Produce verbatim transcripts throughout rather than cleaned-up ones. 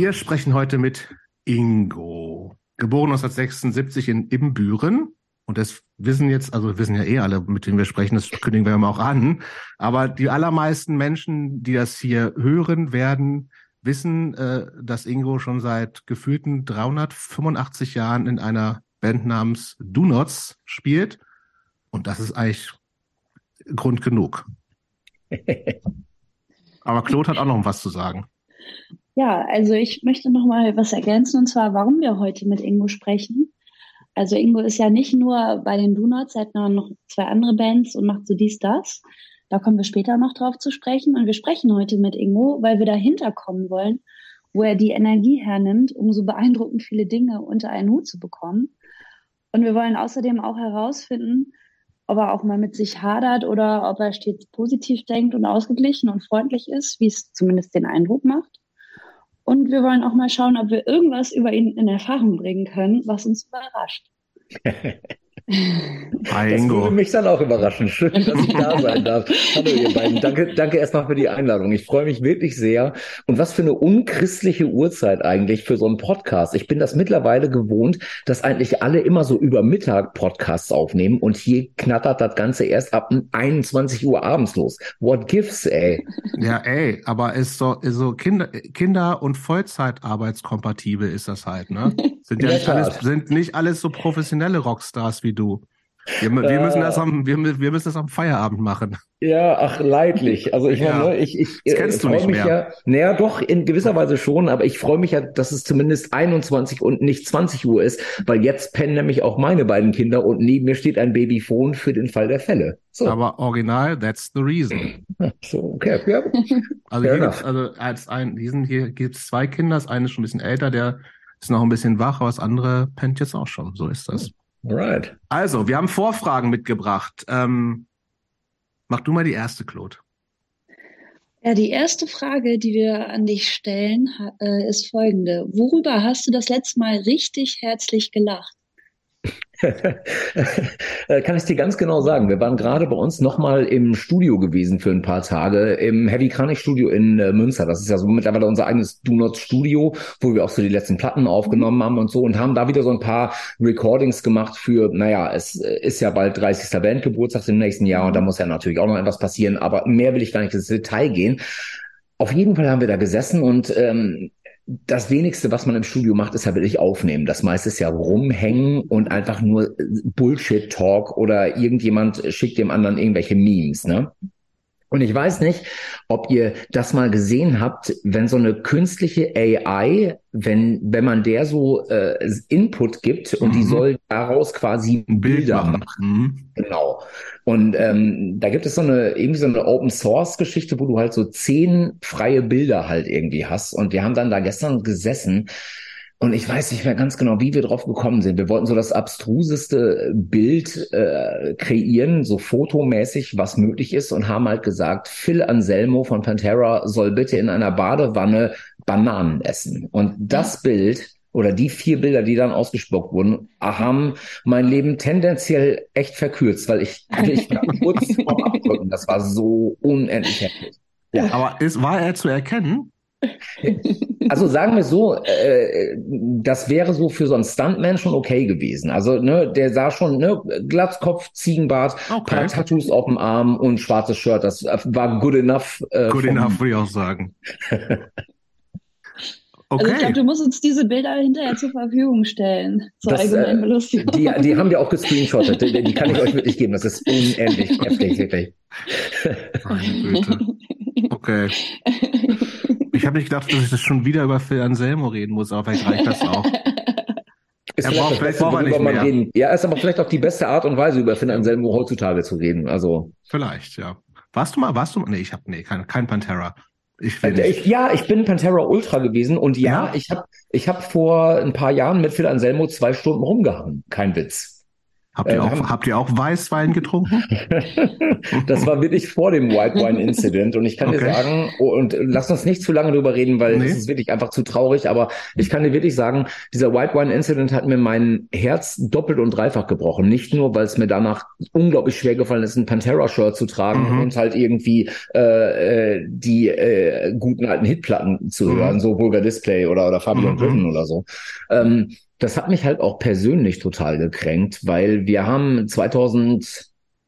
Wir sprechen heute mit Ingo, geboren neunzehnhundertsechsundsiebzig in Ibbenbüren. Und das wissen jetzt, also wissen ja eh alle, mit denen wir sprechen, das kündigen wir ja auch an. Aber die allermeisten Menschen, die das hier hören werden, wissen, äh, dass Ingo schon seit gefühlten dreihundertfünfundachtzig Jahren in einer Band namens Do Nots spielt. Und das ist eigentlich Grund genug. Aber Claude hat auch noch was zu sagen. Ja, also ich möchte noch mal was ergänzen, und zwar, warum wir heute mit Ingo sprechen. Also Ingo ist ja nicht nur bei den Do Nots, er hat noch zwei andere Bands und macht so dies, das. Da kommen wir später noch drauf zu sprechen. Und wir sprechen heute mit Ingo, weil wir dahinter kommen wollen, wo er die Energie hernimmt, um so beeindruckend viele Dinge unter einen Hut zu bekommen. Und wir wollen außerdem auch herausfinden, ob er auch mal mit sich hadert oder ob er stets positiv denkt und ausgeglichen und freundlich ist, wie es zumindest den Eindruck macht. Und wir wollen auch mal schauen, ob wir irgendwas über ihn in Erfahrung bringen können, was uns überrascht. Hi, das Ingo. würde mich dann auch überraschen. Schön, dass ich da sein darf. Hallo ihr beiden. Danke, danke erstmal für die Einladung. Ich freue mich wirklich sehr. Und was für eine unchristliche Uhrzeit eigentlich für so einen Podcast. Ich bin das mittlerweile gewohnt, dass eigentlich alle immer so über Mittag Podcasts aufnehmen und hier knattert das Ganze erst ab einundzwanzig Uhr abends los. What gives, ey? Ja, ey, aber ist so, ist so Kinder, Kinder- und Vollzeitarbeitskompatibel ist das halt, ne? Sind ja nicht alles, sind nicht alles so professionelle Rockstars wie du. Wir, wir müssen das am, wir, wir müssen das am Feierabend machen. Ja, ach, leidlich. Also ich Ja. meine, ich, ich Das kennst äh, du nicht freue mich mehr. ja, naja, doch, in gewisser Weise schon, aber ich freue mich ja, dass es zumindest einundzwanzig und nicht zwanzig Uhr ist, weil jetzt pennen nämlich auch meine beiden Kinder und neben mir steht ein Babyphone für den Fall der Fälle. So. Aber original, that's the reason. So, okay, ja. Also Fair hier gibt's, enough. also als ein, diesen hier gibt's zwei Kinder, das eine ist schon ein bisschen älter, der ist noch ein bisschen wach, aber das andere pennt jetzt auch schon. So ist das. Alright. Also, wir haben Vorfragen mitgebracht. Ähm, mach du mal die erste, Claude. Ja, die erste Frage, die wir an dich stellen, ha- äh, ist folgende. Worüber hast du das letzte Mal richtig herzlich gelacht? Äh, Kann ich dir ganz genau sagen. Wir waren gerade bei uns nochmal im Studio gewesen für ein paar Tage, im Heavy Kranich Studio in äh, Münster. Das ist ja so mittlerweile unser eigenes Do Not Studio, wo wir auch so die letzten Platten aufgenommen haben und so und haben da wieder so ein paar Recordings gemacht für, naja, es äh, ist ja bald dreißigster Bandgeburtstag im nächsten Jahr und da muss ja natürlich auch noch etwas passieren, aber mehr will ich gar nicht ins Detail gehen. Auf jeden Fall haben wir da gesessen und ähm, das Wenigste, was man im Studio macht, ist ja wirklich aufnehmen. Das meiste ist ja rumhängen und einfach nur Bullshit-Talk oder irgendjemand schickt dem anderen irgendwelche Memes, ne? Und ich weiß nicht, ob ihr das mal gesehen habt, wenn so eine künstliche A I, wenn wenn man der so äh, Input gibt und die Mhm. soll daraus quasi Ein Bild Bilder machen. machen. Mhm. Genau. Und ähm, da gibt es so eine irgendwie so eine Open Source Geschichte, wo du halt so zehn freie Bilder halt irgendwie hast. Und wir haben dann da gestern gesessen und ich weiß nicht mehr ganz genau, wie wir drauf gekommen sind. Wir wollten so das abstruseste Bild äh, kreieren, so fotomäßig, was möglich ist, und haben halt gesagt, Phil Anselmo von Pantera soll bitte in einer Badewanne Bananen essen. Und das Bild oder die vier Bilder, die dann ausgespuckt wurden, haben mein Leben tendenziell echt verkürzt, weil ich, ich war kurz vorm Abdrücken. Das war so unendlich heftig. Ja. Aber ist, war er zu erkennen? Also sagen wir so, äh, das wäre so für so einen Stuntman schon okay gewesen. Also ne, der sah schon, ne, Glatzkopf, Ziegenbart, Okay. paar Tattoos auf dem Arm und schwarzes Shirt. Das war good enough. Äh, Good vom- enough, würde ich auch sagen. Also ich Okay. glaube, du musst uns diese Bilder hinterher zur Verfügung stellen, zur Das, allgemeinen äh, Belustigung. Die, die haben wir auch gescreenshottet. Die, die kann ich euch wirklich geben. Das ist unendlich heftig, wirklich. Meine Güte. Okay. Ich habe nicht gedacht, dass ich das schon wieder über Phil Anselmo reden muss, aber vielleicht reicht das auch. Ist Er vielleicht braucht- das vielleicht Beste, braucht er worüber nicht man mehr. reden. Ja, ist aber vielleicht auch die beste Art und Weise, über Finn Anselmo heutzutage zu reden. Also Vielleicht, ja. Warst du mal, warst du mal? Nee, ich habe nee, kein, kein Pantera. Ich will Äh, nicht. Ich, ja, ich bin Pantera Ultra gewesen und ja, Ja? ich habe ich hab vor ein paar Jahren mit Phil Anselmo zwei Stunden rumgehangen. Kein Witz. Habt ihr, Äh, auch, haben- habt ihr auch Weißwein getrunken? Das war wirklich vor dem White Wine Incident und ich kann dir Okay. sagen, oh, und lass uns nicht zu lange drüber reden, weil Nee. es ist wirklich einfach zu traurig, aber ich kann dir wirklich sagen, dieser White Wine Incident hat mir mein Herz doppelt und dreifach gebrochen. Nicht nur, weil es mir danach unglaublich schwer gefallen ist, ein Pantera-Shirt zu tragen Mhm. und halt irgendwie äh, äh, die äh, guten alten Hitplatten zu Mhm. hören, so Vulgar Display oder, oder Fabian Mhm. Driven oder so. Ähm, das hat mich halt auch persönlich total gekränkt, weil wir haben zwanzig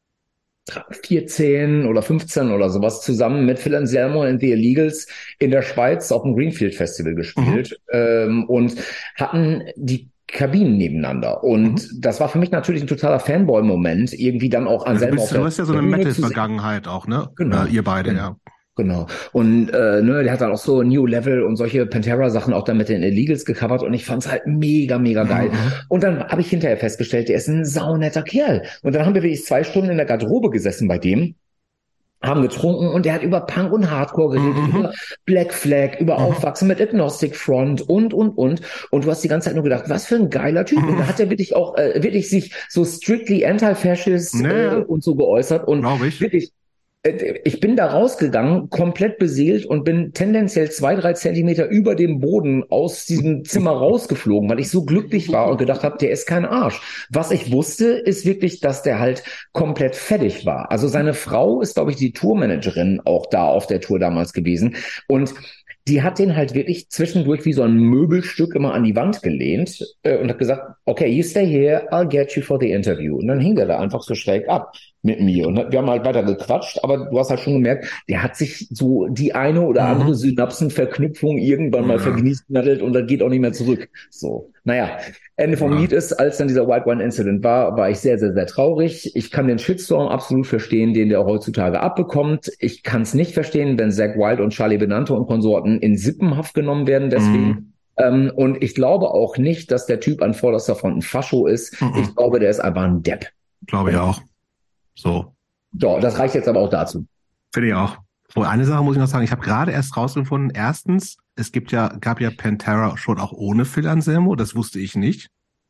vierzehn oder fünfzehn oder sowas zusammen mit Phil Anselmo and the Illegals in der Schweiz auf dem Greenfield Festival gespielt ähm, und hatten die Kabinen nebeneinander. Und Mhm. das war für mich natürlich ein totaler Fanboy-Moment, irgendwie dann auch Also du, Anselmo bist, auf der du hast ja so eine Bühne zu sehen. Metal-Vergangenheit auch, ne? Genau. Äh, ihr beide, Genau. ja. Genau. Und äh, ne, der hat dann auch so New Level und solche Pantera-Sachen auch dann mit den Illegals gecovert und ich fand's halt mega, mega geil. Mhm. Und dann habe ich hinterher festgestellt, der ist ein saunetter Kerl. Und dann haben wir wirklich zwei Stunden in der Garderobe gesessen bei dem, haben getrunken und der hat über Punk und Hardcore geredet, Mhm. über Black Flag, über Mhm. Aufwachsen mit Agnostic Front und, und, und. Und du hast die ganze Zeit nur gedacht, was für ein geiler Typ. Mhm. Und da hat er wirklich auch, äh, wirklich sich so strictly anti-fascist Naja. äh, und so geäußert und Glaube ich. wirklich, ich bin da rausgegangen, komplett beseelt und bin tendenziell zwei, drei Zentimeter über dem Boden aus diesem Zimmer rausgeflogen, weil ich so glücklich war und gedacht habe, der ist kein Arsch. Was ich wusste, ist wirklich, dass der halt komplett fertig war. Also seine Frau ist, glaube ich, die Tourmanagerin auch da auf der Tour damals gewesen und die hat den halt wirklich zwischendurch wie so ein Möbelstück immer an die Wand gelehnt äh, und hat gesagt, okay, you stay here, I'll get you for the interview. Und dann hing der da einfach so schräg ab mit mir. Und wir haben halt weiter gequatscht, aber du hast halt schon gemerkt, der hat sich so die eine oder Mhm. andere Synapsenverknüpfung irgendwann mal Ja. vergniesnadelt und dann geht auch nicht mehr zurück. So, naja, Ende vom Ja. Lied ist, als dann dieser White Wine Incident war, war ich sehr, sehr, sehr traurig. Ich kann den Shitstorm absolut verstehen, den der auch heutzutage abbekommt. Ich kann es nicht verstehen, wenn Zack Wilde und Charlie Benante und Konsorten in Sippenhaft genommen werden deswegen. Mhm. Ähm, und ich glaube auch nicht, dass der Typ an vorderster Front ein Fascho ist. Mhm. Ich glaube, der ist einfach ein Depp. Glaube ich auch. So. So, das reicht jetzt aber auch dazu. Finde ich auch. So, eine Sache muss ich noch sagen. Ich habe gerade erst rausgefunden. Erstens, es gibt ja, gab ja Pantera schon auch ohne Phil Anselmo. Das wusste ich nicht.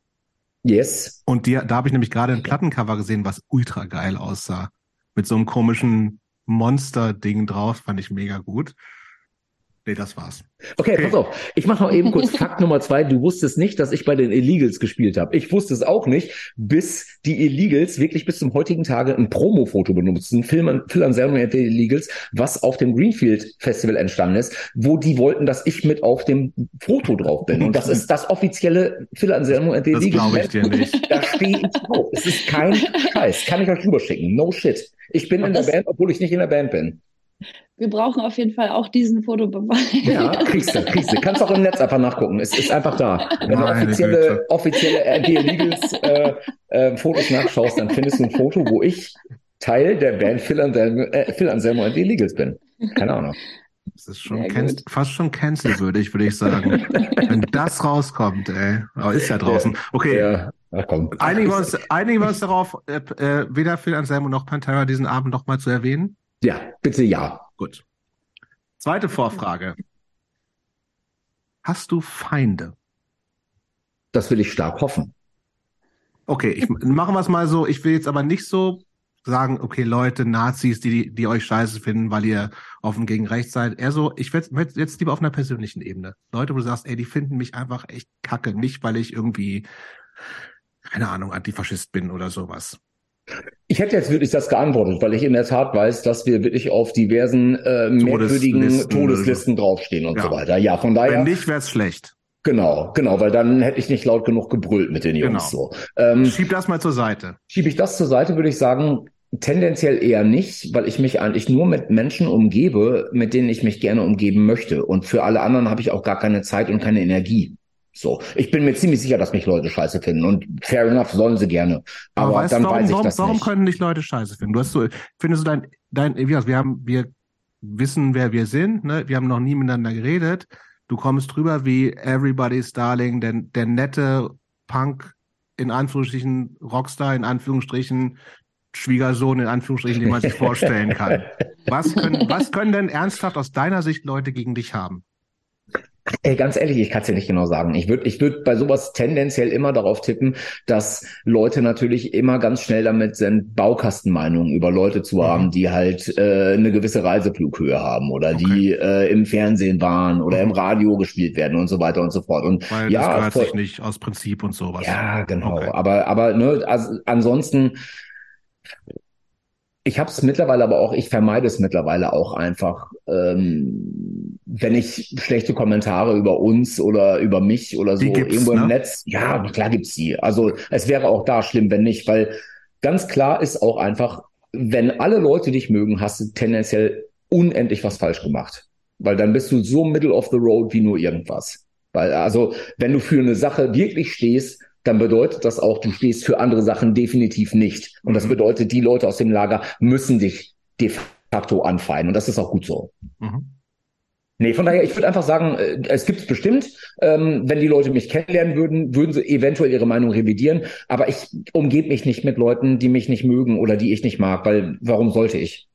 Yes. Und die, da habe ich nämlich gerade ein Plattencover gesehen, was ultra geil aussah. Mit so einem komischen Monster-Ding drauf. Fand ich mega gut. Nee, das war's. Okay, Okay. pass auf. Ich mache noch eben kurz Fakt Nummer zwei. Du wusstest nicht, dass ich bei den Illegals gespielt habe. Ich wusste es auch nicht, bis die Illegals wirklich bis zum heutigen Tage ein Promo-Foto benutzen. Phil, Phil Anselmo and the Illegals, was auf dem Greenfield Festival entstanden ist, wo die wollten, dass ich mit auf dem Foto drauf bin. Und das ist das offizielle Phil Anselmo and the Das Illegals. glaube ich dir nicht. Da stehe ich drauf. Es ist kein Scheiß. Kann ich euch rüberschicken. No shit. Ich bin in der Das- Band, obwohl ich nicht in der Band bin. Wir brauchen auf jeden Fall auch diesen Fotobeweis. Ja, kriegst du, kriegst du. Kannst auch im Netz einfach nachgucken. Es ist einfach da. Wenn du Meine offizielle, Güte. offizielle R D Illegals äh, äh, Fotos nachschaust, dann findest du ein Foto, wo ich Teil der Band Phil Anselmo, äh, Phil Anselmo and the Illegals bin. Keine Ahnung. Das ist schon Sehr can gut. fast schon cancelwürdig, würde ich sagen. Wenn das rauskommt, ey. Aber ist ja draußen. Okay. Ja, ach komm. Einigen wir uns, einigen wir uns darauf, äh, äh, weder Phil Anselmo noch Pantera diesen Abend noch mal zu erwähnen? Ja, bitte ja. Gut. Zweite Vorfrage. Hast du Feinde? Das will ich stark hoffen. Okay, ich machen wir es mal so. Ich will jetzt aber nicht so sagen, okay, Leute, Nazis, die, die euch scheiße finden, weil ihr offen gegen rechts seid. Eher so, ich werde jetzt lieber auf einer persönlichen Ebene. Leute, wo du sagst, ey, die finden mich einfach echt kacke. Nicht, weil ich irgendwie, keine Ahnung, Antifaschist bin oder sowas. Ich hätte jetzt wirklich das geantwortet, weil ich in der Tat weiß, dass wir wirklich auf diversen äh, merkwürdigen Todeslisten. Todeslisten draufstehen und Ja. so weiter. Ja, von daher. Wenn nicht, wär's schlecht. Genau, genau, weil dann hätte ich nicht laut genug gebrüllt mit den Jungs Genau. so. Ähm, Schieb das mal zur Seite. Schiebe ich das zur Seite, würde ich sagen, tendenziell eher nicht, weil ich mich eigentlich nur mit Menschen umgebe, mit denen ich mich gerne umgeben möchte. Und für alle anderen habe ich auch gar keine Zeit und keine Energie. So, ich bin mir ziemlich sicher, dass mich Leute scheiße finden und fair enough, sollen sie gerne. Aber, weißt dann du, warum, weiß ich warum, das warum nicht. können dich Leute scheiße finden? Du hast so, findest du dein, dein, wie gesagt, wir haben, wir wissen, wer wir sind, ne? Wir haben noch nie miteinander geredet. Du kommst drüber wie Everybody's Darling, der, der nette Punk, in Anführungsstrichen Rockstar, in Anführungsstrichen Schwiegersohn, in Anführungsstrichen, den man sich vorstellen kann. Was können, was können denn ernsthaft aus deiner Sicht Leute gegen dich haben? Ey, ganz ehrlich, ich kann es ja nicht genau sagen. Ich würde ich würd bei sowas tendenziell immer darauf tippen, dass Leute natürlich immer ganz schnell damit sind, Baukastenmeinungen über Leute zu haben, Mhm. die halt äh, eine gewisse Reiseflughöhe haben oder Okay. die äh, im Fernsehen waren oder im Mhm. Radio gespielt werden und so weiter und so fort. Und Weil das ja, gehört voll, sich nicht aus Prinzip und sowas. ja, genau. Okay. Aber aber ne, also ansonsten. Ich habe es mittlerweile aber auch, ich vermeide es mittlerweile auch einfach, ähm, wenn ich schlechte Kommentare über uns oder über mich oder Die so gibt's, irgendwo im ne? Netz, ja, klar gibt's die. Also es wäre auch da schlimm, wenn nicht, weil ganz klar ist auch einfach, wenn alle Leute dich mögen, hast du tendenziell unendlich was falsch gemacht. Weil dann bist du so middle of the road wie nur irgendwas. Weil also, wenn du für eine Sache wirklich stehst, dann bedeutet das auch, du stehst für andere Sachen definitiv nicht. Und das Mhm. bedeutet, die Leute aus dem Lager müssen dich de facto anfeinden. Und das ist auch gut so. Mhm. Nee, von daher, ich würde einfach sagen, äh, es gibt es bestimmt. Ähm, wenn die Leute mich kennenlernen würden, würden sie eventuell ihre Meinung revidieren. Aber ich umgebe mich nicht mit Leuten, die mich nicht mögen oder die ich nicht mag, weil warum sollte ich?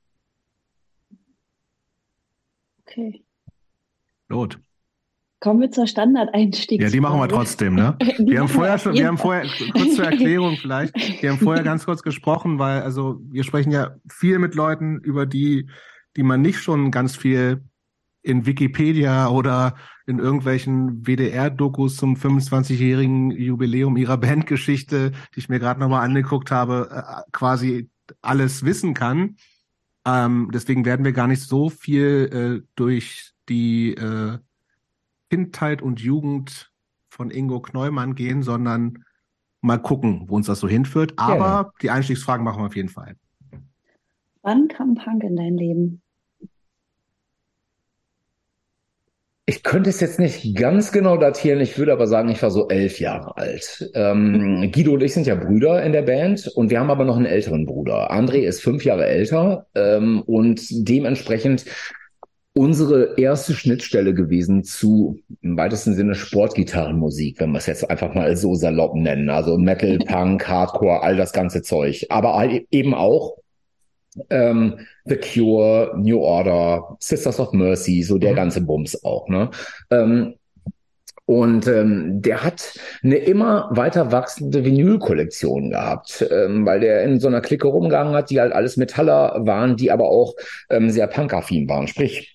Okay. Gut. Kommen wir zur Standardeinstiegsfrage. Ja, die machen wir trotzdem, ne? Die Wir haben machen vorher auf schon, jeden wir haben Fall. vorher, kurz zur Erklärung vielleicht, wir haben vorher ganz kurz gesprochen, weil, also, wir sprechen ja viel mit Leuten, über die, die man nicht schon ganz viel in Wikipedia oder in irgendwelchen W D R-Dokus zum fünfundzwanzigjährigen Jubiläum ihrer Bandgeschichte, die ich mir gerade nochmal angeguckt habe, äh, quasi alles wissen kann. Ähm, deswegen werden wir gar nicht so viel äh, durch die äh, Kindheit und Jugend von Ingo Kneumann gehen, sondern mal gucken, wo uns das so hinführt. Aber Gerne. die Einstiegsfragen machen wir auf jeden Fall. Wann kam Punk in dein Leben? Ich könnte es jetzt nicht ganz genau datieren, ich würde aber sagen, ich war so elf Jahre alt. Ähm, Guido und ich sind ja Brüder in der Band und wir haben aber noch einen älteren Bruder. André ist fünf Jahre älter ähm, und dementsprechend unsere erste Schnittstelle gewesen zu im weitesten Sinne Sportgitarrenmusik, wenn wir es jetzt einfach mal so salopp nennen. Also Metal, Punk, Hardcore, all das ganze Zeug. Aber all- eben auch ähm, The Cure, New Order, Sisters of Mercy, so der Mhm. ganze Bums auch, ne? Ähm, und ähm, der hat eine immer weiter wachsende Vinylkollektion gehabt, ähm, weil der in so einer Clique rumgegangen hat, die halt alles Metaller waren, die aber auch ähm, sehr punkaffin waren. Sprich,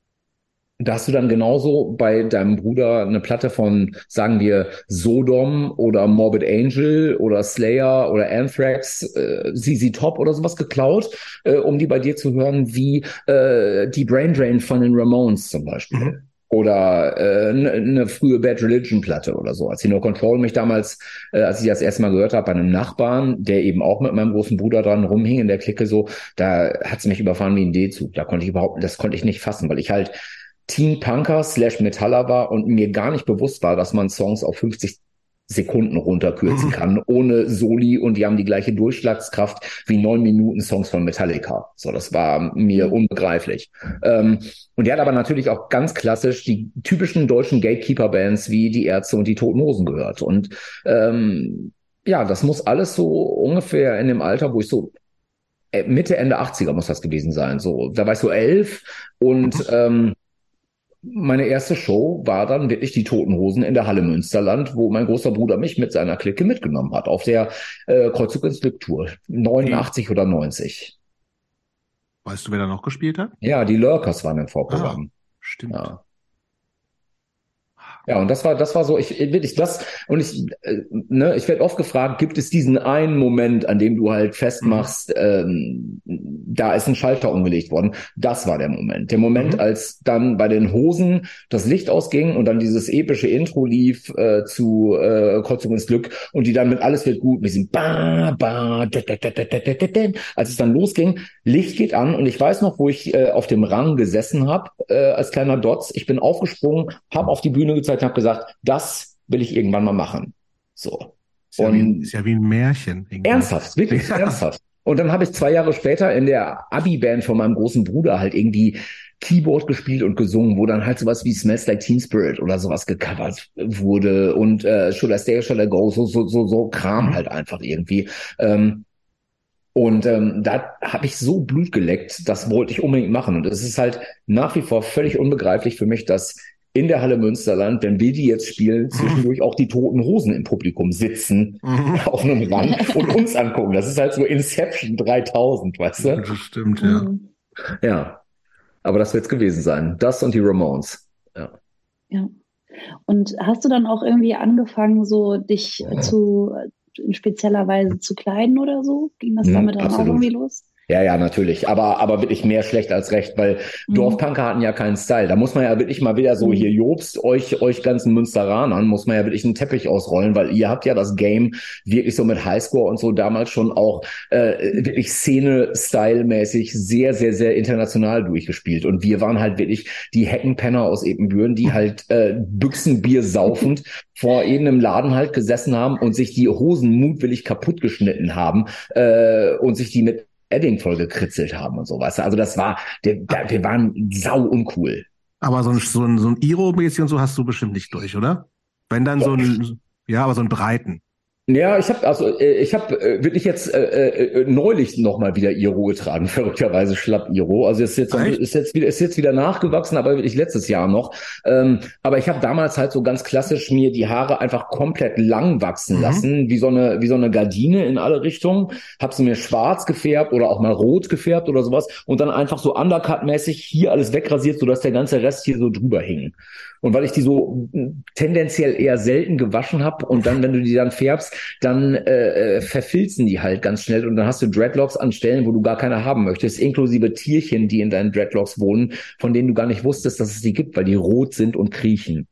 da hast du dann genauso bei deinem Bruder eine Platte von, sagen wir, Sodom oder Morbid Angel oder Slayer oder Anthrax, äh, Z Z Top oder sowas geklaut, äh, um die bei dir zu hören, wie äh, die Brain Drain von den Ramones zum Beispiel. Mhm. Oder äh, eine, eine frühe Bad Religion Platte oder so. Als die No Control mich damals, äh, als ich das erste Mal gehört habe, bei einem Nachbarn, der eben auch mit meinem großen Bruder dran rumhing in der Clique so, da hat sie mich überfahren wie ein D-Zug. Da konnte ich überhaupt, das konnte ich nicht fassen, weil ich halt Teen Punker slash Metaller war und mir gar nicht bewusst war, dass man Songs auf fünfzig Sekunden runterkürzen kann, ohne Soli, und die haben die gleiche Durchschlagskraft wie neun Minuten Songs von Metallica. So, das war mir Mhm. unbegreiflich. Ähm, und der hat aber natürlich auch ganz klassisch die typischen deutschen Gatekeeper-Bands wie die Ärzte und die Toten Hosen gehört. Und ähm, ja, das muss alles so ungefähr in dem Alter, wo ich so äh, Mitte, Ende achtziger muss das gewesen sein. So, da war ich so elf und Mhm. ähm, meine erste Show war dann wirklich die Toten Hosen in der Halle Münsterland, wo mein großer Bruder mich mit seiner Clique mitgenommen hat, auf der äh, Kreuzzug ins Glück Tour, neunundachtzig oder neunzig. Weißt du, wer da noch gespielt hat? Ja, die Lurkers waren im Ah, Vorprogramm. stimmt. Ja. Ja, und das war, das war so, ich wirklich das, und ich, äh, ne, ich werde oft gefragt, gibt es diesen einen Moment, an dem du halt Mhm. festmachst, ähm, da ist ein Schalter umgelegt worden. Das war der Moment. Der Moment, Mhm. als dann bei den Hosen das Licht ausging und dann dieses epische Intro lief äh, zu äh, Kreuzung ins Glück und die dann mit Alles wird gut, mit diesem ba, ba, da, da, da, da, da, da, da, als es dann losging, Licht geht an und ich weiß noch, wo ich äh, auf dem Rang gesessen habe, äh, als kleiner Dotz. Ich bin aufgesprungen, habe auf die Bühne gezeigt, habe gesagt, das will ich irgendwann mal machen. So. Ist ja, wie, ein- Und ist ja wie ein Märchen. Irgendwie. ernsthaft, wirklich Ja. ernsthaft. Und dann habe ich zwei Jahre später in der Abi-Band von meinem großen Bruder halt irgendwie Keyboard gespielt und gesungen, wo dann halt sowas wie Smells Like Teen Spirit oder sowas gecovert wurde und äh, Should I Stay or Should I Go, so so so so Kram Mhm. halt einfach irgendwie. Ähm, und ähm, da habe ich so Blut geleckt, das wollte ich unbedingt machen. Und es ist halt nach wie vor völlig unbegreiflich für mich, dass in der Halle Münsterland, wenn wir die jetzt spielen, zwischendurch auch die Toten Hosen im Publikum sitzen Mhm. auf einem Rand und uns angucken. Das ist halt so Inception dreitausend, weißt du? Das stimmt, ja. Mhm. Ja, aber das wird's gewesen sein. Das und die Ramones. Ja. Ja. Und hast du dann auch irgendwie angefangen, so dich zu in spezieller Weise zu kleiden oder so? Ging das Mhm, damit dann auch absolut. irgendwie los? Ja, ja, natürlich. Aber, aber wirklich mehr schlecht als recht, weil Mhm. Dorfpunker hatten ja keinen Style. Da muss man ja wirklich mal wieder so, Mhm. hier Jobst, euch, euch ganzen Münsteranern, muss man ja wirklich einen Teppich ausrollen, weil ihr habt ja das Game wirklich so mit Highscore und so damals schon auch äh, wirklich Szene-Style-mäßig sehr, sehr, sehr international durchgespielt. Und wir waren halt wirklich die Heckenpenner aus Ebenbüren, die halt äh, Büchsenbier saufend vor irgendeinem Laden halt gesessen haben und sich die Hosen mutwillig kaputt geschnitten haben äh, und sich die mit Edding voll gekritzelt haben und sowas. Also das war, der, der, wir waren sau uncool. Aber so ein, so ein, so ein Iro-mäßig und so hast du bestimmt nicht durch, oder? Wenn dann so ein, ja, aber so einen breiten. Ja, ich habe also äh, ich habe äh, wirklich jetzt äh, äh, neulich noch mal wieder Iro getragen, verrückterweise Schlapp-Iro. Also ist jetzt Echt? ist jetzt wieder ist jetzt wieder nachgewachsen, aber wirklich letztes Jahr noch. Ähm, aber ich habe damals halt so ganz klassisch mir die Haare einfach komplett lang wachsen Mhm. lassen, wie so eine wie so eine Gardine in alle Richtungen. Hab sie mir schwarz gefärbt oder auch mal rot gefärbt oder sowas und dann einfach so Undercut-mäßig hier alles wegrasiert, sodass der ganze Rest hier so drüber hing. Und weil ich die so tendenziell eher selten gewaschen habe und dann, wenn du die dann färbst, dann äh, äh, verfilzen die halt ganz schnell und dann hast du Dreadlocks an Stellen, wo du gar keine haben möchtest, inklusive Tierchen, die in deinen Dreadlocks wohnen, von denen du gar nicht wusstest, dass es die gibt, weil die rot sind und kriechen.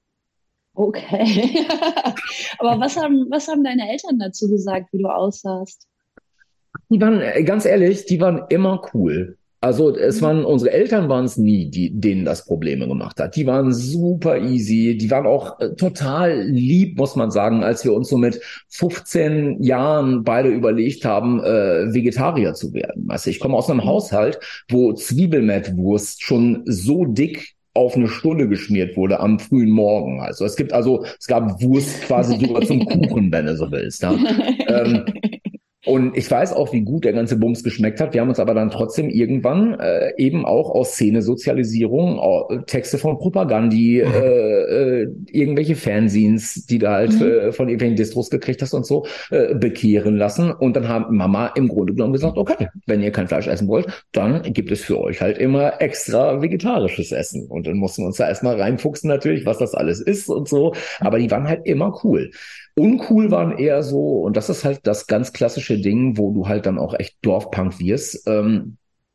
Okay. Aber was haben, was haben deine Eltern dazu gesagt, wie du aussahst? Die waren, äh, ganz ehrlich, die waren immer cool. Also es Mhm. waren, unsere Eltern waren es nie, die, denen das Probleme gemacht hat. Die waren super easy, die waren auch äh, total lieb, muss man sagen, als wir uns so mit fünfzehn Jahren beide überlegt haben, äh, Vegetarier zu werden. Weißt du, ich komme aus einem Mhm. Haushalt, wo Zwiebelmettwurst schon so dick auf eine Stunde geschmiert wurde am frühen Morgen. Also es gibt also, es gab Wurst quasi sogar zum Kuchen, wenn du so willst. Ja. Ähm, Und ich weiß auch, wie gut der ganze Bums geschmeckt hat. Wir haben uns aber dann trotzdem irgendwann äh, eben auch aus Szenesozialisierung, au- Texte von Propagandi, Mhm. äh, äh, irgendwelche Fanzines, die du halt Mhm. äh, von irgendwelchen Distros gekriegt hast und so, äh, bekehren lassen. Und dann haben Mama im Grunde genommen gesagt, okay, wenn ihr kein Fleisch essen wollt, dann gibt es für euch halt immer extra vegetarisches Essen. Und dann mussten wir uns da erstmal reinfuchsen natürlich, was das alles ist und so. Aber die waren halt immer cool. Uncool waren eher so, und das ist halt das ganz klassische Ding, wo du halt dann auch echt Dorfpunk wirst, ähm,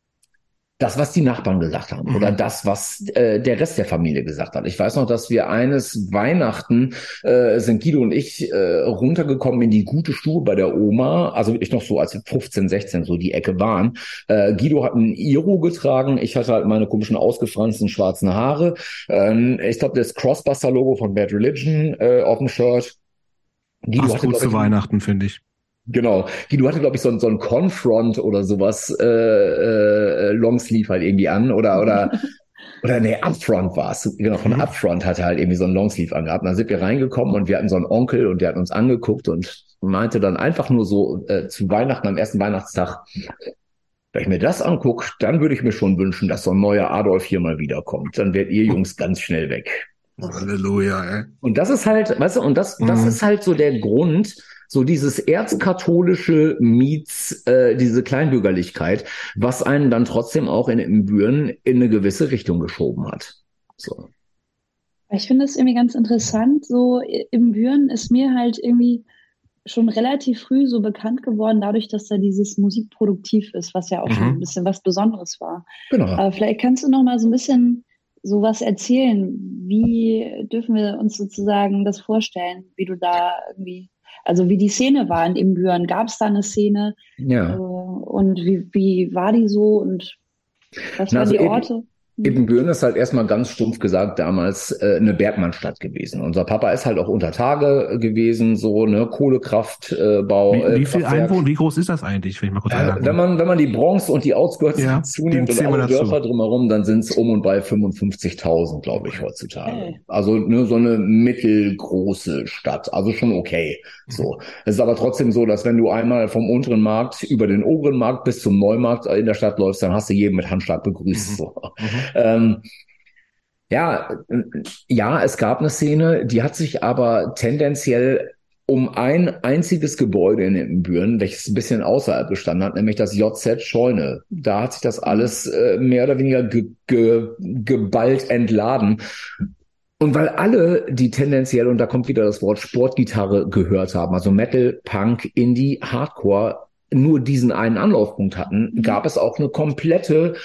das, was die Nachbarn gesagt haben oder Mhm. das, was äh, der Rest der Familie gesagt hat. Ich weiß noch, dass wir eines Weihnachten äh, sind Guido und ich äh, runtergekommen in die gute Stube bei der Oma, also ich noch so als wir fünfzehn, sechzehn so die Ecke waren. Äh, Guido hat ein Iro getragen, ich hatte halt meine komischen ausgefransten schwarzen Haare. Ähm, ich glaube, das Crossbuster-Logo von Bad Religion äh, auf dem Shirt. Guido Passt hatte, gut glaube zu ich, Weihnachten, finde ich. genau. Guido hatte, glaube ich, so, ein- so ein Confront oder sowas, äh, äh, Longsleeve halt irgendwie an oder, oder, oder nee, Upfront war es. Genau, von Mhm. Upfront hatte halt irgendwie so ein Longsleeve angehabt. Und dann sind wir reingekommen und wir hatten so einen Onkel und der hat uns angeguckt und meinte dann einfach nur so äh, zu Weihnachten, am ersten Weihnachtstag, wenn ich mir das angucke, dann würde ich mir schon wünschen, dass so ein neuer Adolf hier mal wiederkommt. Dann werdet ihr Jungs ganz schnell weg. Halleluja, ey. Und das ist halt, weißt du, und das, das Mhm. ist halt so der Grund, so dieses erzkatholische meets äh, diese Kleinbürgerlichkeit, was einen dann trotzdem auch in Ibbenbüren in eine gewisse Richtung geschoben hat. So. Ich finde es irgendwie ganz interessant. So im Büren ist mir halt irgendwie schon relativ früh so bekannt geworden, dadurch, dass da dieses Musikproduktiv ist, was ja auch schon ein Mhm. bisschen was Besonderes war. Genau. Aber vielleicht kannst du noch mal so ein bisschen sowas erzählen. Wie dürfen wir uns sozusagen das vorstellen, wie du da irgendwie, also wie die Szene war in Ibbenbüren? Gab es da eine Szene? Äh, Ja. und wie, wie war die so und was Na, waren also die eben- Orte? Hm. Ibbenbüren ist halt erstmal ganz stumpf gesagt damals äh, eine Bergmannstadt gewesen. Unser Papa ist halt auch unter Tage äh, gewesen, so ne Kohlekraftbau. Wie, äh, wie viel Kraftwerk. Einwohner, wie groß ist das eigentlich, wenn ich mal kurz Äh, einhaken wenn man wenn man die Bronx und die Outskirts Ja, dazu nimmt den und zählen wir alle dazu. Dörfer drumherum, dann sind es um und bei fünfundfünfzigtausend, glaube ich, heutzutage. Okay. Also ne, so eine mittelgroße Stadt, also schon okay. So, es ist aber trotzdem so, dass wenn du einmal vom unteren Markt über den oberen Markt bis zum Neumarkt in der Stadt läufst, dann hast du jeden mit Handschlag begrüßt. Mhm. So. Mhm. Ähm, Ja, ja, es gab eine Szene, die hat sich aber tendenziell um ein einziges Gebäude in Ibbenbüren, welches ein bisschen außerhalb gestanden hat, nämlich das J Z Scheune. Da hat sich das alles äh, mehr oder weniger ge ge geballt entladen. Und weil alle, die tendenziell, und da kommt wieder das Wort Sportgitarre gehört haben, also Metal, Punk, Indie, Hardcore, nur diesen einen Anlaufpunkt hatten, gab es auch eine komplette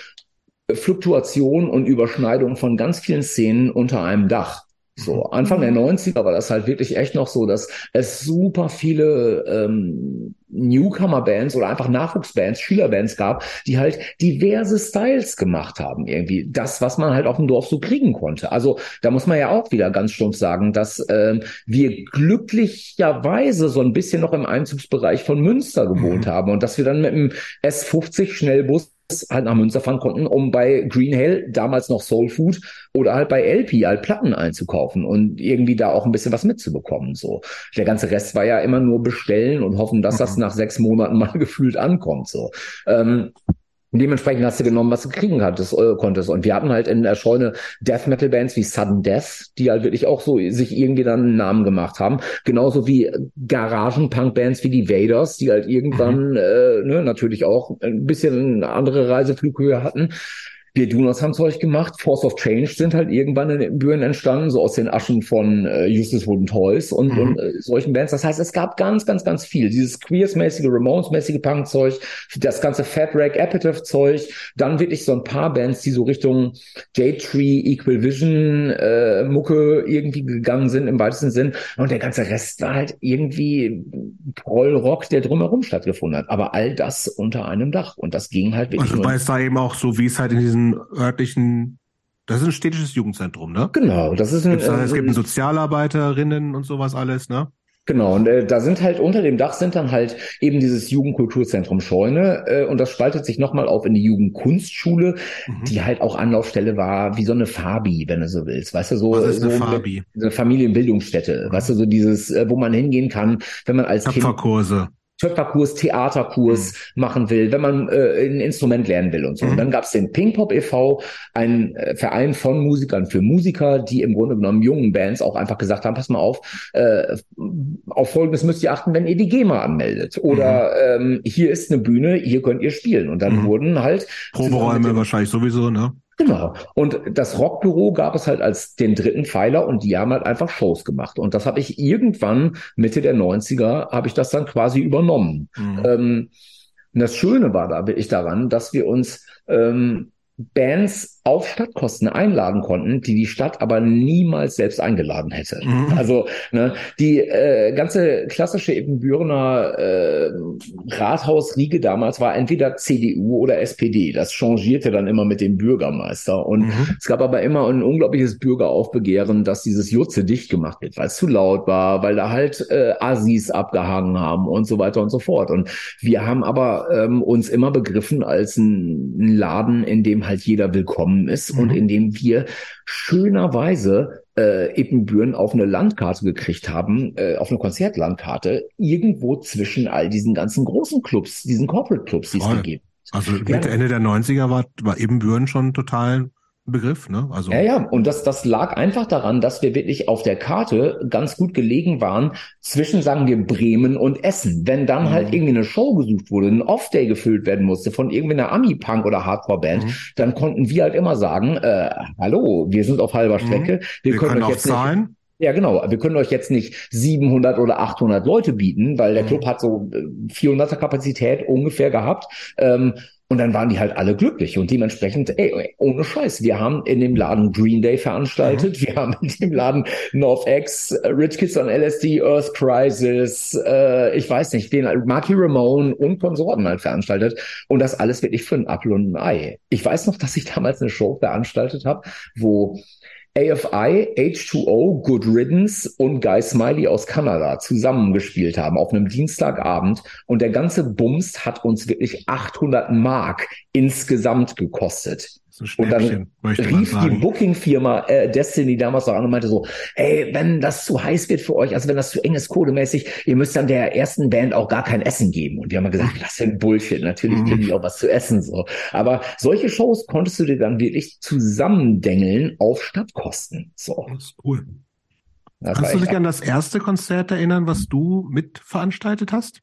Fluktuation und Überschneidung von ganz vielen Szenen unter einem Dach. So, Anfang der neunziger war das halt wirklich echt noch so, dass es super viele ähm, Newcomer-Bands oder einfach Nachwuchsbands, Schülerbands gab, die halt diverse Styles gemacht haben irgendwie. Das, was man halt auf dem Dorf so kriegen konnte. Also da muss man ja auch wieder ganz stumpf sagen, dass ähm, wir glücklicherweise so ein bisschen noch im Einzugsbereich von Münster gewohnt mhm. haben und dass wir dann mit dem S fünfzig Schnellbus halt nach Münster fahren konnten, um bei Green Hell, damals noch Soul Food, oder halt bei L P halt Platten einzukaufen und irgendwie da auch ein bisschen was mitzubekommen. So, der ganze Rest war ja immer nur bestellen und hoffen, dass mhm. das nach sechs Monaten mal gefühlt ankommt. So. Ähm, Dementsprechend hast du genommen, was du kriegen hattest, äh, konntest. Und wir hatten halt in der Scheune Death Metal Bands wie Sudden Death, die halt wirklich auch so sich irgendwie dann einen Namen gemacht haben. Genauso wie Garagen-Punk Bands wie die Vaders, die halt irgendwann, mhm. äh, ne, natürlich auch ein bisschen eine andere Reiseflughöhe hatten. Wir Donuts haben Zeug gemacht. Force of Change sind halt irgendwann in Ibbenbüren entstanden, so aus den Aschen von äh, Eustace Wooden Toys und, mhm. und äh, solchen Bands. Das heißt, es gab ganz, ganz, ganz viel. Dieses Queers-mäßige, Ramones-mäßige Punk-Zeug, das ganze Fat Wreck Epitaph-Zeug, dann wirklich so ein paar Bands, die so Richtung J-Tree, Equal Vision, äh, Mucke irgendwie gegangen sind im weitesten Sinn. Und der ganze Rest war halt irgendwie Proll-Rock, der drumherum stattgefunden hat. Aber all das unter einem Dach. Und das ging halt wirklich. Also, weil es da eben auch so, wie es halt in diesen örtlichen, das ist ein städtisches Jugendzentrum, ne? Genau, das ist ein, da, es gibt ein Sozialarbeiterinnen und sowas alles, ne? Genau, und äh, da sind halt unter dem Dach sind dann halt eben dieses Jugendkulturzentrum Scheune äh, und das spaltet sich nochmal auf in die Jugendkunstschule, mhm. die halt auch Anlaufstelle war wie so eine Fabi, wenn du so willst, weißt du, so, Was ist eine so Fabi? Eine Familienbildungsstätte, mhm. weißt du, so dieses, äh, wo man hingehen kann, wenn man als Töpferkurse. Kind Töpferkurs, Theaterkurs mhm. machen will, wenn man äh, ein Instrument lernen will und so. Mhm. Und dann gab es den Pinkpop e V, ein äh, Verein von Musikern für Musiker, die im Grunde genommen jungen Bands auch einfach gesagt haben, pass mal auf, äh, auf Folgendes müsst ihr achten, wenn ihr die GEMA anmeldet. Oder mhm. ähm, hier ist eine Bühne, hier könnt ihr spielen. Und dann mhm. wurden halt Proberäume wahrscheinlich sowieso, ne? Genau. Und das Rockbüro gab es halt als den dritten Pfeiler und die haben halt einfach Shows gemacht. Und das habe ich irgendwann Mitte der neunziger habe ich das dann quasi übernommen. Mhm. Ähm, und das Schöne war da wirklich daran, dass wir uns ähm, Bands auf Stadtkosten einladen konnten, die die Stadt aber niemals selbst eingeladen hätte. Mhm. Also ne, die äh, ganze klassische Ibbenbürener äh, Rathausriege damals war entweder C D U oder S P D. Das changierte dann immer mit dem Bürgermeister. Und mhm. es gab aber immer ein unglaubliches Bürgeraufbegehren, dass dieses Jutze dicht gemacht wird, weil es zu laut war, weil da halt äh, Assis abgehangen haben und so weiter und so fort. Und wir haben aber ähm, uns immer begriffen als ein, ein Laden, in dem halt jeder willkommen ist mhm. und in dem wir schönerweise äh, Ibbenbüren auf eine Landkarte gekriegt haben, äh, auf eine Konzertlandkarte, irgendwo zwischen all diesen ganzen großen Clubs, diesen Corporate Clubs, die es gegeben hat. Also Mitte, Ende der neunziger war, war Ibbenbüren schon total Begriff, ne? Also ja, ja, und das, das lag einfach daran, dass wir wirklich auf der Karte ganz gut gelegen waren zwischen, sagen wir, Bremen und Essen. Wenn dann mhm. halt irgendwie eine Show gesucht wurde, ein Off-Day gefüllt werden musste von irgendwie einer Ami-Punk- oder Hardcore-Band, mhm. dann konnten wir halt immer sagen, äh, hallo, wir sind auf halber Strecke. Mhm. Wir, wir können, können euch auch jetzt zahlen. Nicht Ja, genau. Wir können euch jetzt nicht siebenhundert oder achthundert Leute bieten, weil der Club hat so vierhunderter Kapazität ungefähr gehabt. Ähm, und dann waren die halt alle glücklich und dementsprechend, ey, ohne Scheiß, wir haben in dem Laden Green Day veranstaltet, mhm. wir haben in dem Laden NoFX, Rich Kids on L S D, Earth Crisis, äh, ich weiß nicht, den Marky Ramone und Konsorten halt veranstaltet und das alles wirklich für ein Apfel und ein Ei. Ich weiß noch, dass ich damals eine Show veranstaltet habe, wo A F I, H zwei O, Good Riddance und Guy Smiley aus Kanada zusammengespielt haben auf einem Dienstagabend und der ganze Bums hat uns wirklich achthundert Mark insgesamt gekostet. Und dann rief die Booking-Firma äh, Destiny damals noch an und meinte so, ey, wenn das zu heiß wird für euch, also wenn das zu eng ist codemäßig, ihr müsst dann der ersten Band auch gar kein Essen geben. Und die haben mal gesagt, das ist ein Bullshit, natürlich kriegen die auch was zu essen. So. Aber solche Shows konntest du dir dann wirklich zusammendengeln auf Stadtkosten. So. Das ist cool. Das Kannst du dich an das erste Konzert erinnern, was du mitveranstaltet hast?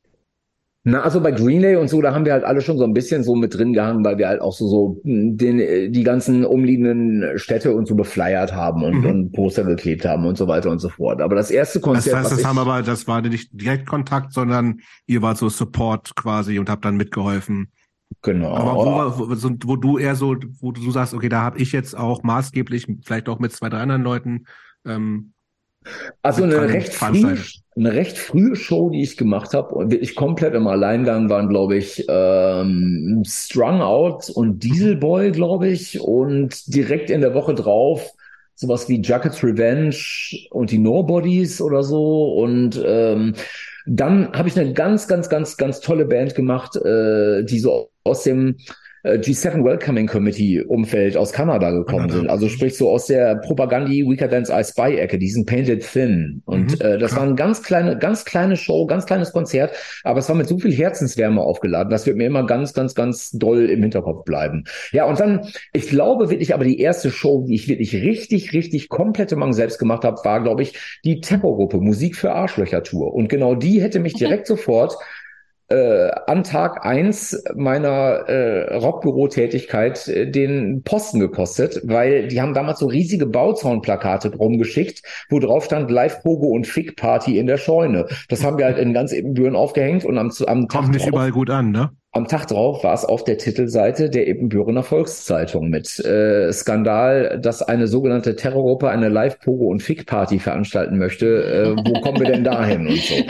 Na, also bei Green Day und so, da haben wir halt alle schon so ein bisschen so mit drin gehangen, weil wir halt auch so, so den, die ganzen umliegenden Städte und so befleiert haben und, mhm. und Poster geklebt haben und so weiter und so fort. Aber das erste Konzert. Das heißt, das ich, haben aber, das war nicht Direktkontakt, sondern ihr wart so Support quasi und habt dann mitgeholfen. Genau. Aber wo, wo, wo du eher so, wo du sagst, okay, da habe ich jetzt auch maßgeblich, vielleicht auch mit zwei, drei anderen Leuten, ähm, Also eine recht, früh, eine recht frühe Show, die ich gemacht habe, und wirklich komplett im Alleingang waren, glaube ich, ähm, Strung Out und Diesel Boy, glaube ich, und direkt in der Woche drauf sowas wie Jackets Revenge und die Nobodies oder so. Und ähm, dann habe ich eine ganz, ganz, ganz, ganz tolle Band gemacht, äh, die so aus dem G sieben Welcoming Committee Umfeld aus Kanada gekommen Kanada. sind. Also sprich so aus der Propagandhi Weaker Than I Spy Ecke, diesen Painted Thin. Und mhm, äh, das klar. war eine ganz kleine, ganz kleine Show, ganz kleines Konzert, aber es war mit so viel Herzenswärme aufgeladen. Das wird mir immer ganz, ganz, ganz doll im Hinterkopf bleiben. Ja, und dann, ich glaube wirklich, aber die erste Show, die ich wirklich richtig, richtig komplett im selbst gemacht habe, war, glaube ich, die Terrorgruppe Musik für Arschlöcher Tour. Und genau die hätte mich direkt sofort Äh, an Tag eins meiner äh, Rockbüro-Tätigkeit äh, den Posten gekostet, weil die haben damals so riesige Bauzaunplakate rumgeschickt, wo drauf stand Live-Pogo und Fick-Party in der Scheune. Das haben wir halt in ganz Ibbenbüren aufgehängt und am, am Tag Kommt nicht drauf, überall gut an, ne? Am Tag drauf war es auf der Titelseite der Ibbenbürener Volkszeitung mit äh, Skandal, dass eine sogenannte Terrorgruppe eine Live-Pogo und Fick-Party veranstalten möchte. Äh, wo kommen wir denn dahin und so?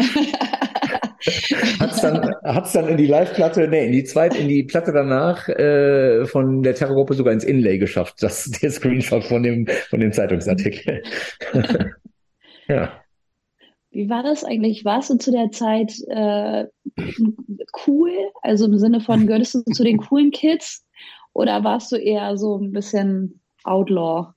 Hat's dann, hat's dann in die Live-Platte, nee, in die zweite, in die Platte danach äh, von der Terrorgruppe sogar ins Inlay geschafft, das der Screenshot von dem von dem Zeitungsartikel. Ja. Wie war das eigentlich? Warst du zu der Zeit äh, cool? Also im Sinne von, gehörtest du zu den coolen Kids? Oder warst du eher so ein bisschen Outlaw?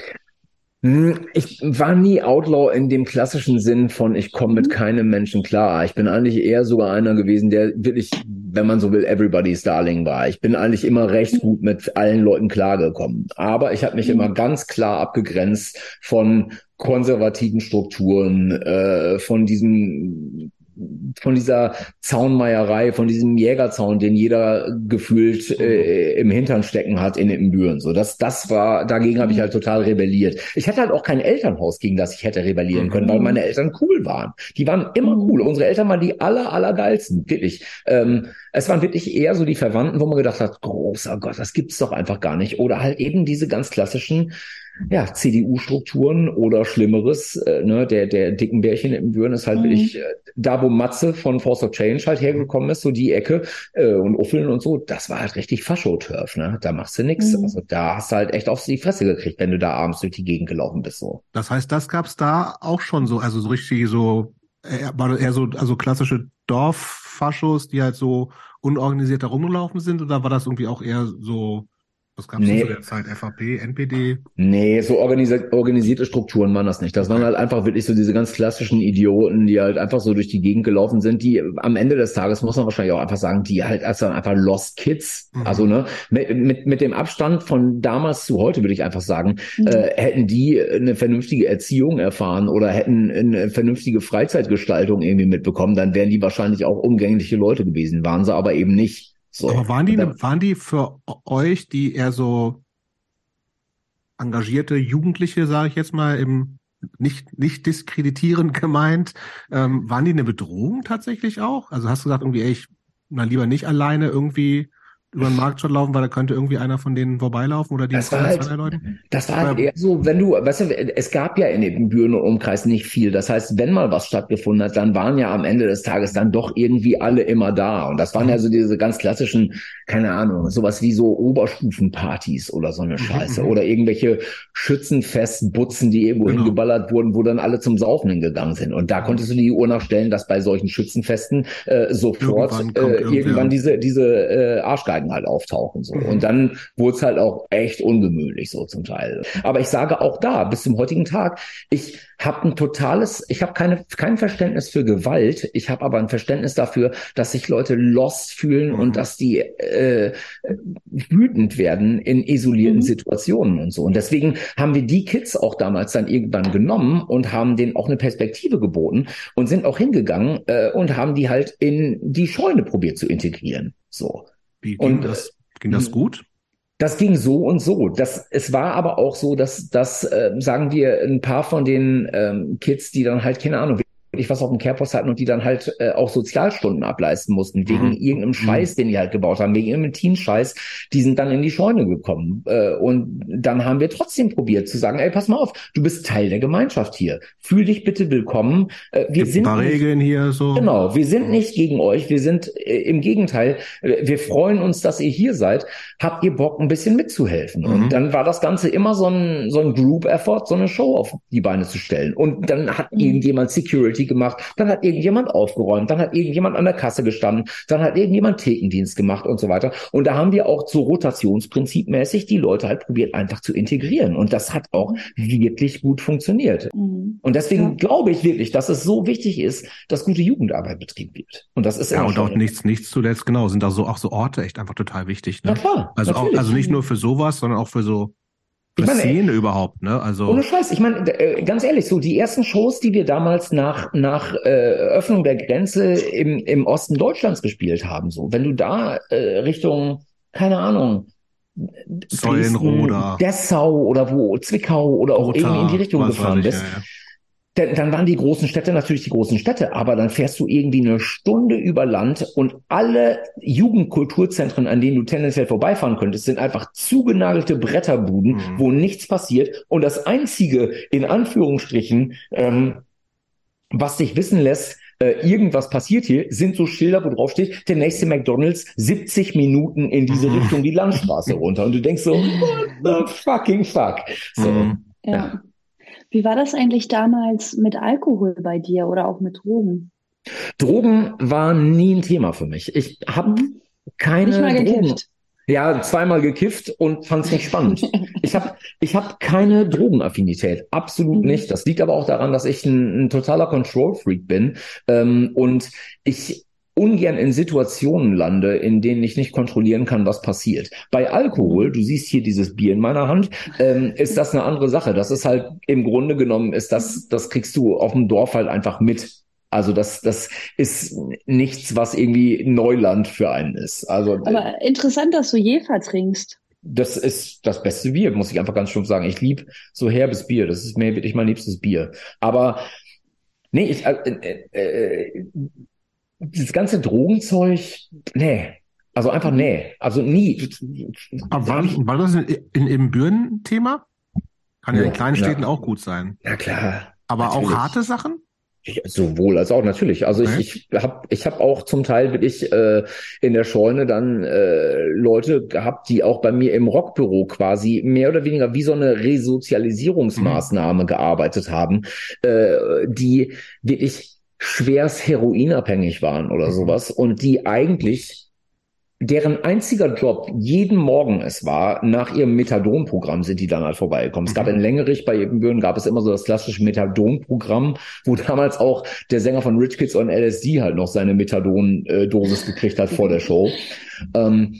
Ich war nie Outlaw in dem klassischen Sinn von, ich komme mit keinem Menschen klar. Ich bin eigentlich eher sogar einer gewesen, der wirklich, wenn man so will, everybody's darling war. Ich bin eigentlich immer recht gut mit allen Leuten klargekommen. Aber ich habe mich immer ganz klar abgegrenzt von konservativen Strukturen, äh, von diesem von dieser Zaunmeierei, von diesem Jägerzaun, den jeder gefühlt äh, im Hintern stecken hat in Ibbenbüren. So, das, das war, dagegen habe ich halt total rebelliert. Ich hatte halt auch kein Elternhaus, gegen das ich hätte rebellieren können, weil meine Eltern cool waren. Die waren immer cool. Unsere Eltern waren die aller, allergeilsten, wirklich. Ähm, es waren wirklich eher so die Verwandten, wo man gedacht hat, großer Gott, das gibt's doch einfach gar nicht. Oder halt eben diese ganz klassischen ja, C D U-Strukturen oder Schlimmeres, äh, ne, der, der dicken Bärchen im Büren ist halt mhm. wirklich, äh, da wo Matze von Force of Change halt hergekommen ist, so die Ecke, äh, und Uffeln und so, das war halt richtig Fascho-Turf, ne, da machst du nix. Mhm. Also da hast du halt echt auf die Fresse gekriegt, wenn du da abends durch die Gegend gelaufen bist, so. Das heißt, das gab's da auch schon so, also so richtig so, äh, war das eher so, also klassische Dorffaschos, die halt so unorganisiert da rumgelaufen sind, oder war das irgendwie auch eher so, was gab es nee. zu der Zeit? F A P, N P D? Nee, so organisi- organisierte Strukturen waren das nicht. Das waren halt einfach wirklich so diese ganz klassischen Idioten, die halt einfach so durch die Gegend gelaufen sind, die am Ende des Tages, muss man wahrscheinlich auch einfach sagen, die halt also einfach Lost Kids, mhm. also ne, mit, mit, mit dem Abstand von damals zu heute, würde ich einfach sagen, mhm. äh, hätten die eine vernünftige Erziehung erfahren oder hätten eine vernünftige Freizeitgestaltung irgendwie mitbekommen, dann wären die wahrscheinlich auch umgängliche Leute gewesen, waren sie aber eben nicht. So. Aber waren die, dann, waren die für euch, die eher so engagierte Jugendliche, sage ich jetzt mal, im nicht nicht diskreditierend gemeint, ähm, waren die eine Bedrohung tatsächlich auch? Also hast du gesagt, irgendwie, ey, ich na lieber nicht alleine irgendwie über den Markt schon laufen, weil da könnte irgendwie einer von denen vorbeilaufen oder die das war halt, Leuten? Das war halt eher so, wenn du, weißt du, es gab ja in dem Büren und Umkreis nicht viel. Das heißt, wenn mal was stattgefunden hat, dann waren ja am Ende des Tages dann doch irgendwie alle immer da. Und das waren ja so diese ganz klassischen, keine Ahnung, sowas wie so Oberstufenpartys oder so eine Scheiße. Mhm. Oder irgendwelche Schützenfestbutzen, die irgendwo genau. hingeballert wurden, wo dann alle zum Saufen hingegangen sind. Und da konntest du die Uhr nachstellen, dass bei solchen Schützenfesten äh, sofort irgendwann, äh, irgendwann diese, diese äh, Arschgeigen Krankheiten halt auftauchen. So. Und dann wurde es halt auch echt ungemütlich so zum Teil. Aber ich sage auch da, bis zum heutigen Tag, ich habe ein totales, ich habe keine kein Verständnis für Gewalt, ich habe aber ein Verständnis dafür, dass sich Leute lost fühlen mhm. und dass die äh, wütend werden in isolierten mhm. Situationen und so. Und deswegen haben wir die Kids auch damals dann irgendwann genommen und haben denen auch eine Perspektive geboten und sind auch hingegangen äh, und haben die halt in die Scheune probiert zu integrieren. So. Wie ging und das? Ging das gut? Das ging so und so. Das, es war aber auch so, dass, dass äh, sagen wir, ein paar von den ähm, Kids, die dann halt, keine Ahnung, ich was auf dem Carepost hatten und die dann halt äh, auch Sozialstunden ableisten mussten, wegen mhm. irgendeinem Scheiß, den die halt gebaut haben, wegen irgendeinem Teamscheiß, die sind dann in die Scheune gekommen. Äh, und dann haben wir trotzdem probiert zu sagen, ey, pass mal auf, du bist Teil der Gemeinschaft hier. Fühl dich bitte willkommen. Äh, wir Gibt sind ein paar nicht, Regeln hier so. Genau, wir sind nicht gegen euch, wir sind äh, im Gegenteil, äh, wir freuen uns, dass ihr hier seid. Habt ihr Bock, ein bisschen mitzuhelfen? Mhm. Und dann war das Ganze immer so ein, so ein Group-Effort, so eine Show auf die Beine zu stellen. Und dann hat mhm. irgendjemand Security gemacht, dann hat irgendjemand aufgeräumt, dann hat irgendjemand an der Kasse gestanden, dann hat irgendjemand Thekendienst gemacht und so weiter. Und da haben wir auch so rotationsprinzipmäßig die Leute halt probiert, einfach zu integrieren. Und das hat auch wirklich gut funktioniert. Mhm. Und deswegen ja. glaube ich wirklich, dass es so wichtig ist, dass gute Jugendarbeit betrieben wird. Und das ist ja, und auch nichts, nichts zuletzt, genau, sind da so auch so Orte echt einfach total wichtig. Ne? Na klar. Also auch, also nicht nur für sowas, sondern auch für so für ich meine, Szene ey, überhaupt, ne? Also ohne Scheiß, ich meine, ganz ehrlich, so die ersten Shows, die wir damals nach nach äh, Öffnung der Grenze im im Osten Deutschlands gespielt haben, so, wenn du da äh, Richtung, keine Ahnung, Zeulenroda, Dessau oder wo, Zwickau oder auch irgendwie in die Richtung gefahren bist. Ja, ja. Dann, dann waren die großen Städte natürlich die großen Städte, aber dann fährst du irgendwie eine Stunde über Land und alle Jugendkulturzentren, an denen du tendenziell vorbeifahren könntest, sind einfach zugenagelte Bretterbuden, mhm. wo nichts passiert. Und das Einzige, in Anführungsstrichen, ähm, was dich wissen lässt, äh, irgendwas passiert hier, sind so Schilder, wo drauf steht, der nächste McDonald's siebzig Minuten in diese mhm. Richtung die Landstraße runter. Und du denkst so, what the fucking fuck? So, mhm. ja. ja. Wie war das eigentlich damals mit Alkohol bei dir oder auch mit Drogen? Drogen waren nie ein Thema für mich. Ich habe keine Nicht mal Drogen. gekifft. Ja, zweimal gekifft und fand es nicht spannend. Ich habe ich hab keine Drogenaffinität, absolut mhm. nicht. Das liegt aber auch daran, dass ich ein, ein totaler Control-Freak bin ähm, und ich ungern in Situationen lande, in denen ich nicht kontrollieren kann, was passiert. Bei Alkohol, du siehst hier dieses Bier in meiner Hand, ähm, ist das eine andere Sache. Das ist halt im Grunde genommen, ist das, das kriegst du auf dem Dorf halt einfach mit. Also das, das ist nichts, was irgendwie Neuland für einen ist. Also, aber interessant, dass du Jefer trinkst. Das ist das beste Bier, muss ich einfach ganz stumpf sagen. Ich liebe so herbes Bier. Das ist mir wirklich mein liebstes Bier. Aber nee, ich äh, äh, äh, dieses ganze Drogenzeug, nee. Also einfach nee. Also nie. Aber war, war das in, in Ibbenbüren Thema? Kann ja, ja in kleinen Städten ja. auch gut sein. Na klar. Aber natürlich. Auch harte Sachen? Ja, sowohl als auch, natürlich. Also okay. ich, ich habe ich hab auch zum Teil wirklich äh, in der Scheune dann äh, Leute gehabt, die auch bei mir im Rockbüro quasi mehr oder weniger wie so eine Resozialisierungsmaßnahme mhm. gearbeitet haben, äh, die wirklich schwerst heroinabhängig waren oder sowas und die eigentlich deren einziger Job jeden Morgen es war, nach ihrem Methadon-Programm sind die dann halt vorbeigekommen. Es gab in Längerich bei Ibbenbüren gab es immer so das klassische Methadon-Programm, wo damals auch der Sänger von Rich Kids on L S D halt noch seine Methadon-Dosis gekriegt hat vor der Show. Ähm,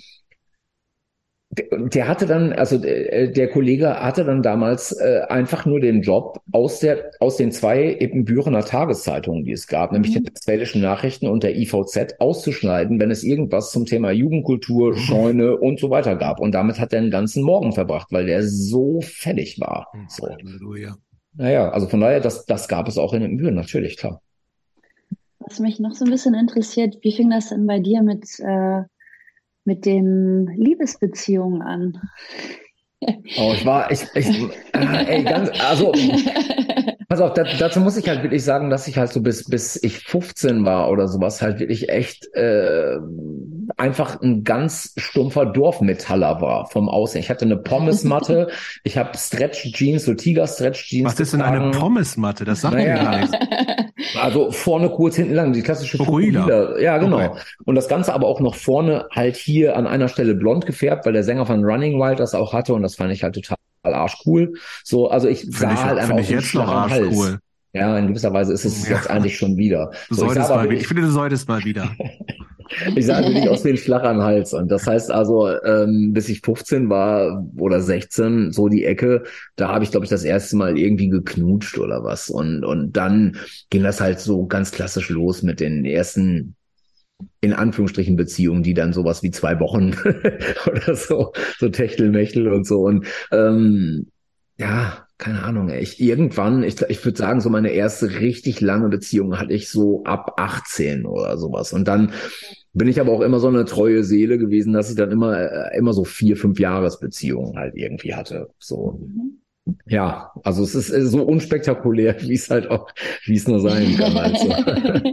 Der hatte dann, also der, der Kollege hatte dann damals äh, einfach nur den Job, aus der aus den zwei Ibbenbürener Tageszeitungen, die es gab, mhm. nämlich den Westfälischen Nachrichten und der I V Z, auszuschneiden, wenn es irgendwas zum Thema Jugendkultur, mhm. Scheune und so weiter gab. Und damit hat er den ganzen Morgen verbracht, weil der so fertig war. So. Halleluja. Naja, also von daher, das, das gab es auch in Ibbenbüren, natürlich, klar. Was mich noch so ein bisschen interessiert, wie fing das denn bei dir mit... Äh mit den Liebesbeziehungen an? Oh, ich war, ich, ich, äh, ey, ganz, also, pass auf, da, dazu muss ich halt wirklich sagen, dass ich halt so bis, bis ich fünfzehn war oder sowas halt wirklich echt, äh, einfach ein ganz stumpfer Dorfmetaller war vom Aussehen. Ich hatte eine Pommesmatte, ich habe Stretch Jeans, so Tiger Stretch Jeans. Was ist denn eine Pommesmatte? Das sagt mir gar nichts. Also vorne kurz, hinten lang, die klassische Fukuhila. Fukuhila. Ja, genau. Okay. Und das Ganze aber auch noch vorne halt hier an einer Stelle blond gefärbt, weil der Sänger von Running Wild das auch hatte und das fand ich halt total arschcool. So, also ich Finde sah ich, halt einfach finde aus ich wie ein jetzt noch Schlag am Hals. arschcool. Ja, in gewisser Weise ist es Ja. jetzt eigentlich schon wieder. Du So, ich solltest sah aber mal wieder. wirklich, Ich finde, du solltest mal wieder. ich sah wirklich aus wie ein Schlag am Hals. Und das heißt also, ähm, bis ich fünfzehn war oder sechzehn, so die Ecke, da habe ich, glaube ich, das erste Mal irgendwie geknutscht oder was. Und, und dann ging das halt so ganz klassisch los mit den ersten, in Anführungsstrichen, Beziehungen, die dann sowas wie zwei Wochen oder so, so Techtelmechtel und so. Und ähm, ja, keine Ahnung, ey. Ich irgendwann, ich, ich würde sagen, so meine erste richtig lange Beziehung hatte ich so ab achtzehn oder sowas. Und dann bin ich aber auch immer so eine treue Seele gewesen, dass ich dann immer, äh, immer so vier, fünf Jahresbeziehungen halt irgendwie hatte. So. Ja, also es ist so unspektakulär, wie es halt auch, wie es nur sein kann. Also.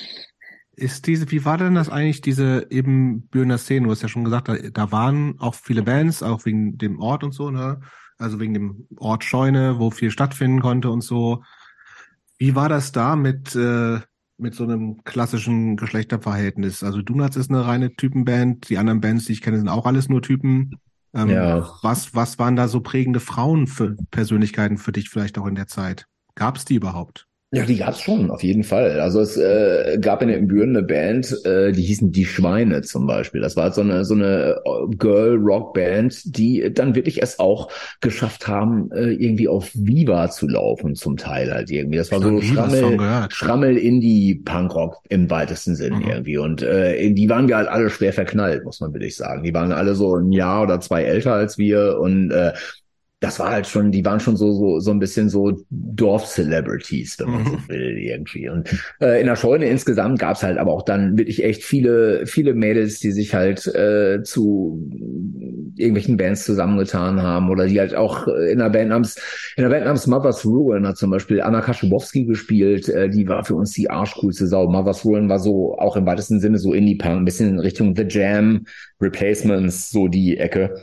Ist diese, wie war denn das eigentlich, diese eben Bürner Szene? Du hast ja schon gesagt, da, da waren auch viele Bands, auch wegen dem Ort und so, ne? Also wegen dem Ort Scheune, wo viel stattfinden konnte und so. Wie war das da mit, äh, mit so einem klassischen Geschlechterverhältnis? Also Donuts ist eine reine Typenband, die anderen Bands, die ich kenne, sind auch alles nur Typen. Ähm, Ja. was, was waren da so prägende Frauen für Persönlichkeiten für dich vielleicht auch in der Zeit? Gab es die überhaupt? Ja, die gab's schon, auf jeden Fall. Also es äh, gab in Ibbenbüren eine Band, äh, die hießen Die Schweine zum Beispiel. Das war halt so eine so eine Girl-Rock-Band, die dann wirklich es auch geschafft haben, äh, irgendwie auf Viva zu laufen, zum Teil halt irgendwie. Das war Ich so noch nie was von Schrammel, gehört. Schrammel-Indie-Punkrock im weitesten Sinn Mhm. irgendwie. Und äh, in die waren wir halt alle schwer verknallt, muss man wirklich sagen. Die waren alle so ein Jahr oder zwei älter als wir und äh, das war halt schon, die waren schon so so so ein bisschen so Dorf-Celebrities, wenn man so Mhm. will, irgendwie. Und äh, in der Scheune insgesamt gab's halt aber auch dann wirklich echt viele viele Mädels, die sich halt äh, zu irgendwelchen Bands zusammengetan haben oder die halt auch äh, in einer Band namens in einer Band namens Mother's Ruin hat zum Beispiel Anna Kaschubowski gespielt. Äh, die war für uns die arschcoolste Sau. Mother's Ruin war so auch im weitesten Sinne so Indie-Punk, ein bisschen in Richtung The Jam, Replacements, so die Ecke.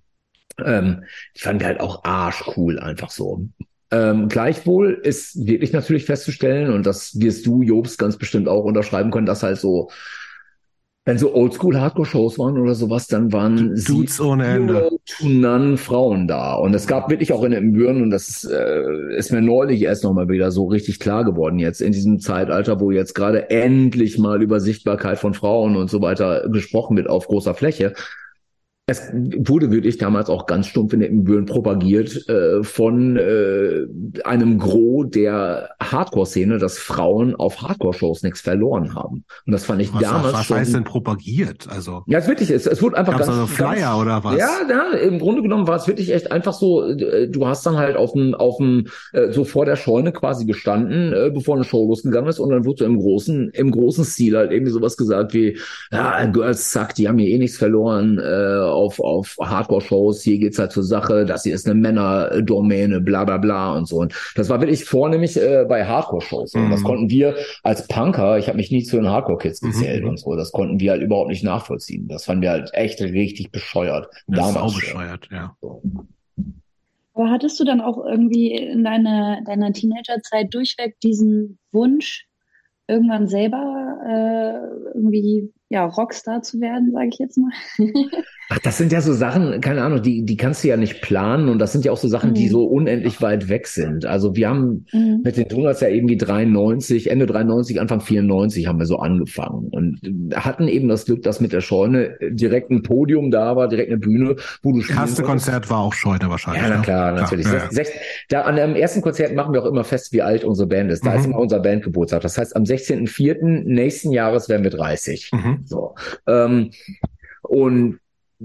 Ähm, ich fand halt auch arschcool einfach so. Ähm, gleichwohl ist wirklich natürlich festzustellen, und das wirst du, Jobs, ganz bestimmt auch unterschreiben können, dass halt so, wenn so Oldschool-Hardcore-Shows waren oder sowas, dann waren Dudes ohne Ende. to none Frauen da. Und es gab wirklich auch in Ibbenbüren, und das äh, ist mir neulich erst nochmal wieder so richtig klar geworden jetzt, in diesem Zeitalter, wo jetzt gerade endlich mal über Sichtbarkeit von Frauen und so weiter gesprochen wird auf großer Fläche. Es wurde wirklich damals auch ganz stumpf in Ibbenbüren propagiert äh, von äh, einem Gros der Hardcore-Szene, dass Frauen auf Hardcore-Shows nichts verloren haben. Und das fand ich Was, damals was schon. heißt denn propagiert? Also Ja, es wirklich, es, es wurde einfach gab's ganz, also Flyer ganz, oder was? Ja, ja, im Grunde genommen war es wirklich echt einfach so, äh, du hast dann halt auf dem, auf dem, äh, so vor der Scheune quasi gestanden, äh, bevor eine Show losgegangen ist, und dann wurde so im großen, im großen Stil halt irgendwie sowas gesagt wie, ja, Girls suck, die haben hier eh nichts verloren, äh, auf, auf Hardcore-Shows, hier geht's halt zur Sache, das hier ist eine Männerdomäne, bla, bla, bla und so. Und das war wirklich vornehmlich äh, bei Hardcore-Shows. Und Mhm. das konnten wir als Punker, ich habe mich nie zu den Hardcore-Kids gezählt Mhm. und so, das konnten wir halt überhaupt nicht nachvollziehen. Das fanden wir halt echt richtig bescheuert. Das ist Damals auch schon. bescheuert, ja. So. Aber hattest du dann auch irgendwie in deiner, deiner Teenagerzeit durchweg diesen Wunsch, irgendwann selber äh, irgendwie ja Rockstar zu werden, sage ich jetzt mal? Ach, das sind ja so Sachen, keine Ahnung, die, die kannst du ja nicht planen, und das sind ja auch so Sachen, die Mhm. so unendlich weit weg sind. Also wir haben Mhm. mit den Donuts ja irgendwie dreiundneunzig, Ende dreiundneunzig, Anfang vierundneunzig haben wir so angefangen und hatten eben das Glück, dass mit der Scheune direkt ein Podium da war, direkt eine Bühne, wo du Das spielen erste konntest. Konzert war auch Scheune wahrscheinlich. Ja, na ne? klar, natürlich. Ja, Sech, ja. sech, da an dem ersten Konzert machen wir auch immer fest, wie alt unsere Band ist. Da Mhm. ist immer unser Bandgeburtstag. Das heißt, am sechzehnten vierten nächsten Jahres werden wir dreißig. Mhm. So. Ähm, und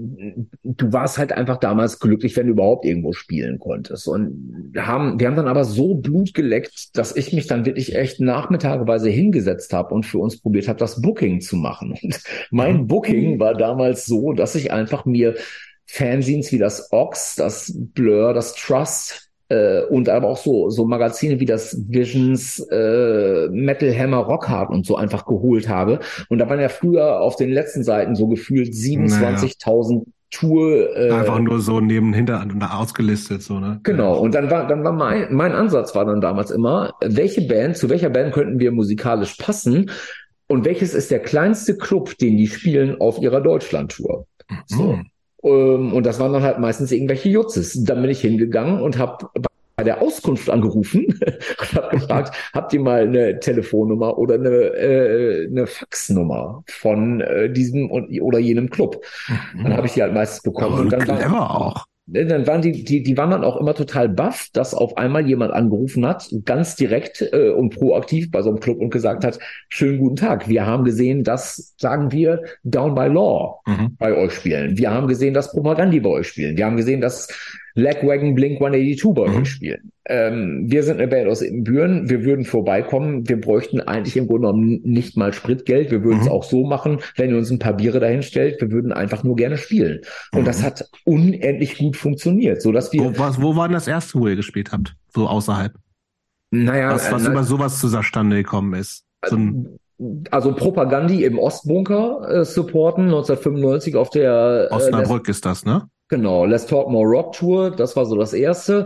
du warst halt einfach damals glücklich, wenn du überhaupt irgendwo spielen konntest. Und wir haben, wir haben dann aber so Blut geleckt, dass ich mich dann wirklich echt nachmittageweise hingesetzt habe und für uns probiert habe, das Booking zu machen. Und mein Mhm. Booking war damals so, dass ich einfach mir Fanzines wie das Ox, das Blur, das Trust äh, und aber auch so so Magazine wie das Visions, äh, Metal Hammer, Rock Hard und so einfach geholt habe. Und da waren ja früher auf den letzten Seiten so gefühlt siebenundzwanzigtausend Tour. Äh, Einfach nur so neben Hinterhand und ausgelistet, so, ne? Genau. Und dann war, dann war mein, mein Ansatz war dann damals immer, welche Band, zu welcher Band könnten wir musikalisch passen? Und welches ist der kleinste Club, den die spielen auf ihrer Deutschlandtour? So. Mhm. Ähm, und das waren dann halt meistens irgendwelche Jutzes. Dann bin ich hingegangen und habe bei der Auskunft angerufen und habe gefragt, habt ihr mal eine Telefonnummer oder eine, äh, eine Faxnummer von äh, diesem und, oder jenem Club? Mhm. Dann habe ich die halt meistens bekommen. Aber und dann clever war, auch. Dann waren die, die, die waren dann auch immer total baff, dass auf einmal jemand angerufen hat, ganz direkt äh, und proaktiv bei so einem Club und gesagt hat, schönen guten Tag, wir haben gesehen, dass, sagen wir, Down by Law Mhm. bei euch spielen. Wir haben gesehen, dass Propagandi bei euch spielen. Wir haben gesehen, dass Lagwagon Blink hundertzweiundachtzig bei Mhm. euch spielen. Ähm, wir sind eine Band aus Ibbenbüren. Wir würden vorbeikommen. Wir bräuchten eigentlich im Grunde genommen nicht mal Spritgeld. Wir würden es Mhm. auch so machen, wenn ihr uns ein paar Biere dahin stellt. Wir würden einfach nur gerne spielen. Und Mhm. das hat unendlich gut funktioniert, so dass wir, Wo, was, wo war denn das erste, wo ihr gespielt habt? So außerhalb? naja, Was, was äh, über sowas zustande gekommen ist? So ein also Propagandi im Ostbunker äh, supporten, neunzehnhundertfünfundneunzig auf der äh, Osnabrück ist das, ne? Genau, Let's Talk More Rock Tour, das war so das erste.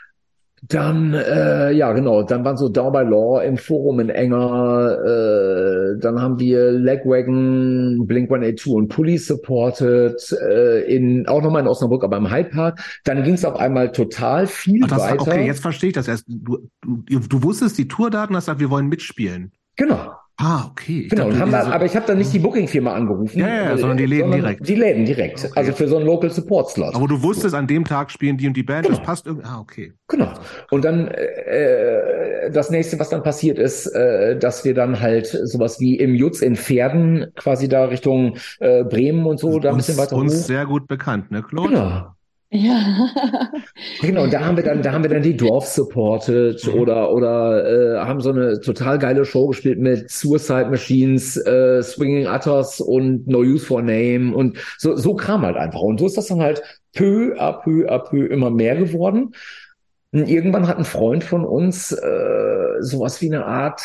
Dann, äh, ja genau, dann waren so Down by Law im Forum in Enger, äh, dann haben wir Lagwagon, Blink hundertzweiundachtzig und Police supported, äh, in, auch nochmal in Osnabrück, aber im Hyde Park. Dann ging es auf einmal total viel Ach, das, weiter. okay, jetzt verstehe ich das erst. Du, du, du wusstest die Tourdaten, hast gesagt, wir wollen mitspielen. Genau. Ah, okay. Ich Genau, dachte, und haben ihr da, so- aber ich habe dann nicht die Booking-Firma angerufen. Ja, ja, ja, äh, sondern die Läden direkt. Die Läden direkt, Okay. also für so einen Local Support Slot. Aber du wusstest, an dem Tag spielen die und die Band, das Genau. passt irgendwie. Ah, okay. Genau. Und dann äh, das nächste, was dann passiert ist, äh, dass wir dann halt sowas wie im Jutz in Pferden quasi da Richtung äh, Bremen und so, da ein uns, bisschen weiter uns hoch. sehr gut bekannt, ne, Claude? Genau. Ja. Genau, und da haben wir dann, da haben wir dann die Dwarfs supported Mhm. oder oder äh, haben so eine total geile Show gespielt mit Suicide Machines, äh, Swinging Utters und No Use for a Name und so so kam halt einfach. Und so ist das dann halt peu à peu à peu immer mehr geworden. Und irgendwann hat ein Freund von uns äh, sowas wie eine Art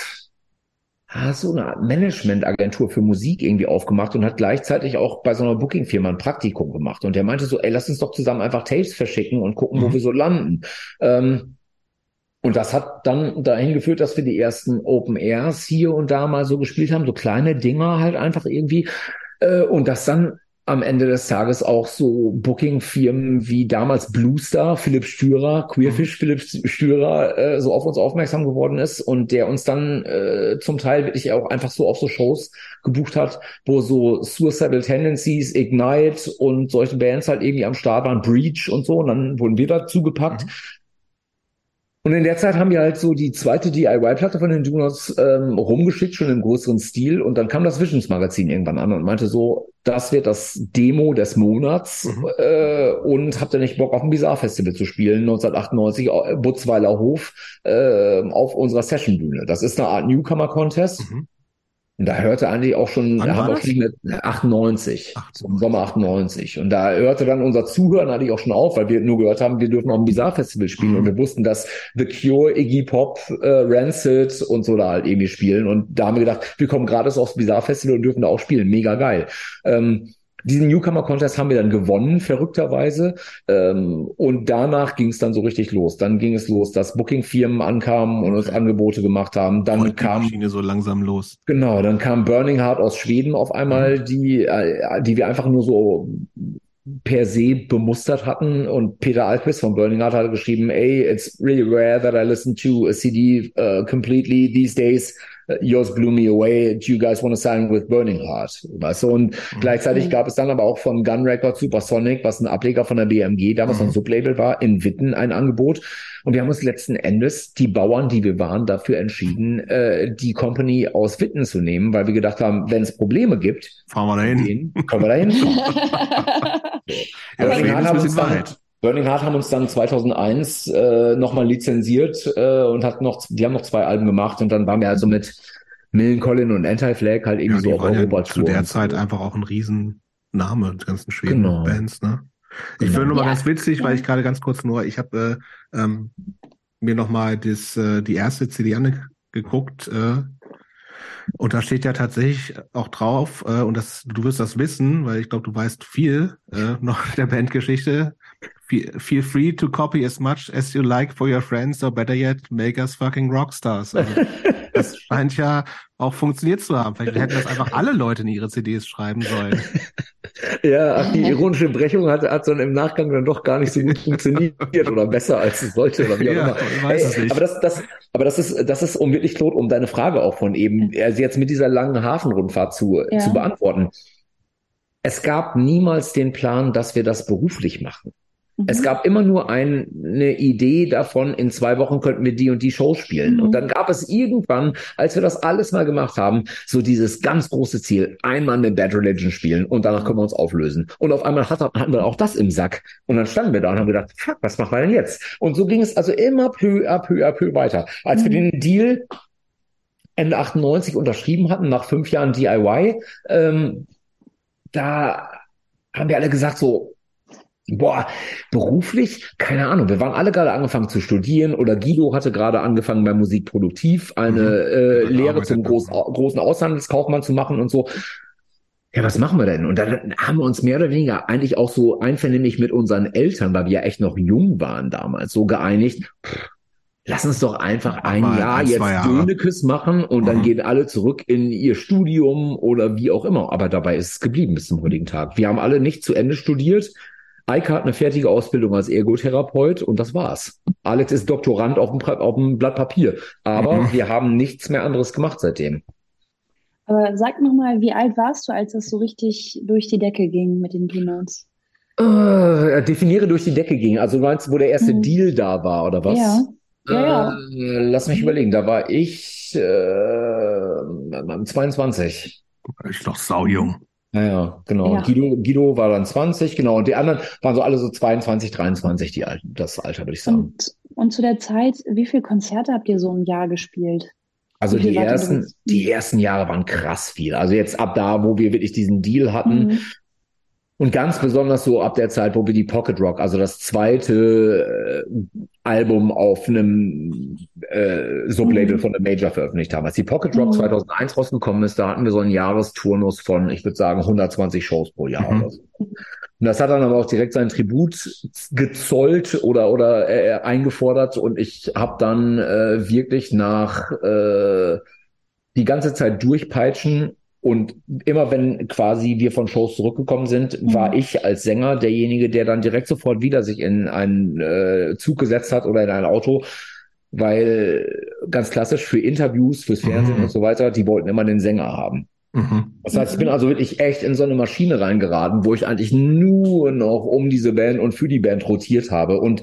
ah, so eine Art Managementagentur für Musik irgendwie aufgemacht und hat gleichzeitig auch bei so einer Booking-Firma ein Praktikum gemacht. Und der meinte so, ey, lass uns doch zusammen einfach Tapes verschicken und gucken, wo Mhm. wir so landen. Ähm, und das hat dann dahin geführt, dass wir die ersten Open Airs hier und da mal so gespielt haben, so kleine Dinger halt einfach irgendwie. Äh, und das dann am Ende des Tages auch so Booking-Firmen wie damals Bluestar, Philipp Stürer, Queerfish Philipp Stürer, äh, so auf uns aufmerksam geworden ist und der uns dann äh, zum Teil wirklich auch einfach so auf so Shows gebucht hat, wo so Suicidal Tendencies, Ignite und solche Bands halt irgendwie am Start waren, Breach und so, und dann wurden wir dazu gepackt. Mhm. Und in der Zeit haben wir halt so die zweite D I Y-Platte von den Donuts ähm, rumgeschickt, schon im größeren Stil. Und dann kam das Visions-Magazin irgendwann an und meinte so, das wird das Demo des Monats. Mhm. Äh, und habt ihr nicht Bock auf ein Bizarre-Festival zu spielen? neunzehnhundertachtundneunzig, äh, Butzweiler Hof, äh, auf unserer Session-Bühne. Das ist eine Art Newcomer-Contest. Mhm. Und da hörte eigentlich auch schon, Wann da haben war wir auch das? schon mit achtundneunzig, achtundneunzig. im Sommer achtundneunzig. Und da hörte dann unser Zuhören eigentlich auch schon auf, weil wir nur gehört haben, wir dürfen auf dem Bizarre-Festival spielen. Mhm. Und wir wussten, dass The Cure, Iggy Pop, äh, Rancid und so da halt irgendwie spielen. Und da haben wir gedacht, wir kommen gratis aufs Bizarre-Festival und dürfen da auch spielen. Mega geil. Ähm, diesen Newcomer-Contest haben wir dann gewonnen, verrückterweise. Ähm, und danach ging es dann so richtig los. Dann ging es los, dass Booking-Firmen ankamen und uns Okay. Angebote gemacht haben. Dann Rollt die kam Maschine so langsam los. Genau, dann kam Burning Heart aus Schweden auf einmal, die, äh, die wir einfach nur so per se bemustert hatten. Und Peter Alquist von Burning Heart hatte geschrieben, ey, it's really rare that I listen to a C D uh, completely these days. Uh, yours blew me away. Do you guys want to sign with Burning Heart? Weißt du? Und Mhm. gleichzeitig gab es dann aber auch von Gun Records Supersonic, was ein Ableger von der B M G, damals Mhm. ein Sublabel war, in Witten ein Angebot. Und wir haben uns letzten Endes, die Bauern, die wir waren, dafür entschieden, äh, die Company aus Witten zu nehmen, weil wir gedacht haben, wenn es Probleme gibt, Fahren wir dahin. den können wir dahin kommen. Ja, Burning Schweden Heart ist ein haben uns bisschen dann, weit. Burning Heart haben uns dann zweitausendeins äh, nochmal lizenziert äh, und hat noch, die haben noch zwei Alben gemacht und dann waren wir also mit Millencolin und Anti-Flag halt irgendwie Ja, so die auf waren ja Europa-Tour. zu der und Zeit so. einfach auch ein Riesenname, die ganzen Schweden Genau. Bands, ne? Ich Genau. finde nur mal Ja. ganz witzig, weil Ja. ich gerade ganz kurz nur, ich habe äh, ähm, mir nochmal das, äh, die erste C D angeguckt, äh, Und da steht ja tatsächlich auch drauf, äh, und das, du wirst das wissen, weil ich glaube, du weißt viel äh, noch der Bandgeschichte. Feel, feel free to copy as much as you like for your friends, or better yet, make us fucking Rockstars. Also, das scheint ja auch funktioniert zu haben. Vielleicht hätten das einfach alle Leute in ihre C Ds schreiben sollen. Ja, ach, die ironische Brechung hat, hat dann im Nachgang dann doch gar nicht so gut funktioniert oder besser als es sollte oder wie auch Ja, immer. ich weiß es Ey, nicht. aber das, das, aber das ist, das ist, um wirklich, Claude, um deine Frage auch von eben, also jetzt mit dieser langen Hafenrundfahrt zu, Ja. zu beantworten. Es gab niemals den Plan, dass wir das beruflich machen. Es gab immer nur ein, eine Idee davon, in zwei Wochen könnten wir die und die Show spielen. Mhm. Und dann gab es irgendwann, als wir das alles mal gemacht haben, so dieses ganz große Ziel, einmal mit Bad Religion spielen und danach können wir uns auflösen. Und auf einmal hat, hatten wir auch das im Sack. Und dann standen wir da und haben gedacht, fuck, was machen wir denn jetzt? Und so ging es also immer peu à peu à peu weiter. Als Mhm. wir den Deal Ende achtundneunzig unterschrieben hatten, nach fünf Jahren D I Y, ähm, da haben wir alle gesagt so, boah, beruflich, keine Ahnung, wir waren alle gerade angefangen zu studieren oder Guido hatte gerade angefangen bei Musik Produktiv eine Mhm. äh, Ja, Lehre arbeitet zum noch. groß, großen Auslandskaufmann zu machen und so. Ja, was machen wir denn? Und dann haben wir uns mehr oder weniger eigentlich auch so einvernehmlich mit unseren Eltern, weil wir ja echt noch jung waren damals, so geeinigt, pff, lass uns doch einfach ein Mal Jahr ein, jetzt zwei Jahre. Dönekes machen und dann Mhm. gehen alle zurück in ihr Studium oder wie auch immer. Aber dabei ist es geblieben bis zum heutigen Tag. Wir haben alle nicht zu Ende studiert. Eike hat eine fertige Ausbildung als Ergotherapeut und das war's. Alex ist Doktorand auf dem, Pa- auf dem Blatt Papier. Aber Mhm. wir haben nichts mehr anderes gemacht seitdem. Aber sag nochmal, wie alt warst du, als das so richtig durch die Decke ging mit den Donuts? Äh, definiere durch die Decke ging. Also du meinst, wo der erste Mhm. Deal da war, oder was? Ja. Ja, ja. Äh, lass mich überlegen. Da war ich äh, zweiundzwanzig. Ich bin doch saujung. Ja, ja, genau. Ja. Guido, Guido war dann zwanzig, genau. Und die anderen waren so alle so zweiundzwanzig, dreiundzwanzig, die Alten, das Alter, würde ich sagen. Und, und zu der Zeit, wie viele Konzerte habt ihr so im Jahr gespielt? Also Wie viel die wart ihr ersten, drin? die ersten Jahre waren krass viel. Also jetzt ab da, wo wir wirklich diesen Deal hatten, Mhm. und ganz besonders so ab der Zeit, wo wir die Pocket Rock, also das zweite äh, Album auf einem äh, Sublabel Mhm. von einem Major veröffentlicht haben. Als die Pocket Rock Mhm. zweitausendeins rausgekommen ist, da hatten wir so einen Jahresturnus von, ich würde sagen, hundertzwanzig Shows pro Jahr Mhm. oder so. Und das hat dann aber auch direkt seinen Tribut gezollt oder oder äh, eingefordert und ich habe dann äh, wirklich nach äh, die ganze Zeit durchpeitschen und immer wenn quasi wir von Shows zurückgekommen sind, Mhm. war ich als Sänger derjenige, der dann direkt sofort wieder sich in einen äh, Zug gesetzt hat oder in ein Auto, weil ganz klassisch für Interviews, fürs Fernsehen Mhm. und so weiter, die wollten immer den Sänger haben. Mhm. Das heißt, ich bin also wirklich echt in so eine Maschine reingeraten, wo ich eigentlich nur noch um diese Band und für die Band rotiert habe. Und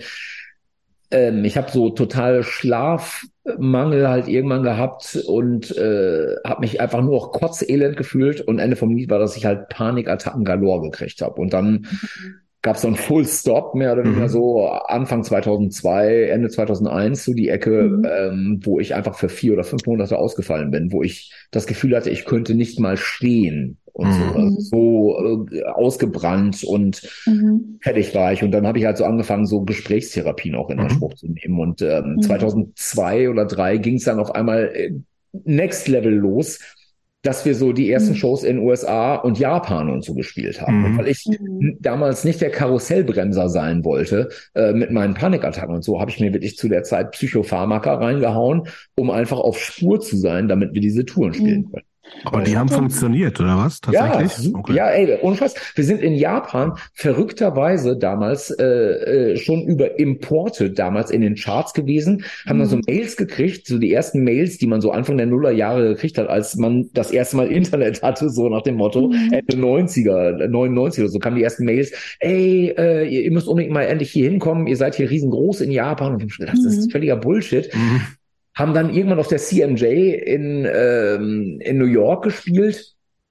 ähm, ich habe so total Schlafmangel halt irgendwann gehabt und äh, habe mich einfach nur noch kotzelend gefühlt. Und Ende vom Lied war, dass ich halt Panikattacken galore gekriegt habe. Und dann Mhm. gab es so einen Full Stop, mehr oder weniger Mhm. so Anfang zweitausendzwei, Ende zweitausendeins, so die Ecke, Mhm. ähm, wo ich einfach für vier oder fünf Monate ausgefallen bin, wo ich das Gefühl hatte, ich könnte nicht mal stehen und so, Mhm. also so äh, ausgebrannt und Mhm. fertig war ich. Und dann habe ich halt so angefangen, so Gesprächstherapien auch in Mhm. Anspruch zu nehmen. Und ähm, Mhm. zweitausendzwei oder drei ging es dann auf einmal äh, Next Level los, dass wir so die ersten Mhm. Shows in U S A und Japan und so gespielt haben. Mhm. Und weil ich Mhm. n- damals nicht der Karussellbremser sein wollte, äh, mit meinen Panikattacken und so, habe ich mir wirklich zu der Zeit Psychopharmaka reingehauen, um einfach auf Spur zu sein, damit wir diese Touren spielen Mhm. können. Aber die haben funktioniert, oder was? Ja, Tatsächlich? super. Okay. Ja, ey, ohne Scheiß. Wir sind in Japan verrückterweise damals äh, äh, schon über Importe damals in den Charts gewesen, haben dann so Mhm. Mails gekriegt, so die ersten Mails, die man so Anfang der Nullerjahre gekriegt hat, als man das erste Mal Internet hatte, so nach dem Motto, Mhm. Ende neunziger, neunundneunzig oder so, kamen die ersten Mails, ey, äh, ihr, ihr müsst unbedingt mal endlich hier hinkommen, ihr seid hier riesengroß in Japan. Und ich hab schon gedacht, das ist Mhm. völliger Bullshit. Mhm. Haben dann irgendwann auf der C M J in, ähm, in New York gespielt.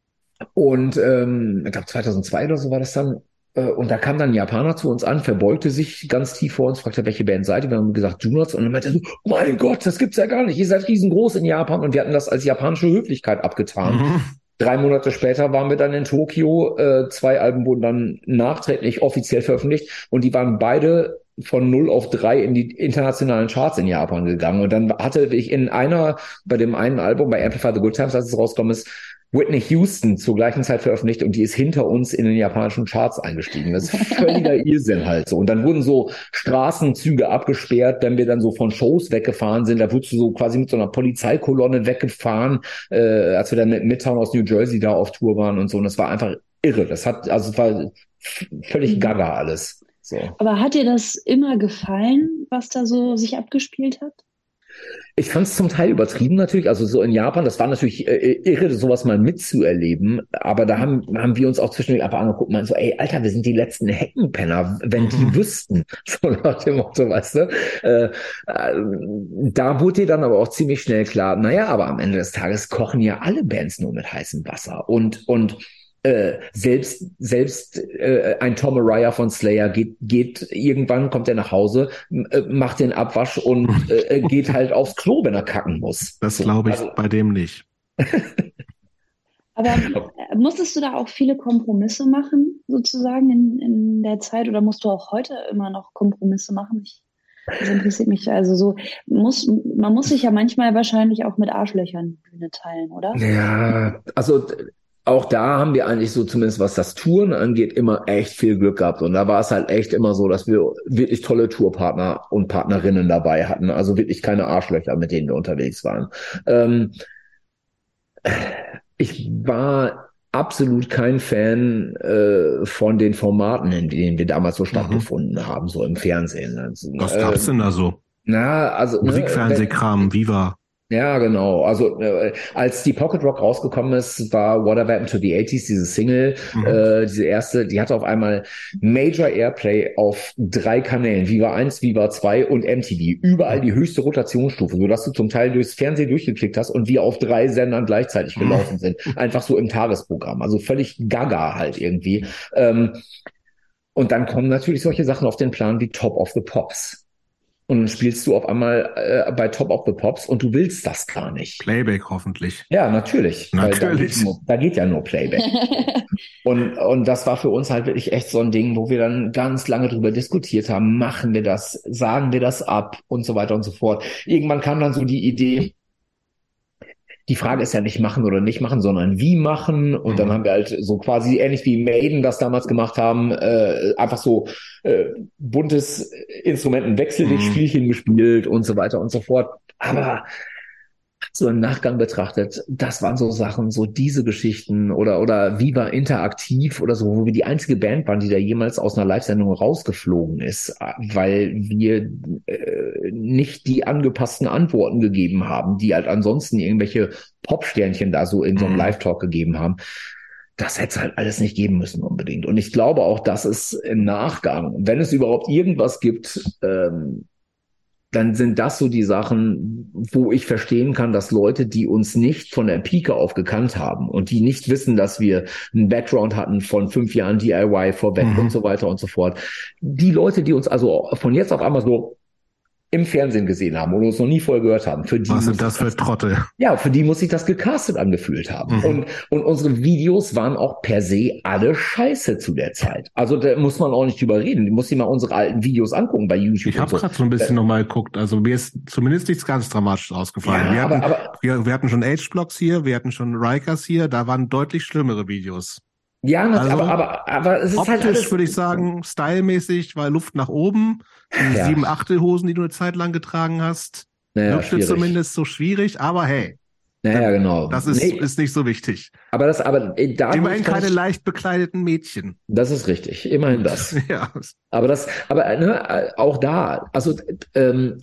Und ähm, ich glaube zweitausendzwei oder so war das dann. Äh, Und da kam dann ein Japaner zu uns an, verbeugte sich ganz tief vor uns, fragte, welche Band seid ihr? Wir haben gesagt, Donuts. Und dann meinte er so, oh mein Gott, das gibt's ja gar nicht. Ihr seid riesengroß in Japan. Und wir hatten das als japanische Höflichkeit abgetan. Mhm. Drei Monate später waren wir dann in Tokio. Äh, zwei Alben wurden dann nachträglich offiziell veröffentlicht. Und die waren beide von null auf drei in die internationalen Charts in Japan gegangen. Und dann hatte ich in einer, bei dem einen Album, bei Amplify the Good Times, als es rausgekommen ist, Whitney Houston zur gleichen Zeit veröffentlicht und die ist hinter uns in den japanischen Charts eingestiegen. Das ist völliger Irrsinn halt so. Und dann wurden so Straßenzüge abgesperrt, wenn wir dann so von Shows weggefahren sind. Da wurdest du so quasi mit so einer Polizeikolonne weggefahren, äh, als wir dann mit Midtown aus New Jersey da auf Tour waren und so. Und das war einfach irre. Das hat, also es war völlig gaga alles. So. Aber hat dir das immer gefallen, was da so sich abgespielt hat? Ich fand es zum Teil übertrieben natürlich, also so in Japan, das war natürlich äh, irre, sowas mal mitzuerleben, aber da haben haben wir uns auch zwischendurch einfach angeguckt und meinten so, ey, Alter, wir sind die letzten Heckenpenner, wenn die mhm. wüssten, so nach dem Motto, weißt du. Äh, äh, da wurde dir dann aber auch ziemlich schnell klar, naja, aber am Ende des Tages kochen ja alle Bands nur mit heißem Wasser und und Äh, selbst selbst äh, ein Tom Araya von Slayer geht geht irgendwann kommt er nach Hause, äh, macht den Abwasch und äh, geht halt aufs Klo, wenn er kacken muss. Das so, glaube ich also, bei dem nicht. Aber äh, musstest du da auch viele Kompromisse machen, sozusagen in, in der Zeit, oder musst du auch heute immer noch Kompromisse machen? Ich, das interessiert mich. Also so muss man muss sich ja manchmal wahrscheinlich auch mit Arschlöchern die Bühne teilen, oder? Ja, also auch da haben wir eigentlich so, zumindest was das Touren angeht, immer echt viel Glück gehabt. Und da war es halt echt immer so, dass wir wirklich tolle Tourpartner und Partnerinnen dabei hatten. Also wirklich keine Arschlöcher, mit denen wir unterwegs waren. Ähm, ich war absolut kein Fan äh, von den Formaten, in denen wir damals so stattgefunden mhm. haben, so im Fernsehen. Also, was gab's äh, denn da so? Na, also Musikfernsehkram, ne, Viva. Ja, genau. Also äh, als die Pocket Rock rausgekommen ist, war Whatever Happened to the eighties, diese Single, mhm. äh, diese erste, die hatte auf einmal Major Airplay auf drei Kanälen, Viva eins, Viva zwei und M T V. Überall die höchste Rotationsstufe, sodass du zum Teil durchs Fernsehen durchgeklickt hast und wir auf drei Sendern gleichzeitig gelaufen sind. Einfach so im Tagesprogramm. Also völlig gaga halt irgendwie. Ähm, und dann kommen natürlich solche Sachen auf den Plan wie Top of the Pops. Und dann spielst du auf einmal äh, bei Top of the Pops und du willst das gar nicht. Playback hoffentlich. Ja, natürlich. Natürlich. Weil da, geht nur, da geht ja nur Playback. und und das war für uns halt wirklich echt so ein Ding, wo wir dann ganz lange drüber diskutiert haben. Machen wir das? Sagen wir das ab? Und so weiter und so fort. Irgendwann kam dann so die Idee, die Frage ist ja nicht machen oder nicht machen, sondern wie machen. Und mhm. dann haben wir halt so quasi ähnlich wie Maiden das damals gemacht haben, äh, einfach so äh, buntes Instrumentenwechselspielchen mhm. gespielt und so weiter und so fort. Aber so im Nachgang betrachtet, das waren so Sachen, so diese Geschichten oder oder Viva Interaktiv oder so, wo wir die einzige Band waren, die da jemals aus einer Live-Sendung rausgeflogen ist, weil wir äh, nicht die angepassten Antworten gegeben haben, die halt ansonsten irgendwelche Popsternchen da so in so einem Live-Talk gegeben haben. Das hätte es halt alles nicht geben müssen unbedingt. Und ich glaube auch, dass es im Nachgang, wenn es überhaupt irgendwas gibt, ähm, dann sind das so die Sachen, wo ich verstehen kann, dass Leute, die uns nicht von der Pike auf gekannt haben und die nicht wissen, dass wir einen Background hatten von fünf Jahren D I Y vorweg mhm. und so weiter und so fort, die Leute, die uns also von jetzt auf einmal so im Fernsehen gesehen haben oder uns noch nie vorher gehört haben, für die was sind das für das, Trottel? Ja, für die muss sich das gecastet angefühlt haben. Mhm. Und und unsere Videos waren auch per se alle scheiße zu der Zeit. Also da muss man auch nicht drüber reden. Du musst dir mal unsere alten Videos angucken bei YouTube. Ich habe so. gerade so ein bisschen äh, nochmal geguckt. Also mir ist zumindest nichts ganz dramatisch ausgefallen. Ja, wir, aber, hatten, aber, wir, wir hatten schon H-Blocks hier, wir hatten schon Rikers hier. Da waren deutlich schlimmere Videos. Ja, also, aber, aber, aber es ist optisch halt alles, würde ich sagen, stylmäßig war Luft nach oben. Die ja. sieben Achtelhosen, die du eine Zeit lang getragen hast, naja, wirkte zumindest so schwierig, aber hey. Naja, genau. Das ist, nee. ist nicht so wichtig. Aber das, aber da immerhin keine ich, leicht bekleideten Mädchen. Das ist richtig, immerhin das. ja. Aber das, aber ne, auch da, also ähm,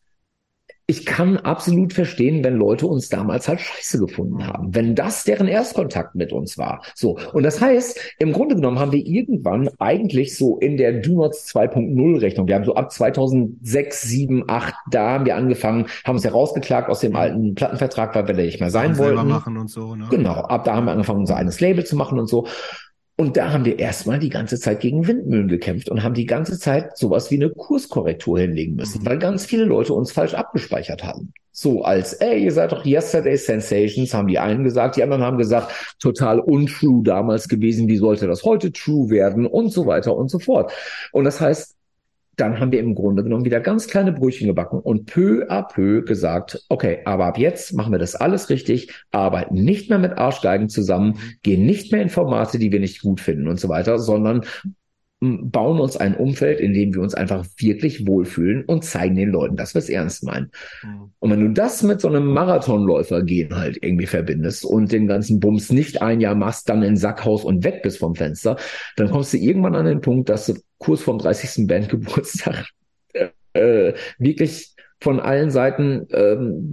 ich kann absolut verstehen, wenn Leute uns damals halt scheiße gefunden haben. Wenn das deren Erstkontakt mit uns war. So. Und das heißt, im Grunde genommen haben wir irgendwann eigentlich so in der Do Nots zwei Punkt null Rechnung, wir haben so ab zweitausendsechs, sieben, acht, da haben wir angefangen, haben uns ja rausgeklagt aus dem alten Plattenvertrag, weil wir da nicht mehr sein und wollten. Selber machen und so, ne? Genau. Ab da haben wir angefangen, unser eigenes Label zu machen und so. Und da haben wir erstmal die ganze Zeit gegen Windmühlen gekämpft und haben die ganze Zeit sowas wie eine Kurskorrektur hinlegen müssen, weil ganz viele Leute uns falsch abgespeichert haben. So als, ey, ihr seid doch Yesterday's Sensations, haben die einen gesagt, die anderen haben gesagt, total untrue damals gewesen, wie sollte das heute true werden und so weiter und so fort. Und das heißt, dann haben wir im Grunde genommen wieder ganz kleine Brötchen gebacken und peu à peu gesagt, okay, aber ab jetzt machen wir das alles richtig, arbeiten nicht mehr mit Arschgeigen zusammen, gehen nicht mehr in Formate, die wir nicht gut finden und so weiter, sondern bauen uns ein Umfeld, in dem wir uns einfach wirklich wohlfühlen und zeigen den Leuten, dass wir es ernst meinen. Mhm. Und wenn du das mit so einem Marathonläufer gehen halt irgendwie verbindest und den ganzen Bums nicht ein Jahr machst, dann in Sackhaus und weg bist vom Fenster, dann kommst du irgendwann an den Punkt, dass du kurz vorm dreißigsten Bandgeburtstag äh, wirklich von allen Seiten ähm,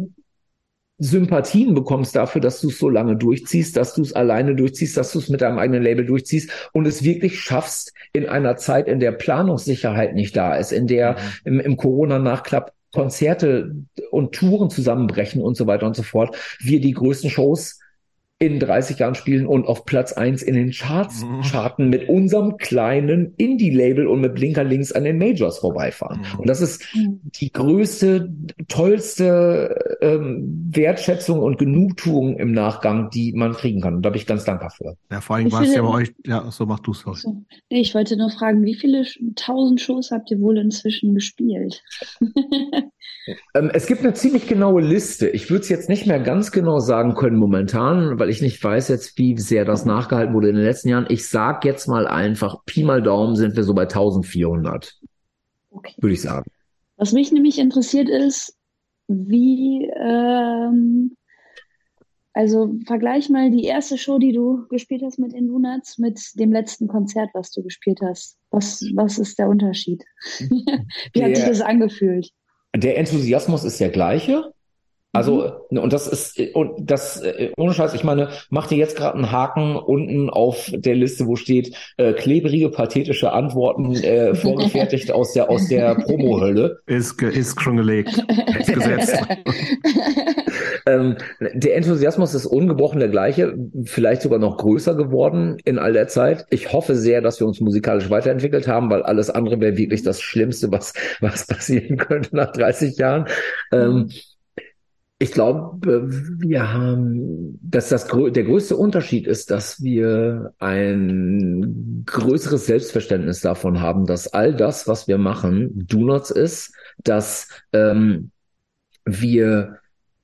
Sympathien bekommst dafür, dass du es so lange durchziehst, dass du es alleine durchziehst, dass du es mit deinem eigenen Label durchziehst und es wirklich schaffst in einer Zeit, in der Planungssicherheit nicht da ist, in der im, im Corona-Nachklapp Konzerte und Touren zusammenbrechen und so weiter und so fort, wir die größten Shows in dreißig Jahren spielen und auf Platz eins in den Charts mhm. charten mit unserem kleinen Indie-Label und mit Blinker links an den Majors vorbeifahren. Mhm. Und das ist die größte, tollste ähm, Wertschätzung und Genugtuung im Nachgang, die man kriegen kann. Und da bin ich ganz dankbar für. Ja, vor allem war es ja bei euch, ja, so mach du es. So. Ich wollte nur fragen, wie viele tausend Shows habt ihr wohl inzwischen gespielt? ähm, es gibt eine ziemlich genaue Liste. Ich würde es jetzt nicht mehr ganz genau sagen können momentan, weil ich nicht weiß jetzt, wie sehr das nachgehalten wurde in den letzten Jahren. Ich sag jetzt mal einfach, Pi mal Daumen sind wir so bei eintausendvierhundert. Okay. Würde ich sagen. Was mich nämlich interessiert ist, wie, ähm, also vergleich mal die erste Show, die du gespielt hast mit den Donuts, mit dem letzten Konzert, was du gespielt hast. Was, was ist der Unterschied? Wie der, hat sich das angefühlt? Der Enthusiasmus ist der gleiche. Also, mhm. und das ist, und das, ohne Scheiß, ich meine, mach dir jetzt gerade einen Haken unten auf der Liste, wo steht, äh, klebrige, pathetische Antworten, äh, vorgefertigt aus der, aus der Promo-Hölle. Ist, ge- ist schon gelegt. Ist gesetzt. ähm, der Enthusiasmus ist ungebrochen der gleiche, vielleicht sogar noch größer geworden in all der Zeit. Ich hoffe sehr, dass wir uns musikalisch weiterentwickelt haben, weil alles andere wäre wirklich das Schlimmste, was, was passieren könnte nach dreißig Jahren. Ähm, Ich glaube, wir haben, dass das der größte Unterschied ist, dass wir ein größeres Selbstverständnis davon haben, dass all das, was wir machen, Donuts ist, dass ähm, wir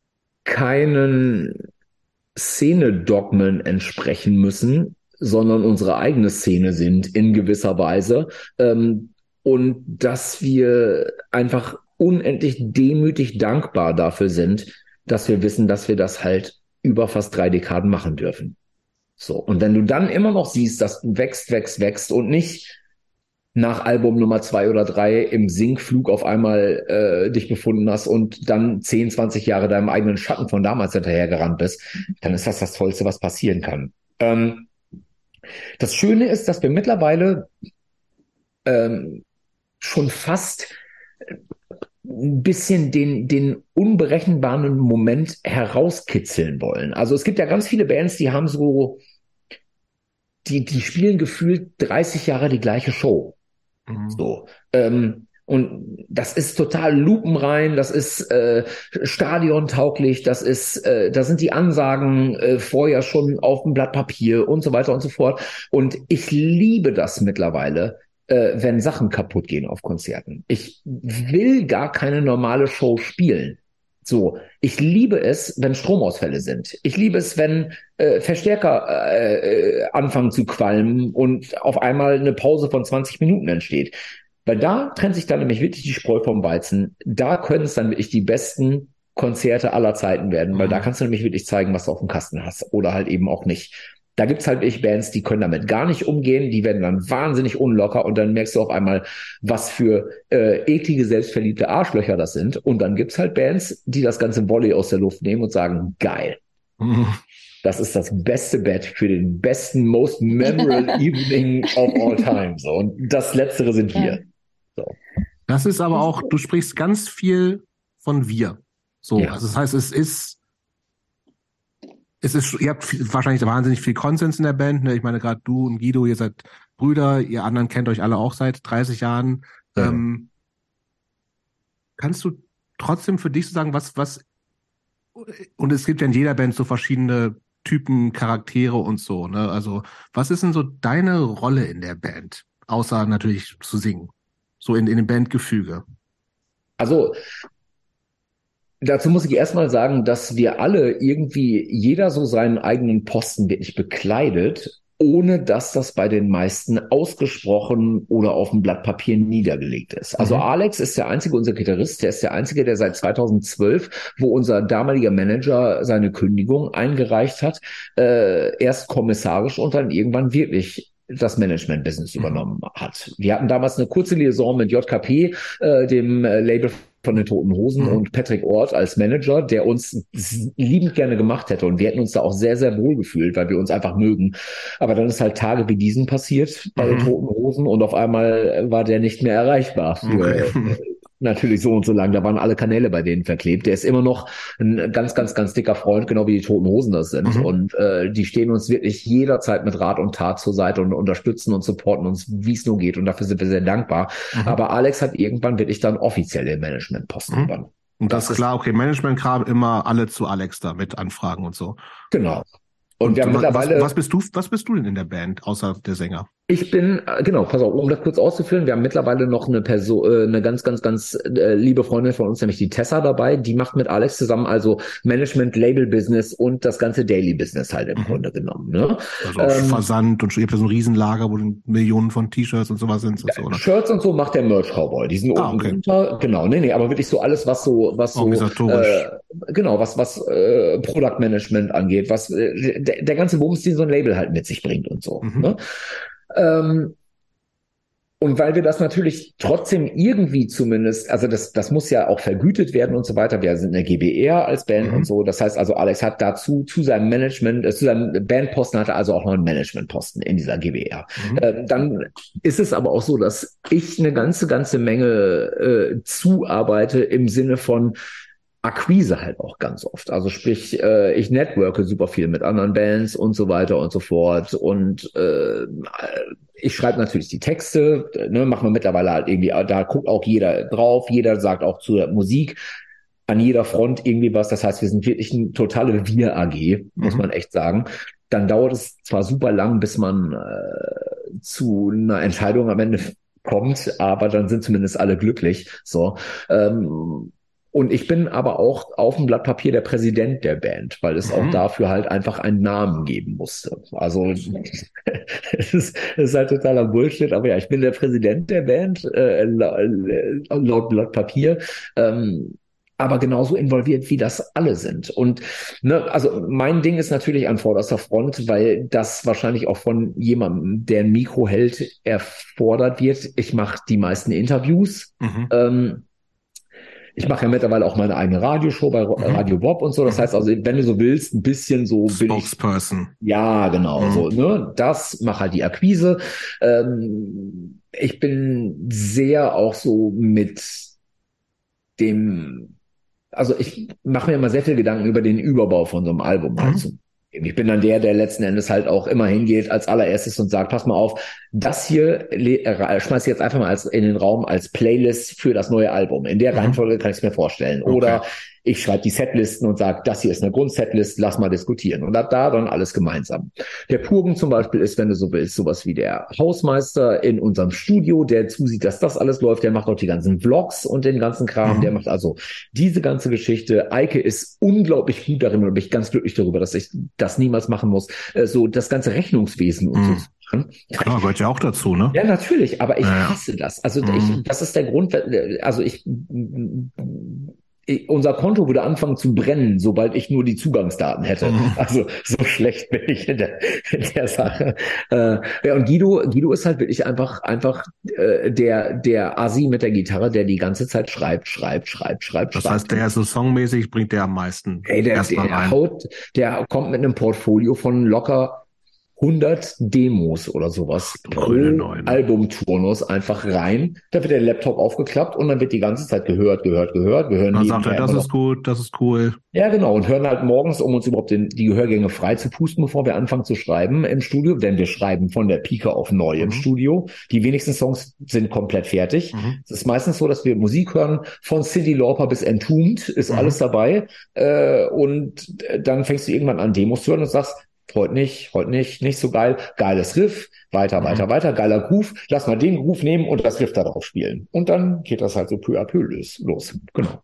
keinen Szene-Dogmen entsprechen müssen, sondern unsere eigene Szene sind in gewisser Weise ähm, und dass wir einfach unendlich demütig dankbar dafür sind, dass wir wissen, dass wir das halt über fast drei Dekaden machen dürfen. So. Und wenn du dann immer noch siehst, dass du wächst, wächst, wächst und nicht nach Album Nummer zwei oder drei im Sinkflug auf einmal äh, dich befunden hast und dann zehn, zwanzig Jahre deinem eigenen Schatten von damals hinterhergerannt bist, dann ist das das Tollste, was passieren kann. Ähm, das Schöne ist, dass wir mittlerweile ähm, schon fast ein bisschen den, den unberechenbaren Moment herauskitzeln wollen. Also es gibt ja ganz viele Bands, die haben so, die, die spielen gefühlt dreißig Jahre die gleiche Show. Mhm. So. Ähm, und das ist total lupenrein, das ist äh, stadiontauglich, das ist, äh, da sind die Ansagen äh, vorher schon auf dem Blatt Papier und so weiter und so fort. Und ich liebe das mittlerweile, Äh, wenn Sachen kaputt gehen auf Konzerten. Ich will gar keine normale Show spielen. So, ich liebe es, wenn Stromausfälle sind. Ich liebe es, wenn äh, Verstärker äh, anfangen zu qualmen und auf einmal eine Pause von zwanzig Minuten entsteht. Weil da trennt sich dann nämlich wirklich die Spreu vom Weizen. Da können es dann wirklich die besten Konzerte aller Zeiten werden, mhm. weil da kannst du nämlich wirklich zeigen, was du auf dem Kasten hast oder halt eben auch nicht. Da gibt's halt wirklich Bands, die können damit gar nicht umgehen, die werden dann wahnsinnig unlocker und dann merkst du auf einmal, was für äh, eklige, selbstverliebte Arschlöcher das sind. Und dann gibt's halt Bands, die das ganze Volley aus der Luft nehmen und sagen, geil. Mhm. Das ist das beste Bett für den besten, most memorable evening of all time. So. Und das Letztere sind wir. So. Das ist aber auch, du sprichst ganz viel von wir. So, ja. Also das heißt, es ist Es ist, ihr habt viel, wahrscheinlich wahnsinnig viel Konsens in der Band, ne? Ich meine, gerade du und Guido, ihr seid Brüder, ihr anderen kennt euch alle auch seit dreißig Jahren. Ja. Ähm, kannst du trotzdem für dich so sagen, was, was, und es gibt ja in jeder Band so verschiedene Typen, Charaktere und so, ne? Also, was ist denn so deine Rolle in der Band? Außer natürlich zu singen. So in, in dem Bandgefüge. Also dazu muss ich erstmal sagen, dass wir alle irgendwie, jeder so seinen eigenen Posten wirklich bekleidet, ohne dass das bei den meisten ausgesprochen oder auf dem Blatt Papier niedergelegt ist. Also mhm. Alex ist der einzige, unser Gitarrist, der ist der einzige, der seit zweitausendzwölf, wo unser damaliger Manager seine Kündigung eingereicht hat, äh, erst kommissarisch und dann irgendwann wirklich das Management-Business mhm. übernommen hat. Wir hatten damals eine kurze Liaison mit J K P, äh, dem äh, Label von den Toten Hosen mhm. und Patrick Ort als Manager, der uns liebend gerne gemacht hätte. Und wir hätten uns da auch sehr, sehr wohl gefühlt, weil wir uns einfach mögen. Aber dann ist halt Tage wie diesen passiert bei mhm. den Toten Hosen und auf einmal war der nicht mehr erreichbar für okay. natürlich so und so lang. Da waren alle Kanäle bei denen verklebt. Der ist immer noch ein ganz, ganz, ganz dicker Freund, genau wie die Toten Hosen das sind. Mhm. Und äh, die stehen uns wirklich jederzeit mit Rat und Tat zur Seite und unterstützen und supporten uns, wie es nur geht. Und dafür sind wir sehr dankbar. Mhm. Aber Alex hat irgendwann wirklich dann offiziell den Managementposten mhm. übernommen. Und das, das ist klar, okay, Managementkram immer alle zu Alex da mit Anfragen und so. Genau. Und, und wir haben was, mittlerweile. Was bist du, was bist du denn in der Band, außer der Sänger? Ich bin, genau, pass auf, um das kurz auszuführen, wir haben mittlerweile noch eine Person, äh, eine ganz, ganz, ganz äh, liebe Freundin von uns, nämlich die Tessa dabei, die macht mit Alex zusammen also Management, Label-Business und das ganze Daily-Business halt im mhm. Grunde genommen. Ne? Also ähm, Versand und ihr habt ja so ein Riesenlager, wo Millionen von T-Shirts und sowas sind. Und so, oder? Shirts und so macht der Merch-Cowboy, die sind ah, unten okay. drunter, genau, nee, nee, aber wirklich so alles, was so, was so, äh, genau, was, was äh, Product-Management angeht, was äh, der, der ganze Wumms, den so ein Label halt mit sich bringt und so, mhm. ne? Ähm, und weil wir das natürlich trotzdem irgendwie zumindest, also das, das muss ja auch vergütet werden und so weiter. Wir sind eine G b R als Band mhm. und so. Das heißt also, Alex hat dazu, zu seinem Management, äh, zu seinem Bandposten hat er also auch noch einen Managementposten in dieser G b R. Mhm. Äh, dann ist es aber auch so, dass ich eine ganze, ganze Menge äh, zuarbeite im Sinne von Akquise halt auch ganz oft. Also sprich, äh, ich networke super viel mit anderen Bands und so weiter und so fort. Und äh, ich schreibe natürlich die Texte, ne, machen wir mittlerweile halt irgendwie, da guckt auch jeder drauf, jeder sagt auch zur Musik an jeder Front irgendwie was. Das heißt, wir sind wirklich eine totale Wir-A G, muss mhm. man echt sagen. Dann dauert es zwar super lang, bis man äh, zu einer Entscheidung am Ende kommt, aber dann sind zumindest alle glücklich. So, ähm, Und ich bin aber auch auf dem Blatt Papier der Präsident der Band, weil es mhm. auch dafür halt einfach einen Namen geben musste. Also es ist, es ist halt totaler Bullshit, aber ja, ich bin der Präsident der Band, äh, laut Blatt Papier. Ähm, aber genauso involviert, wie das alle sind. Und ne, also mein Ding ist natürlich an vorderster Front, weil das wahrscheinlich auch von jemandem, der ein Mikro hält, erfordert wird. Ich mache die meisten Interviews. Mhm. Ähm, Ich mache ja mittlerweile auch meine eigene Radioshow bei mhm. Radio Bob und so. Das heißt also, wenn du so willst, ein bisschen so bin ich. Spokesperson. Ja, genau. Mhm. So, ne? Das mache halt die Akquise. Ähm, ich bin sehr auch so mit dem, also ich mache mir immer sehr viel Gedanken über den Überbau von so einem Album. Mhm. Also ich bin dann der, der letzten Endes halt auch immer hingeht als allererstes und sagt, pass mal auf, das hier äh, schmeiß ich jetzt einfach mal als, in den Raum als Playlist für das neue Album. In der mhm. Reihenfolge kann ich es mir vorstellen. Okay. Oder ich schreibe die Setlisten und sage, das hier ist eine Grundsetlist, lass mal diskutieren. Und ab da dann alles gemeinsam. Der Purgen zum Beispiel ist, wenn du so willst, sowas wie der Hausmeister in unserem Studio, der zusieht, dass das alles läuft. Der macht auch die ganzen Vlogs und den ganzen Kram. Mhm. Der macht also diese ganze Geschichte. Eike ist unglaublich gut darin und bin ich ganz glücklich darüber, dass ich das niemals machen muss. So das ganze Rechnungswesen und mhm. so. Klar, gehört ja auch dazu, ne? Ja, natürlich, aber ich ja. hasse das. Also mhm. ich, das ist der Grund, also ich unser Konto würde anfangen zu brennen, sobald ich nur die Zugangsdaten hätte. Mhm. Also so schlecht bin ich in der, in der Sache. Äh, ja, und Guido, Guido ist halt wirklich einfach, einfach äh, der, der Assi mit der Gitarre, der die ganze Zeit schreibt, schreibt, schreibt, schreibt. Das schreibt. heißt, der ist so songmäßig, bringt der am meisten. Ey, der, der haut, der kommt mit einem Portfolio von locker hundert Demos oder sowas pro Albumturnus einfach rein. Da wird der Laptop aufgeklappt und dann wird die ganze Zeit gehört, gehört, gehört. Wir hören dann sagt er, das ist gut, das ist cool. Ja, genau. Und hören halt morgens, um uns überhaupt den, die Gehörgänge frei zu pusten, bevor wir anfangen zu schreiben im Studio. Denn wir schreiben von der Pike auf neu mhm. im Studio. Die wenigsten Songs sind komplett fertig. Mhm. Es ist meistens so, dass wir Musik hören, von Cyndi Lauper bis Entombed, ist mhm. alles dabei. Äh, und dann fängst du irgendwann an, Demos zu hören und sagst, heute nicht, heute nicht, nicht so geil. Geiles Riff, weiter, weiter, mhm. weiter, geiler Groove. Lass mal den Groove nehmen und das Riff da drauf spielen. Und dann geht das halt so peu à peu los. Genau.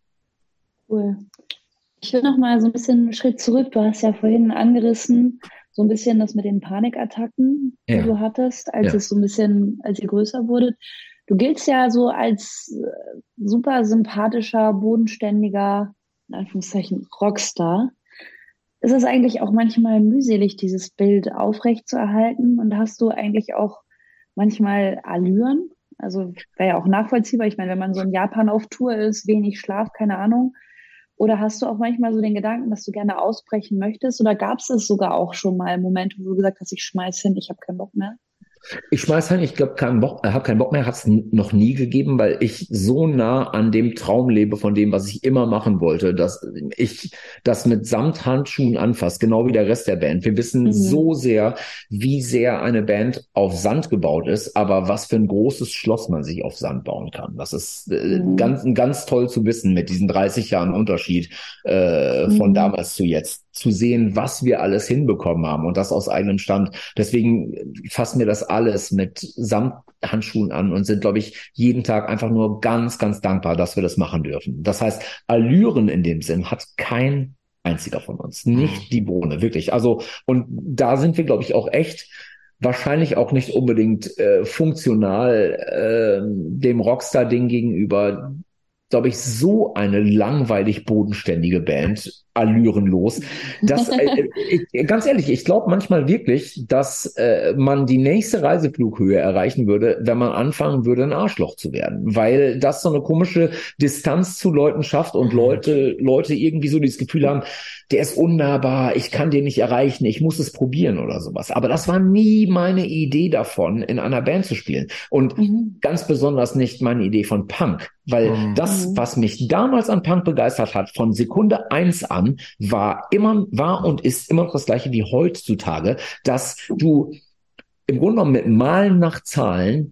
Cool. Ich will noch mal so ein bisschen einen Schritt zurück. Du hast ja vorhin angerissen, so ein bisschen das mit den Panikattacken, die ja. du hattest, als ja. es so ein bisschen, als ihr größer wurdet. Du giltst ja so als super sympathischer, bodenständiger, in Anführungszeichen, Rockstar. Ist es eigentlich auch manchmal mühselig, dieses Bild aufrechtzuerhalten? Und hast du eigentlich auch manchmal Allüren? Also wäre ja auch nachvollziehbar. Ich meine, wenn man so in Japan auf Tour ist, wenig Schlaf, keine Ahnung. Oder hast du auch manchmal so den Gedanken, dass du gerne ausbrechen möchtest? Oder gab es es sogar auch schon mal Momente, wo du gesagt hast, ich schmeiß hin, ich habe keinen Bock mehr? Ich schmeiß hin, ich glaube, keinen Bock, äh, habe keinen Bock mehr, hat es n- noch nie gegeben, weil ich so nah an dem Traum lebe von dem, was ich immer machen wollte, dass ich das mit Samthandschuhen anfasse, genau wie der Rest der Band. Wir wissen mhm. so sehr, wie sehr eine Band auf Sand gebaut ist, aber was für ein großes Schloss man sich auf Sand bauen kann. Das ist äh, mhm. ganz, ganz toll zu wissen mit diesen dreißig Jahren Unterschied äh, von mhm. damals zu jetzt. Zu sehen, was wir alles hinbekommen haben und das aus eigenem Stand. Deswegen fassen wir das alles mit Samthandschuhen an und sind, glaube ich, jeden Tag einfach nur ganz, ganz dankbar, dass wir das machen dürfen. Das heißt, Allüren in dem Sinn hat kein einziger von uns. Nicht die Bohne, wirklich. Also, und da sind wir, glaube ich, auch echt wahrscheinlich auch nicht unbedingt äh, funktional äh, dem Rockstar-Ding gegenüber, glaube ich, so eine langweilig bodenständige Band, allürenlos. Das, äh, ich, ganz ehrlich, ich glaube manchmal wirklich, dass äh, man die nächste Reiseflughöhe erreichen würde, wenn man anfangen würde, ein Arschloch zu werden. Weil das so eine komische Distanz zu Leuten schafft und Leute, Leute irgendwie so dieses Gefühl haben, der ist unnahbar, ich kann den nicht erreichen, ich muss es probieren oder sowas. Aber das war nie meine Idee davon, in einer Band zu spielen. Und mhm. ganz besonders nicht meine Idee von Punk. Weil mhm. das, was mich damals an Punk begeistert hat, von Sekunde eins an, war immer, war und ist immer noch das Gleiche wie heutzutage, dass du im Grunde genommen mit Malen nach Zahlen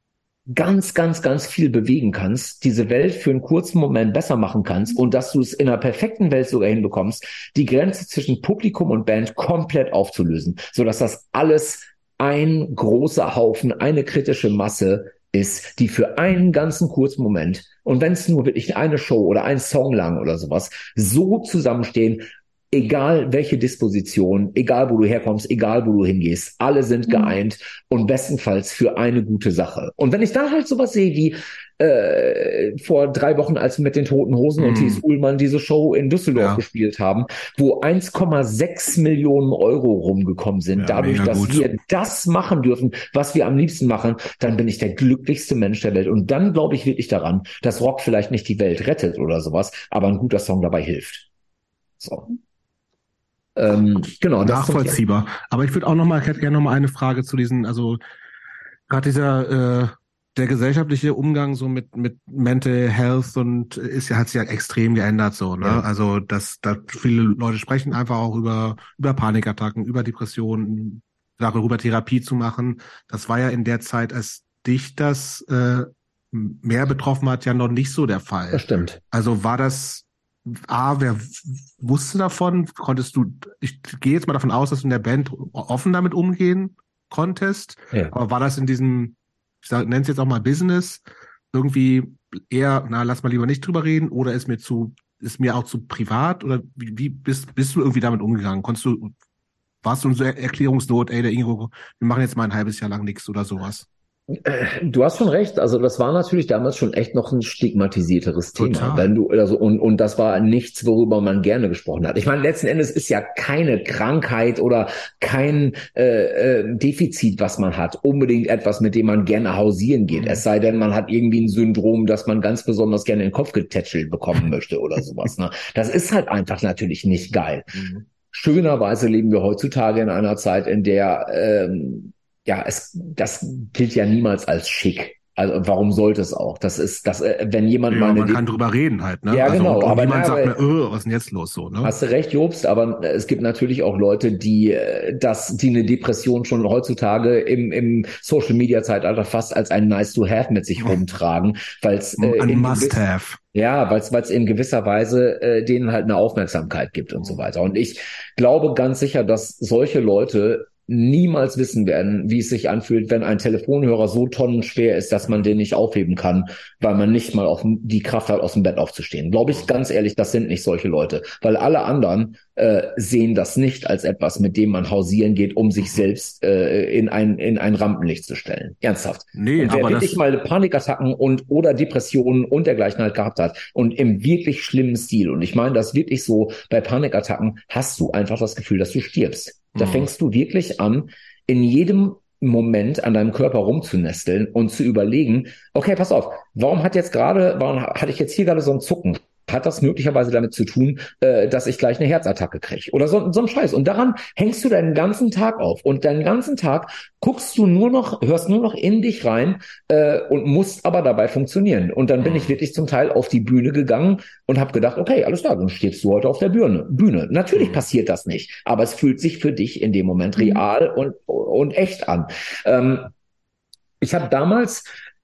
ganz, ganz, ganz viel bewegen kannst, diese Welt für einen kurzen Moment besser machen kannst und dass du es in einer perfekten Welt sogar hinbekommst, die Grenze zwischen Publikum und Band komplett aufzulösen, sodass das alles ein großer Haufen, eine kritische Masse ist, die für einen ganzen kurzen Moment, und wenn es nur wirklich eine Show oder ein Song lang oder sowas, so zusammenstehen, egal welche Disposition, egal wo du herkommst, egal wo du hingehst, alle sind mhm. geeint und bestenfalls für eine gute Sache. Und wenn ich dann halt sowas sehe wie äh, vor drei Wochen, als wir mit den Toten Hosen mhm. und Thies Ullmann diese Show in Düsseldorf ja. gespielt haben, wo eins Komma sechs Millionen Euro rumgekommen sind, ja, dadurch, dass gut. wir das machen dürfen, was wir am liebsten machen, dann bin ich der glücklichste Mensch der Welt. Und dann glaube ich wirklich daran, dass Rock vielleicht nicht die Welt rettet oder sowas, aber ein guter Song dabei hilft. So. Ähm, genau. Nachvollziehbar. Aber ich würde auch noch mal, ich hätte gerne noch mal eine Frage zu diesen, also gerade dieser, äh, der gesellschaftliche Umgang so mit, mit Mental Health und ist ja, hat sich ja extrem geändert so, ne? Ja. Also, dass, da viele Leute sprechen einfach auch über, über Panikattacken, über Depressionen, darüber Therapie zu machen. Das war ja in der Zeit, als dich das, äh, mehr betroffen hat, ja noch nicht so der Fall. Das stimmt. Also war das, A, wer wusste davon? Konntest du, ich gehe jetzt mal davon aus, dass du in der Band offen damit umgehen konntest, ja. aber war das in diesem, ich nenne es jetzt auch mal Business, irgendwie eher, na, lass mal lieber nicht drüber reden, oder ist mir zu, ist mir auch zu privat, oder wie, wie bist, bist du irgendwie damit umgegangen? Konntest du, warst du in so Erklärungsnot, ey, der Ingo, wir machen jetzt mal ein halbes Jahr lang nichts oder sowas? Du hast schon recht. Also das war natürlich damals schon echt noch ein stigmatisierteres Thema. Total. Wenn du also und und das war nichts, worüber man gerne gesprochen hat. Ich meine, letzten Endes ist ja keine Krankheit oder kein äh, äh, Defizit, was man hat, unbedingt etwas, mit dem man gerne hausieren geht. Mhm. Es sei denn, man hat irgendwie ein Syndrom, das man ganz besonders gerne in den Kopf getätschelt bekommen möchte oder sowas. Ne? Das ist halt einfach natürlich nicht geil. Mhm. Schönerweise leben wir heutzutage in einer Zeit, in der ähm, ja, es, das gilt ja niemals als schick. Also warum sollte es auch? Das ist, das, äh, wenn jemand ja, mal eine man kann drüber reden halt, ne? Ja, also, genau. Und, und aber niemand na, sagt aber, mir, oh, was ist denn jetzt los so, ne? Hast du recht, Jobst, aber es gibt natürlich auch Leute, die äh, das, die eine Depression schon heutzutage im, im Social Media Zeitalter fast als ein Nice to Have mit sich rumtragen, weil es äh, Ein in Must gewiss- Have. Ja, weil es in gewisser Weise äh, denen halt eine Aufmerksamkeit gibt und so weiter. Und ich glaube ganz sicher, dass solche Leute niemals wissen werden, wie es sich anfühlt, wenn ein Telefonhörer so tonnenschwer ist, dass man den nicht aufheben kann, weil man nicht mal auf die Kraft hat, aus dem Bett aufzustehen. Glaube ich ganz ehrlich, das sind nicht solche Leute, weil alle anderen äh, sehen das nicht als etwas, mit dem man hausieren geht, um sich selbst äh, in ein in ein Rampenlicht zu stellen. Ernsthaft. Nee, und wer aber wirklich das mal Panikattacken und oder Depressionen und dergleichen halt gehabt hat und im wirklich schlimmen Stil, und ich meine das wirklich so, bei Panikattacken hast du einfach das Gefühl, dass du stirbst. Da Mhm. fängst du wirklich an, in jedem Moment an deinem Körper rumzunesteln und zu überlegen, okay, pass auf, warum hat jetzt gerade, warum hatte ich jetzt hier gerade so ein Zucken? Hat das möglicherweise damit zu tun, äh, dass ich gleich eine Herzattacke kriege? Oder so, so ein Scheiß. Und daran hängst du deinen ganzen Tag auf. Und deinen ganzen Tag guckst du nur noch, hörst nur noch in dich rein äh, und musst aber dabei funktionieren. Und dann bin ich wirklich zum Teil auf die Bühne gegangen und habe gedacht, okay, alles klar, dann stehst du heute auf der Bühne. Bühne. Natürlich passiert das nicht, aber es fühlt sich für dich in dem Moment real und, und echt an. Ähm, ich habe damals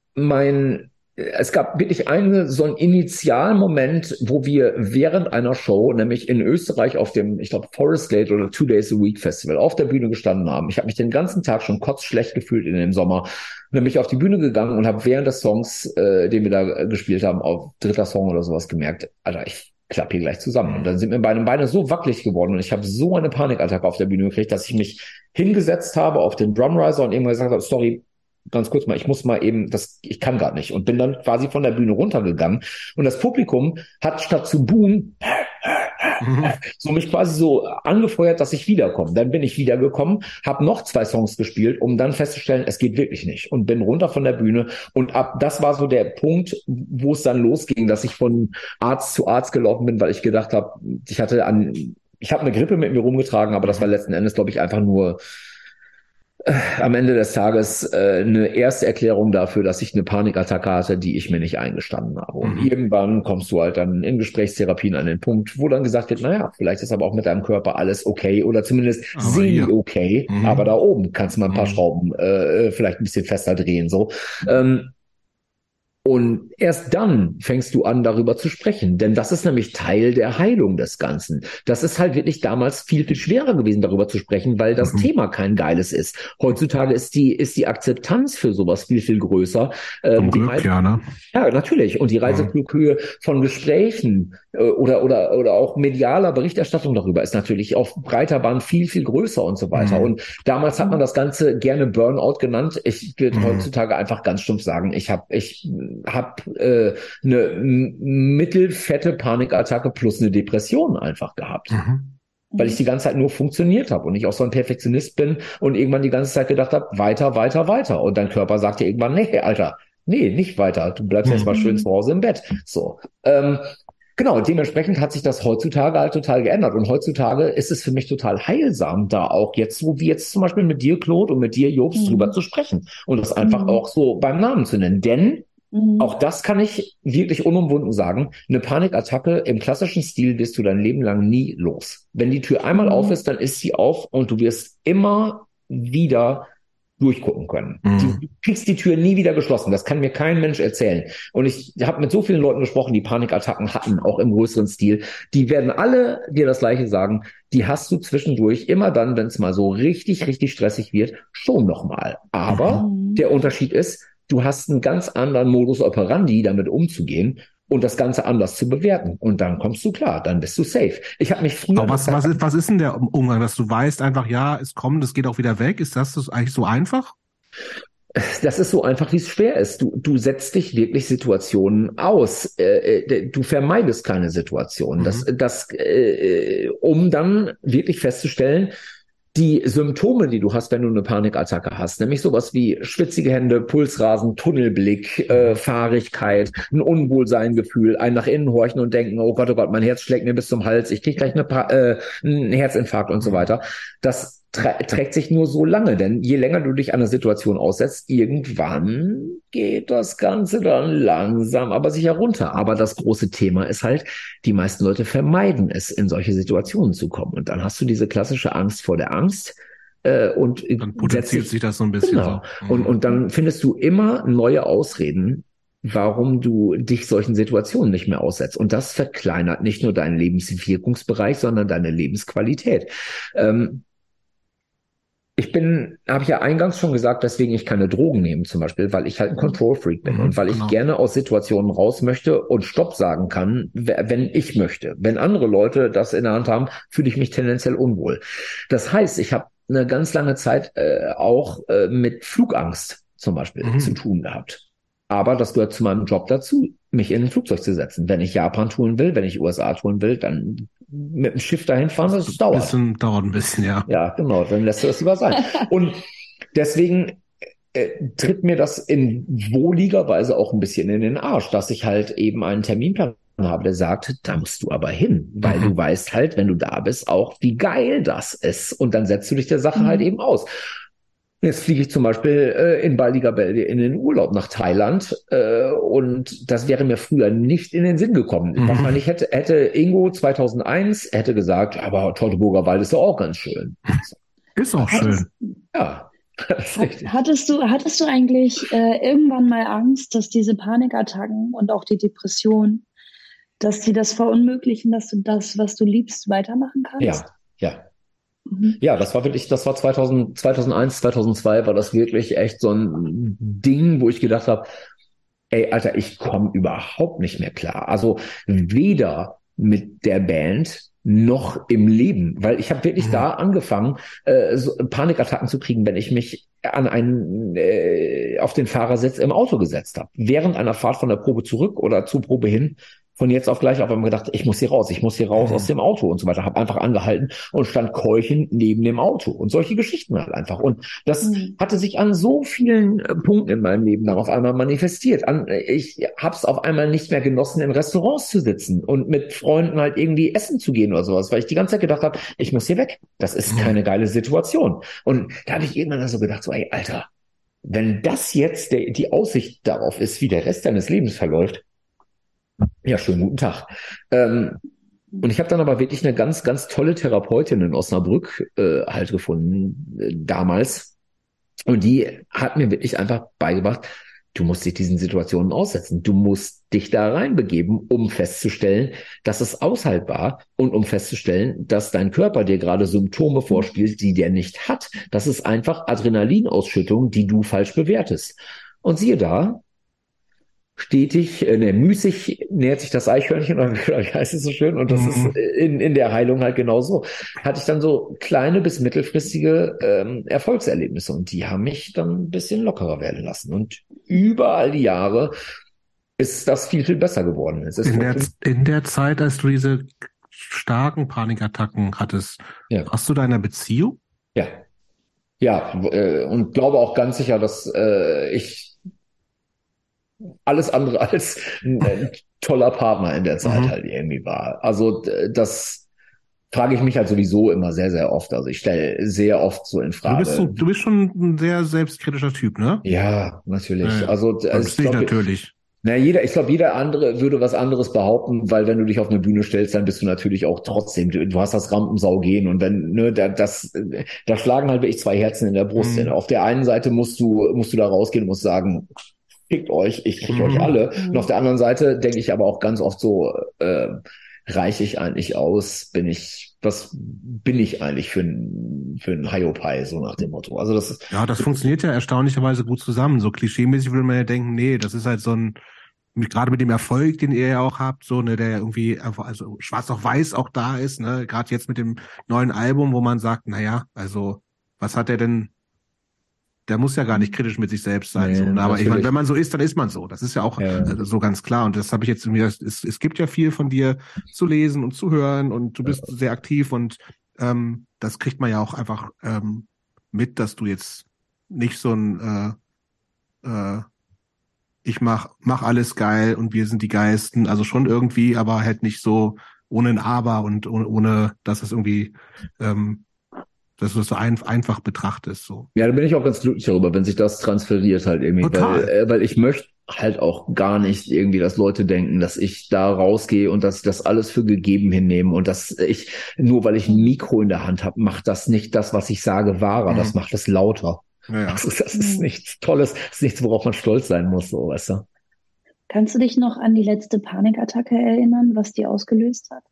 mein Es gab wirklich einen, so einen Initialmoment, wo wir während einer Show, nämlich in Österreich auf dem, ich glaube, Forest Gate oder Two Days a Week Festival, auf der Bühne gestanden haben. Ich habe mich den ganzen Tag schon kotzschlecht gefühlt in dem Sommer. Dann bin ich auf die Bühne gegangen und habe während des Songs, äh, den wir da gespielt haben, auf dritter Song oder sowas gemerkt, Alter, ich klapp hier gleich zusammen. Und dann sind mir meine Beine so wackelig geworden und ich habe so eine Panikattacke auf der Bühne gekriegt, dass ich mich hingesetzt habe auf den Drumriser und irgendwann gesagt habe, sorry, ganz kurz mal, ich muss mal eben, das, ich kann gerade nicht. Und bin dann quasi von der Bühne runtergegangen. Und das Publikum hat statt zu buhen, so mich quasi so angefeuert, dass ich wiederkomme. Dann bin ich wiedergekommen, habe noch zwei Songs gespielt, um dann festzustellen, es geht wirklich nicht. Und bin runter von der Bühne. Und ab, das war so der Punkt, wo es dann losging, dass ich von Arzt zu Arzt gelaufen bin, weil ich gedacht habe, ich hatte an, ich habe eine Grippe mit mir rumgetragen, aber das war letzten Endes, glaube ich, einfach nur am Ende des Tages äh, eine erste Erklärung dafür, dass ich eine Panikattacke hatte, die ich mir nicht eingestanden habe. Und Mhm. irgendwann kommst du halt dann in Gesprächstherapien an den Punkt, wo dann gesagt wird, naja, vielleicht ist aber auch mit deinem Körper alles okay oder zumindest Aber semi-okay, Mhm. aber da oben kannst du mal ein paar Mhm. Schrauben äh, vielleicht ein bisschen fester drehen. So. Ähm, Und erst dann fängst du an, darüber zu sprechen. Denn das ist nämlich Teil der Heilung des Ganzen. Das ist halt wirklich damals viel, viel schwerer gewesen, darüber zu sprechen, weil das Mhm. Thema kein geiles ist. Heutzutage ist die, ist die Akzeptanz für sowas viel, viel größer. Ähm, Zum die Glück, Reise- ja, ne? ja, natürlich. Und die Reiseflughöhe von Gesprächen äh, oder, oder, oder auch medialer Berichterstattung darüber ist natürlich auf breiter Bahn viel, viel größer und so weiter. Mhm. Und damals hat man das Ganze gerne Burnout genannt. Ich würde Mhm. heutzutage einfach ganz stumpf sagen, ich habe ich hab, äh, eine m- mittelfette Panikattacke plus eine Depression einfach gehabt. Mhm. Weil ich die ganze Zeit nur funktioniert habe und ich auch so ein Perfektionist bin und irgendwann die ganze Zeit gedacht habe, weiter, weiter, weiter. Und dein Körper sagt dir irgendwann, nee, Alter, nee, nicht weiter. Du bleibst Mhm. jetzt mal schön zu Hause im Bett. So. Ähm, genau, dementsprechend hat sich das heutzutage halt total geändert. Und heutzutage ist es für mich total heilsam, da auch jetzt, so wie jetzt zum Beispiel mit dir, Claude, und mit dir, Jobst, Mhm. drüber zu sprechen und das einfach Mhm. auch so beim Namen zu nennen. Denn Mhm. auch das kann ich wirklich unumwunden sagen. Eine Panikattacke im klassischen Stil wirst du dein Leben lang nie los. Wenn die Tür einmal Mhm. auf ist, dann ist sie auf und du wirst immer wieder durchgucken können. Mhm. Du, du kriegst die Tür nie wieder geschlossen. Das kann mir kein Mensch erzählen. Und ich habe mit so vielen Leuten gesprochen, die Panikattacken hatten, auch im größeren Stil. Die werden alle dir das Gleiche sagen. Die hast du zwischendurch immer dann, wenn es mal so richtig, richtig stressig wird, schon nochmal. Aber Mhm. der Unterschied ist, du hast einen ganz anderen Modus operandi, damit umzugehen und das Ganze anders zu bewerten. Und dann kommst du klar, dann bist du safe. Ich habe mich früher... Aber was, was, ist, was ist denn der Umgang, dass du weißt einfach, ja, es kommt, es geht auch wieder weg? Ist das, das eigentlich so einfach? Das ist so einfach, wie es schwer ist. Du, du setzt dich wirklich Situationen aus. Äh, äh, du vermeidest keine Situationen. Mhm. Das, das, äh, um dann wirklich festzustellen, die Symptome, die du hast, wenn du eine Panikattacke hast, nämlich sowas wie schwitzige Hände, Pulsrasen, Tunnelblick, äh, Fahrigkeit, ein Unwohlseingefühl, ein nach innen horchen und denken, oh Gott, oh Gott, mein Herz schlägt mir bis zum Hals, ich kriege gleich eine pa- äh, einen Herzinfarkt und so weiter. Das trä- trägt sich nur so lange, denn je länger du dich einer Situation aussetzt, irgendwann geht das Ganze dann langsam, aber sicher runter. Aber das große Thema ist halt, die meisten Leute vermeiden es, in solche Situationen zu kommen. Und dann hast du diese klassische Angst vor der Angst. Äh, und Dann potenziert dich, sich das so ein bisschen. genau. So. Und, und dann findest du immer neue Ausreden, warum du dich solchen Situationen nicht mehr aussetzt. Und das verkleinert nicht nur deinen Lebenswirkungsbereich, sondern deine Lebensqualität. Ähm, ich bin, habe ich ja eingangs schon gesagt, deswegen ich keine Drogen nehme zum Beispiel, weil ich halt ein Control-Freak bin Mhm, und weil genau. ich gerne aus Situationen raus möchte und Stopp sagen kann, wenn ich möchte. Wenn andere Leute das in der Hand haben, fühle ich mich tendenziell unwohl. Das heißt, ich habe eine ganz lange Zeit äh, auch äh, mit Flugangst zum Beispiel Mhm. zu tun gehabt. Aber das gehört zu meinem Job dazu, mich in ein Flugzeug zu setzen. Wenn ich Japan touren will, wenn ich U S A touren will, dann mit dem Schiff dahin fahren, das, das dauert. Bisschen, dauert ein bisschen, ja. Ja, genau, dann lässt du das lieber sein. Und deswegen äh, tritt mir das in wohliger Weise auch ein bisschen in den Arsch, dass ich halt eben einen Terminplan habe, der sagt, da musst du aber hin, weil Mhm. du weißt halt, wenn du da bist, auch wie geil das ist. Und dann setzt du dich der Sache Mhm. halt eben aus. Jetzt fliege ich zum Beispiel äh, in baldiger Bälde in den Urlaub nach Thailand äh, und das wäre mir früher nicht in den Sinn gekommen. Mhm. Wahrscheinlich hätte, hätte Ingo zweitausendeins hätte gesagt, aber Teutoburger Wald ist ja auch ganz schön. Ist auch Hattest, schön. Ja, das ist hat, richtig. hattest du, hattest du eigentlich äh, irgendwann mal Angst, dass diese Panikattacken und auch die Depression, dass die das verunmöglichen, dass du das, was du liebst, weitermachen kannst? Ja, ja. Mhm. Ja, das war wirklich, das war zweitausend, zweitausendeins, zweitausendzwei war das wirklich echt so ein Ding, wo ich gedacht habe, ey, Alter, ich komme überhaupt nicht mehr klar. Also weder mit der Band noch im Leben, weil ich habe wirklich Mhm. da angefangen, äh, so Panikattacken zu kriegen, wenn ich mich an einen äh, auf den Fahrersitz im Auto gesetzt habe. Während einer Fahrt von der Probe zurück oder zur Probe hin, von jetzt auf gleich auf einmal gedacht, ich muss hier raus, ich muss hier raus Mhm. aus dem Auto und so weiter. Habe einfach angehalten und stand keuchend neben dem Auto und solche Geschichten halt einfach. Und das Mhm. hatte sich an so vielen äh, Punkten in meinem Leben dann auf einmal manifestiert. An, äh, ich habe es auf einmal nicht mehr genossen, in Restaurants zu sitzen und mit Freunden halt irgendwie essen zu gehen oder sowas, weil ich die ganze Zeit gedacht habe, ich muss hier weg. Das ist Mhm. keine geile Situation. Und da habe ich irgendwann so gedacht, so, ey, Alter, wenn das jetzt der, die Aussicht darauf ist, wie der Rest deines Lebens verläuft, ja, schönen guten Tag. Ähm, und ich habe dann aber wirklich eine ganz, ganz tolle Therapeutin in Osnabrück äh, halt gefunden äh, damals. Und die hat mir wirklich einfach beigebracht, du musst dich diesen Situationen aussetzen. Du musst dich da reinbegeben, um festzustellen, dass es aushaltbar und um festzustellen, dass dein Körper dir gerade Symptome vorspielt, die der nicht hat. Das ist einfach Adrenalinausschüttung, die du falsch bewertest. Und siehe da, stetig, äh, ne, müßig nähert sich das Eichhörnchen, oder wie heißt es so schön? Und das Mhm. ist in, in der Heilung halt genauso. Hatte ich dann so kleine bis mittelfristige ähm, Erfolgserlebnisse und die haben mich dann ein bisschen lockerer werden lassen. Und überall die Jahre ist das viel, viel besser geworden. Es ist In der, wirklich- in der Zeit, als du diese starken Panikattacken hattest, Ja. hast du da eine Beziehung? Ja, ja, äh, und glaube auch ganz sicher, dass äh, ich alles andere als ein, ein toller Partner in der Zeit Mhm. halt irgendwie war. Also d- das frage ich mich halt sowieso immer sehr, sehr oft. Also ich stelle sehr oft so in Du Frage. bist, ein, du bist schon ein sehr selbstkritischer Typ, ne? Ja, natürlich. Ja, ja. Also, d- also Das ich nicht glaube, natürlich. na, jeder, ich glaube, jeder andere würde was anderes behaupten, weil wenn du dich auf eine Bühne stellst, dann bist du natürlich auch trotzdem, du, du hast das Rampensau-Gehen und wenn, ne, da, das, da schlagen halt wirklich zwei Herzen in der Brust. Mhm. Auf der einen Seite musst du, musst du da rausgehen und musst sagen, fickt euch, ich krieg Mhm. euch alle. Mhm. Und auf der anderen Seite denke ich aber auch ganz oft so, äh, reiche ich eigentlich aus? Bin ich, was bin ich eigentlich für ein, für ein Hiopai, so nach dem Motto? Also das ist, Ja, das funktioniert ja erstaunlicherweise gut zusammen. So klischeemäßig würde man ja denken, nee, das ist halt so ein, mit- gerade mit dem Erfolg, den ihr ja auch habt, so, ne, der ja irgendwie einfach, also schwarz auf weiß auch da ist, ne, gerade jetzt mit dem neuen Album, wo man sagt, na ja, also, was hat der denn, der muss ja gar nicht kritisch mit sich selbst sein, Nee, so, ne? Aber ich meine, natürlich. wenn man so ist, dann ist man so. Das ist ja auch Ja. äh, so ganz klar. Und das habe ich jetzt irgendwie, es, es gibt ja viel von dir zu lesen und zu hören und du bist sehr aktiv und ähm, das kriegt man ja auch einfach ähm, mit, dass du jetzt nicht so ein äh, äh, ich mach, mach alles geil und wir sind die Geisten, also schon irgendwie, aber halt nicht so ohne ein Aber und ohne, ohne dass es irgendwie ähm, dass du es so ein, einfach betrachtest. So. Ja, da bin ich auch ganz glücklich darüber, wenn sich das transferiert halt irgendwie. Total. Weil, äh, weil ich möchte halt auch gar nicht irgendwie, dass Leute denken, dass ich da rausgehe und dass ich das alles für gegeben hinnehme und dass ich, nur weil ich ein Mikro in der Hand habe, macht das nicht das, was ich sage, wahrer. Mhm. Das macht es lauter. Ja, ja. Das ist, das ist nichts Tolles, das ist nichts, worauf man stolz sein muss, so, weißt du. Kannst du dich noch an die letzte Panikattacke erinnern, was die ausgelöst hat?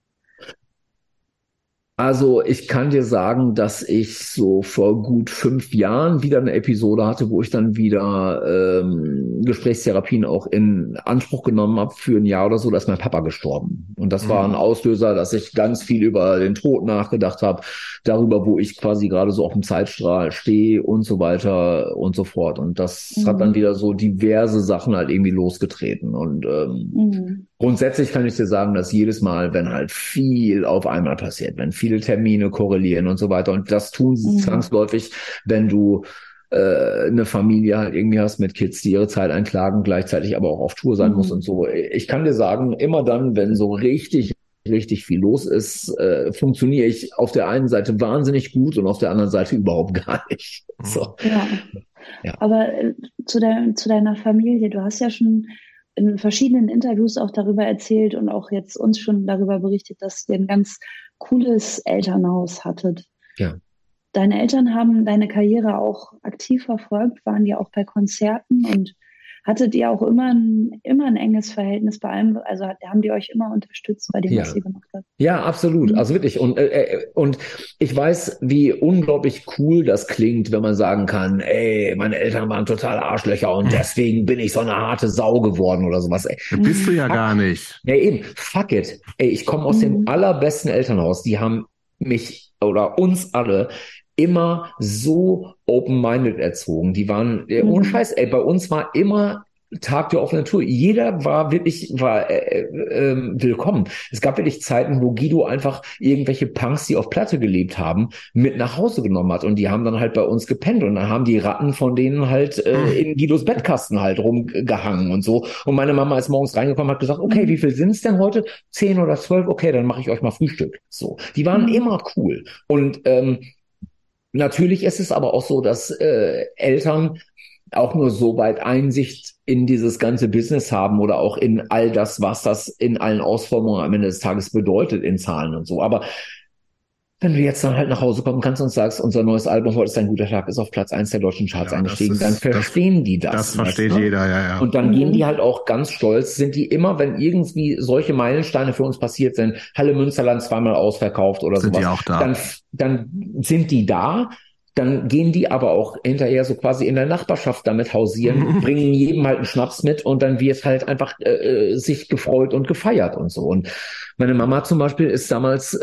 Also ich kann dir sagen, dass ich so vor gut fünf Jahren wieder eine Episode hatte, wo ich dann wieder ähm, Gesprächstherapien auch in Anspruch genommen habe für ein Jahr oder so. Da ist mein Papa gestorben. Und das Mhm. war ein Auslöser, dass ich ganz viel über den Tod nachgedacht habe, darüber, wo ich quasi gerade so auf dem Zeitstrahl stehe und so weiter und so fort. Und das Mhm. hat dann wieder so diverse Sachen halt irgendwie losgetreten. Und ähm, Mhm. grundsätzlich kann ich dir sagen, dass jedes Mal, wenn halt viel auf einmal passiert, wenn viele Termine korrelieren und so weiter, und das tun sie Mhm. zwangsläufig, wenn du äh, eine Familie halt irgendwie hast mit Kids, die ihre Zeit einklagen, gleichzeitig aber auch auf Tour sein Mhm. muss und so. Ich kann dir sagen, immer dann, wenn so richtig richtig viel los ist, äh, funktioniere ich auf der einen Seite wahnsinnig gut und auf der anderen Seite überhaupt gar nicht. So. Ja. Ja. Aber äh, zu, de zu deiner Familie, du hast ja schon in verschiedenen Interviews auch darüber erzählt und auch jetzt uns schon darüber berichtet, dass ihr ein ganz cooles Elternhaus hattet. Ja. Deine Eltern haben deine Karriere auch aktiv verfolgt, waren die auch bei Konzerten und hattet ihr auch immer ein, immer ein enges Verhältnis bei allem, also haben die euch immer unterstützt bei dem, Ja. was ihr gemacht habt? Ja, absolut. Mhm. Also wirklich. Und, äh, und ich weiß, wie unglaublich cool das klingt, wenn man sagen kann, ey, meine Eltern waren total Arschlöcher und deswegen bin ich so eine harte Sau geworden oder sowas. Ey. Das bist du ja gar nicht. Ja, eben. Fuck it. Ey, ich komme aus dem Mhm. allerbesten Elternhaus. Die haben mich oder uns alle immer so open-minded erzogen. Die waren, äh, ohne Mhm. Scheiß, ey, bei uns war immer Tag der offenen Tür. Jeder war wirklich, war äh, äh, willkommen. Es gab wirklich Zeiten, wo Guido einfach irgendwelche Punks, die auf Platte gelebt haben, mit nach Hause genommen hat. Und die haben dann halt bei uns gepennt. Und dann haben die Ratten von denen halt äh, in Guidos Bettkasten halt rumgehangen und so. Und meine Mama ist morgens reingekommen, hat gesagt, okay, wie viel sind es denn heute? Zehn oder zwölf? Okay, dann mache ich euch mal Frühstück. So. Die waren Mhm. immer cool. Und ähm, natürlich ist es aber auch so, dass äh, Eltern auch nur so weit Einsicht in dieses ganze Business haben oder auch in all das, was das in allen Ausformungen am Ende des Tages bedeutet in Zahlen und so. Aber wenn du jetzt dann halt nach Hause kommen kannst und sagst, unser neues Album heute ist ein guter Tag, ist auf Platz eins der deutschen Charts Ja, das eingestiegen, ist- dann das- verstehen die das. Das weißt versteht du? jeder, ja, ja. Und dann Mhm. gehen die halt auch ganz stolz, sind die immer, wenn irgendwie solche Meilensteine für uns passiert sind, Halle Münsterland zweimal ausverkauft oder Sind sowas, die auch da? dann, dann sind die da. Dann gehen die aber auch hinterher so quasi in der Nachbarschaft damit hausieren, Mhm. bringen jedem halt einen Schnaps mit und dann wird halt einfach äh, sich gefreut und gefeiert und so. Und meine Mama zum Beispiel ist damals,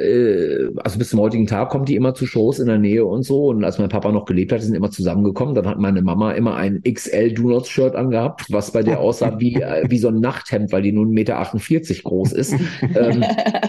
äh, also bis zum heutigen Tag kommt die immer zu Shows in der Nähe und so. Und als mein Papa noch gelebt hat, die sind immer zusammengekommen. Dann hat meine Mama immer ein X L Do-Nots-Shirt angehabt, was bei der aussah wie, äh, wie so ein Nachthemd, weil die nur eins Komma achtundvierzig Meter groß ist. ähm,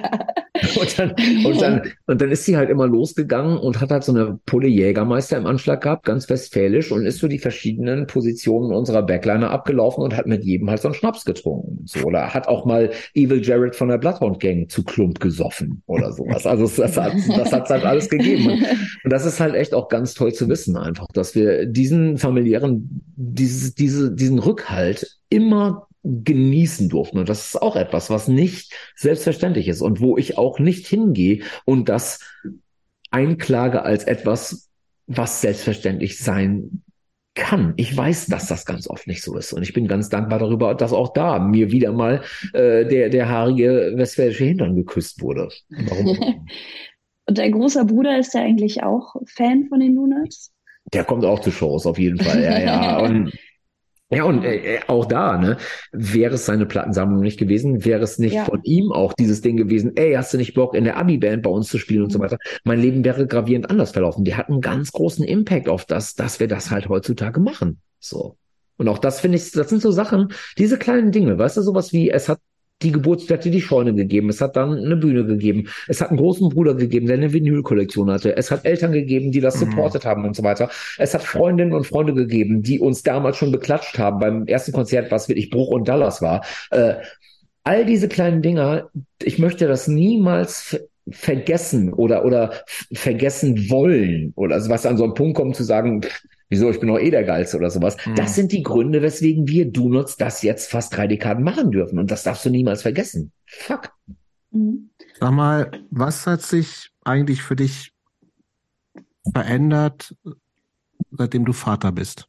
Und dann, und dann, und dann ist sie halt immer losgegangen und hat halt so eine Pulle Jägermeister im Anschlag gehabt, ganz westfälisch, und ist so die verschiedenen Positionen unserer Backliner abgelaufen und hat mit jedem halt so einen Schnaps getrunken. So, oder hat auch mal Evil Jared von der Bloodhound Gang zu Klump gesoffen oder sowas. Also das, das hat das hat's halt alles gegeben. Und, und das ist halt echt auch ganz toll zu wissen einfach, dass wir diesen familiären, dieses, diese, diesen Rückhalt immer genießen durften. Und das ist auch etwas, was nicht selbstverständlich ist und wo ich auch nicht hingehe und das einklage als etwas, was selbstverständlich sein kann. Ich weiß, dass das ganz oft nicht so ist. Und ich bin ganz dankbar darüber, dass auch da mir wieder mal äh, der, der haarige westfälische Hintern geküsst wurde. Warum? Und dein großer Bruder, ist der eigentlich auch Fan von den Donuts? Der kommt auch zu Shows, auf jeden Fall. Ja, ja. Und Ja, und äh, auch da, ne, wäre es seine Plattensammlung nicht gewesen, wäre es nicht Ja. von ihm auch dieses Ding gewesen, ey, hast du nicht Bock, in der Abi-Band bei uns zu spielen und so weiter. Mein Leben wäre gravierend anders verlaufen. Die hat einen ganz großen Impact auf das, dass wir das halt heutzutage machen. So. Und auch das finde ich, das sind so Sachen, diese kleinen Dinge, weißt du, sowas wie, es hat die Geburtsstätte die Scheune gegeben, es hat dann eine Bühne gegeben, es hat einen großen Bruder gegeben, der eine Vinylkollektion hatte, es hat Eltern gegeben, die das Mhm. supportet haben und so weiter, es hat Freundinnen und Freunde gegeben, die uns damals schon beklatscht haben beim ersten Konzert, was wirklich Bruch und Dallas war. Äh, all diese kleinen Dinger, ich möchte das niemals vergessen oder oder f- vergessen wollen oder also was an so einen Punkt kommt zu sagen, pff, wieso, ich bin doch eh der Geilste oder sowas. Mhm. Das sind die Gründe, weswegen wir Do-Nots das jetzt fast drei Dekaden machen dürfen und das darfst du niemals vergessen. Fuck. Mhm. Sag mal, was hat sich eigentlich für dich verändert, seitdem du Vater bist?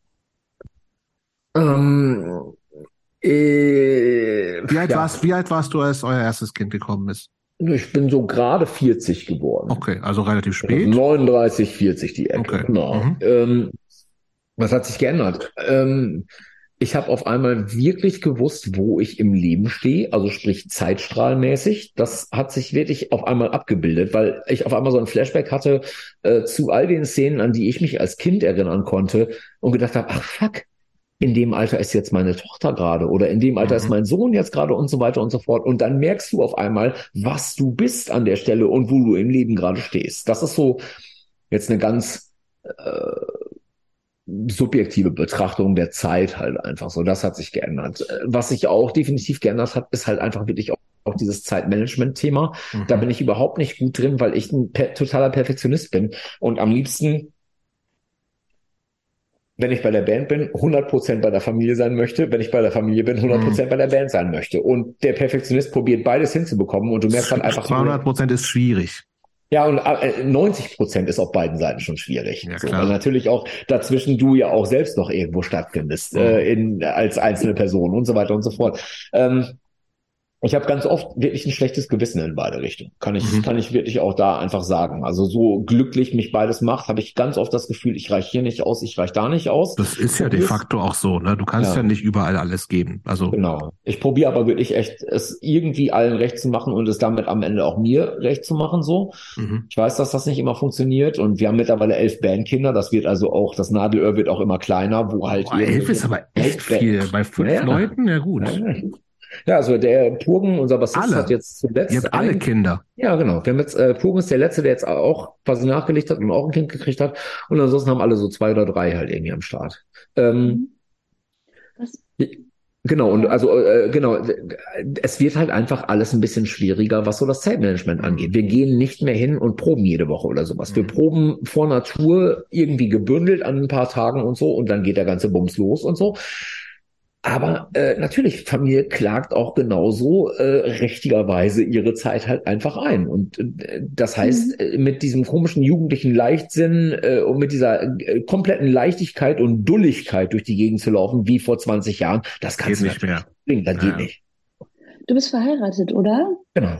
Ähm, äh, Wie alt, ja, warst, wie alt warst du, als euer erstes Kind gekommen ist? ich bin so gerade vierzig geworden. Okay, also relativ spät. neununddreißig, vierzig die Ecke. Okay. Genau. Mhm. Ähm, was hat sich geändert? Ähm, ich habe auf einmal wirklich gewusst, wo ich im Leben stehe, also sprich zeitstrahlmäßig. Das hat sich wirklich auf einmal abgebildet, weil ich auf einmal so ein Flashback hatte äh, zu all den Szenen, an die ich mich als Kind erinnern konnte und gedacht habe, ach fuck, in dem Alter ist jetzt meine Tochter gerade oder in dem Alter Mhm. ist mein Sohn jetzt gerade und so weiter und so fort. Und dann merkst du auf einmal, was du bist an der Stelle und wo du im Leben gerade stehst. Das ist so jetzt eine ganz äh, subjektive Betrachtung der Zeit halt einfach so. Das hat sich geändert. Äh, Was sich auch definitiv geändert hat, ist halt einfach wirklich auch, auch dieses Zeitmanagement-Thema. Mhm. Da bin ich überhaupt nicht gut drin, weil ich ein per totaler Perfektionist bin und am liebsten, wenn ich bei der Band bin, hundert Prozent bei der Familie sein möchte, wenn ich bei der Familie bin, hundert Prozent bei der Band sein möchte. Und der Perfektionist probiert beides hinzubekommen und du merkst halt einfach, zweihundert Prozent ist schwierig. ja, und äh, neunzig Prozent ist auf beiden Seiten schon schwierig. Ja, so, klar. weil natürlich auch dazwischen du ja auch selbst noch irgendwo stattfindest, äh, in, als einzelne Person und so weiter und so fort. Ähm, ich habe ganz oft wirklich ein schlechtes Gewissen in beide Richtungen. Kann ich, Mhm. kann ich wirklich auch da einfach sagen. Also so glücklich mich beides macht, habe ich ganz oft das Gefühl, ich reiche hier nicht aus, ich reiche da nicht aus. Das ist ja de Probier's. facto auch so, ne? Du kannst ja, Ja. nicht überall alles geben. Also, Genau. Ich probiere aber wirklich echt, es irgendwie allen recht zu machen und es damit am Ende auch mir recht zu machen, so. mhm. Ich weiß, dass das nicht immer funktioniert und wir haben mittlerweile elf Bandkinder. Das wird also auch, das Nadelöhr wird auch immer kleiner, wo halt Boah, elf ist aber echt viel. Bei fünf Ja, ja. Leuten, ja gut. Ja, ja, also der Purgen, unser Bassist, Alle. hat jetzt zuletzt Ihr habt alle ein- Kinder. Ja, genau. Wir haben jetzt, äh, Purgen ist der letzte, der jetzt auch quasi nachgelegt hat und auch ein Kind gekriegt hat. Und ansonsten haben alle so zwei oder drei halt irgendwie am Start. Ähm, Was? Genau, und Ja. also äh, genau, es wird halt einfach alles ein bisschen schwieriger, was so das Zeitmanagement angeht. Wir gehen nicht mehr hin und proben jede Woche oder sowas. Wir Mhm. proben vor Natur irgendwie gebündelt an ein paar Tagen und so und dann geht der ganze Bums los und so. Aber äh, natürlich, Familie klagt auch genauso äh, richtigerweise ihre Zeit halt einfach ein. Und äh, das heißt, äh, mit diesem komischen jugendlichen Leichtsinn äh, und mit dieser äh, kompletten Leichtigkeit und Dulligkeit durch die Gegend zu laufen, wie vor zwanzig Jahren, das kannst Geht du nicht natürlich mehr. nicht bringen. Das Ja. geht nicht. Du bist verheiratet, oder? Genau.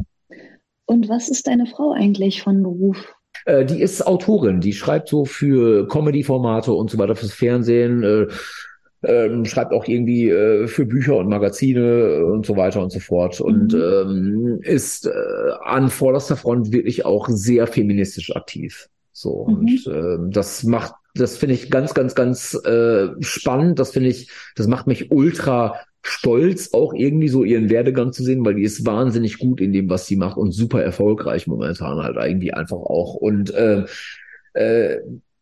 Und was ist deine Frau eigentlich von Beruf? Äh, die ist Autorin, die schreibt so für Comedy-Formate und so weiter fürs Fernsehen, äh, ähm, schreibt auch irgendwie äh, für Bücher und Magazine und so weiter und so fort und Mhm. ähm, ist äh, an vorderster Front wirklich auch sehr feministisch aktiv. So Mhm. und äh, das macht, das finde ich ganz, ganz, ganz äh, spannend. Das finde ich, das macht mich ultra stolz, auch irgendwie so ihren Werdegang zu sehen, weil die ist wahnsinnig gut in dem, was sie macht und super erfolgreich momentan halt irgendwie einfach auch. Und äh, äh,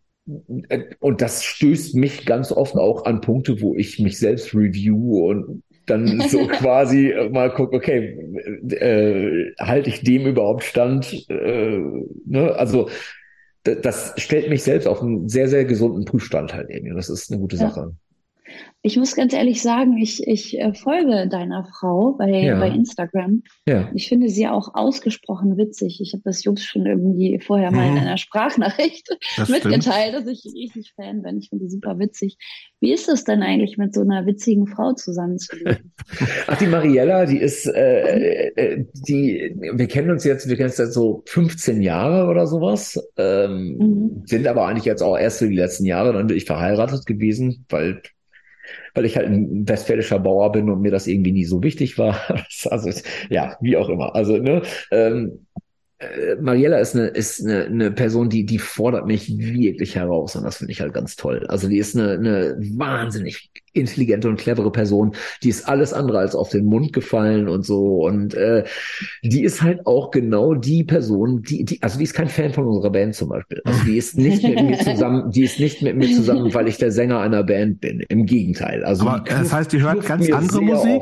und das stößt mich ganz oft auch an Punkte, wo ich mich selbst review und dann so quasi mal gucke, okay, äh, halte ich dem überhaupt stand? Äh, ne? Also d- das stellt mich selbst auf einen sehr, sehr gesunden Prüfstand halt irgendwie. Das ist eine gute Ja. Sache. Ich muss ganz ehrlich sagen, ich, ich äh, folge deiner Frau bei, Ja. bei Instagram. Ja. Ich finde sie auch ausgesprochen witzig. Ich habe das Jungs schon irgendwie vorher mal in Mhm. einer Sprachnachricht Das stimmt. mitgeteilt, dass ich richtig Fan bin. Ich finde die super witzig. Wie ist es denn eigentlich, mit so einer witzigen Frau zusammenzuleben? Ach, die Mariella, die ist, äh, äh, die, wir kennen uns jetzt, wir kennen uns jetzt so fünfzehn Jahre oder sowas, ähm, Mhm. sind aber eigentlich jetzt auch erst so die letzten Jahre dann bin ich verheiratet gewesen, weil, weil ich halt ein westfälischer Bauer bin und mir das irgendwie nie so wichtig war. Also, ja, wie auch immer. Also, ne, ähm, äh, Mariella ist eine, ist eine, eine Person, die, die fordert mich wirklich heraus und das finde ich halt ganz toll. Also die ist eine, eine wahnsinnig intelligente und clevere Person, die ist alles andere als auf den Mund gefallen und so und äh, die ist halt auch genau die Person, die, die, also die ist kein Fan von unserer Band zum Beispiel. Also die ist nicht mit mir zusammen, die ist nicht mit mir zusammen, weil ich der Sänger einer Band bin. Im Gegenteil. Also Aber die das heißt, die hört knufft ganz mir andere sehr Musik? oft.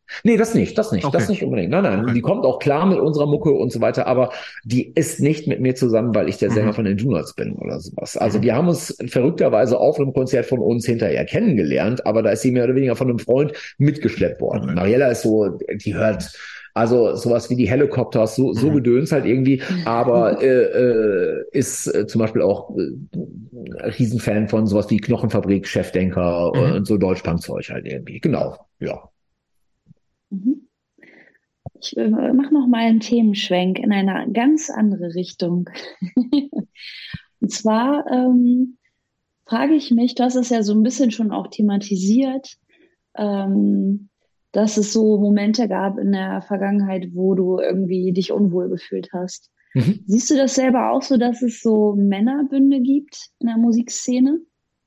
Nee, das nicht, das nicht, Okay. das nicht unbedingt. Nein, nein, Okay. die kommt auch klar mit unserer Mucke und so weiter, aber die ist nicht mit mir zusammen, weil ich der Sänger Mhm. von den Donuts bin oder sowas. Also Mhm. wir haben uns verrückterweise auf einem Konzert von uns hinterher kennengelernt, aber da ist sie mehr oder weniger von einem Freund mitgeschleppt worden. Okay. Mariella ist so, die hört also sowas wie die Helicopters, so, so Mhm. Gedöns halt irgendwie, aber äh, äh, ist äh, zum Beispiel auch äh, Riesenfan von sowas wie Knochenfabrik, Chefdenker Mhm. und so Deutschpunk-Zeug halt irgendwie. Genau, ja. Mhm. Ich äh, mache noch mal einen Themenschwenk in eine ganz andere Richtung. Und zwar ähm, frage ich mich, du hast es ja so ein bisschen schon auch thematisiert, ähm, dass es so Momente gab in der Vergangenheit, wo du irgendwie dich unwohl gefühlt hast. Mhm. Siehst du das selber auch so, dass es so Männerbünde gibt in der Musikszene?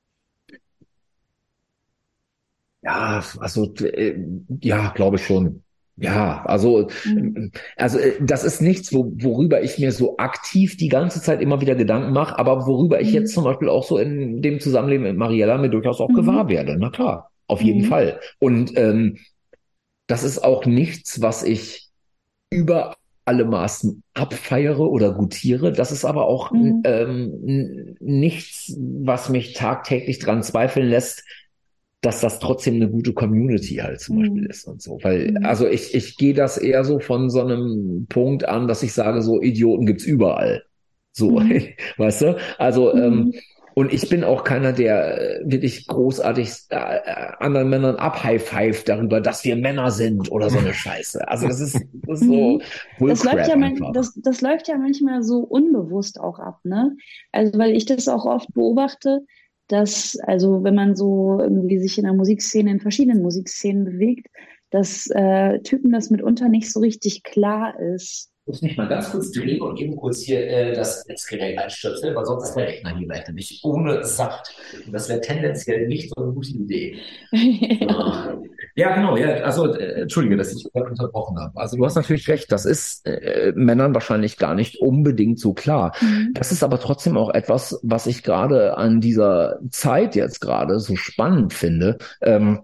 Ja, also äh, ja, glaube ich schon. Ja, also Mhm. also äh, das ist nichts, wo, worüber ich mir so aktiv die ganze Zeit immer wieder Gedanken mache, aber worüber ich jetzt Mhm. zum Beispiel auch so in dem Zusammenleben mit Mariella mir durchaus auch gewahr Mhm. werde. Na klar, auf jeden Mhm. Fall. Und ähm, das ist auch nichts, was ich über alle Maßen abfeiere oder gutiere. Das ist aber auch Mhm. ähm, n- nichts, was mich tagtäglich dran zweifeln lässt, dass das trotzdem eine gute Community halt zum Beispiel Mhm. ist und so. Weil, Mhm. also ich, ich gehe das eher so von so einem Punkt an, dass ich sage, so Idioten gibt's überall. So, Mhm. weißt du? Also, ähm, Mhm. und ich bin auch keiner, der äh, wirklich großartig äh, äh, anderen Männern abhigh-five darüber, dass wir Männer sind oder so eine Scheiße. Also das ist, das ist so Mhm. Das läuft Bullcrap ja man, einfach. das, das läuft ja manchmal so unbewusst auch ab, ne? Also weil ich das auch oft beobachte, dass, also wenn man so irgendwie sich in der Musikszene, in verschiedenen Musikszenen bewegt, dass äh, Typen das mitunter nicht so richtig klar ist. Ich muss mich mal ganz kurz drehen und eben kurz hier äh, das Netzgerät einstöpseln, weil sonst ist der Rechner hier gleich nämlich ohne Saft. Und das wäre tendenziell nicht so eine gute Idee. Ja. Ja, genau, ja, also äh, entschuldige, dass ich gerade unterbrochen habe. Also du hast natürlich recht, das ist äh, Männern wahrscheinlich gar nicht unbedingt so klar. Mhm. Das ist aber trotzdem auch etwas, was ich gerade an dieser Zeit jetzt gerade so spannend finde. Ähm,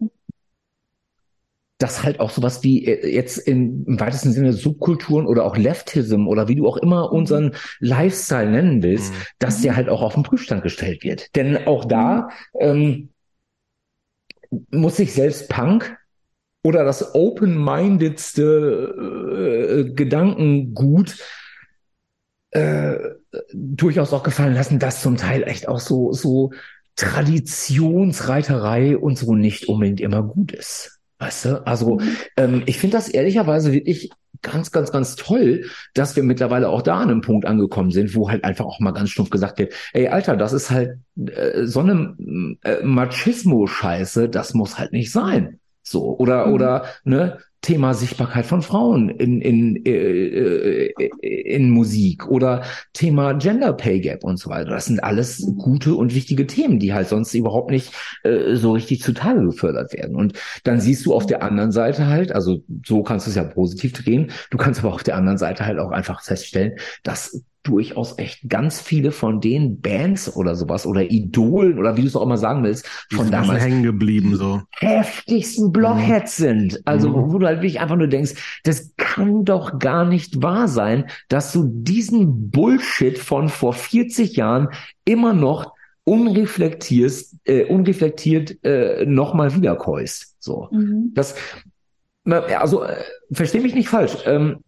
dass halt auch sowas wie äh, jetzt in, im weitesten Sinne Subkulturen oder auch Leftism oder wie du auch immer Mhm. unseren Lifestyle nennen willst, Mhm. dass der Mhm. halt auch auf den Prüfstand gestellt wird. Denn auch Mhm. da ähm, muss sich selbst Punk oder das open-mindedste äh, Gedankengut äh, durchaus auch gefallen lassen, dass zum Teil echt auch so, so Traditionsreiterei und so nicht unbedingt immer gut ist. Weißt du? Also Mhm. ähm, ich finde das ehrlicherweise wirklich ganz, ganz, ganz toll, dass wir mittlerweile auch da an einem Punkt angekommen sind, wo halt einfach auch mal ganz stumpf gesagt wird, ey Alter, das ist halt äh, so eine äh, Machismo-Scheiße, das muss halt nicht sein. So, oder, Mhm. oder, ne, Thema Sichtbarkeit von Frauen in, in, äh, äh, in Musik oder Thema Gender Pay Gap und so weiter. Das sind alles Mhm. gute und wichtige Themen, die halt sonst überhaupt nicht äh, so richtig zutage gefördert werden. Und dann siehst du auf der anderen Seite halt, also so kannst du es ja positiv drehen, du kannst aber auf der anderen Seite halt auch einfach feststellen, dass durchaus echt ganz viele von den Bands oder sowas oder Idolen oder wie du es auch immer sagen willst, Die von sind ein bisschen damals hängen geblieben, so. heftigsten Blockheads sind. Also wo, Mhm. wo du halt wirklich einfach nur denkst, das kann doch gar nicht wahr sein, dass du diesen Bullshit von vor vierzig Jahren immer noch unreflektierst, äh, unreflektiert äh, nochmal wiederkäust. So. Mhm. Das, na, also, äh, versteh mich nicht falsch. Ähm,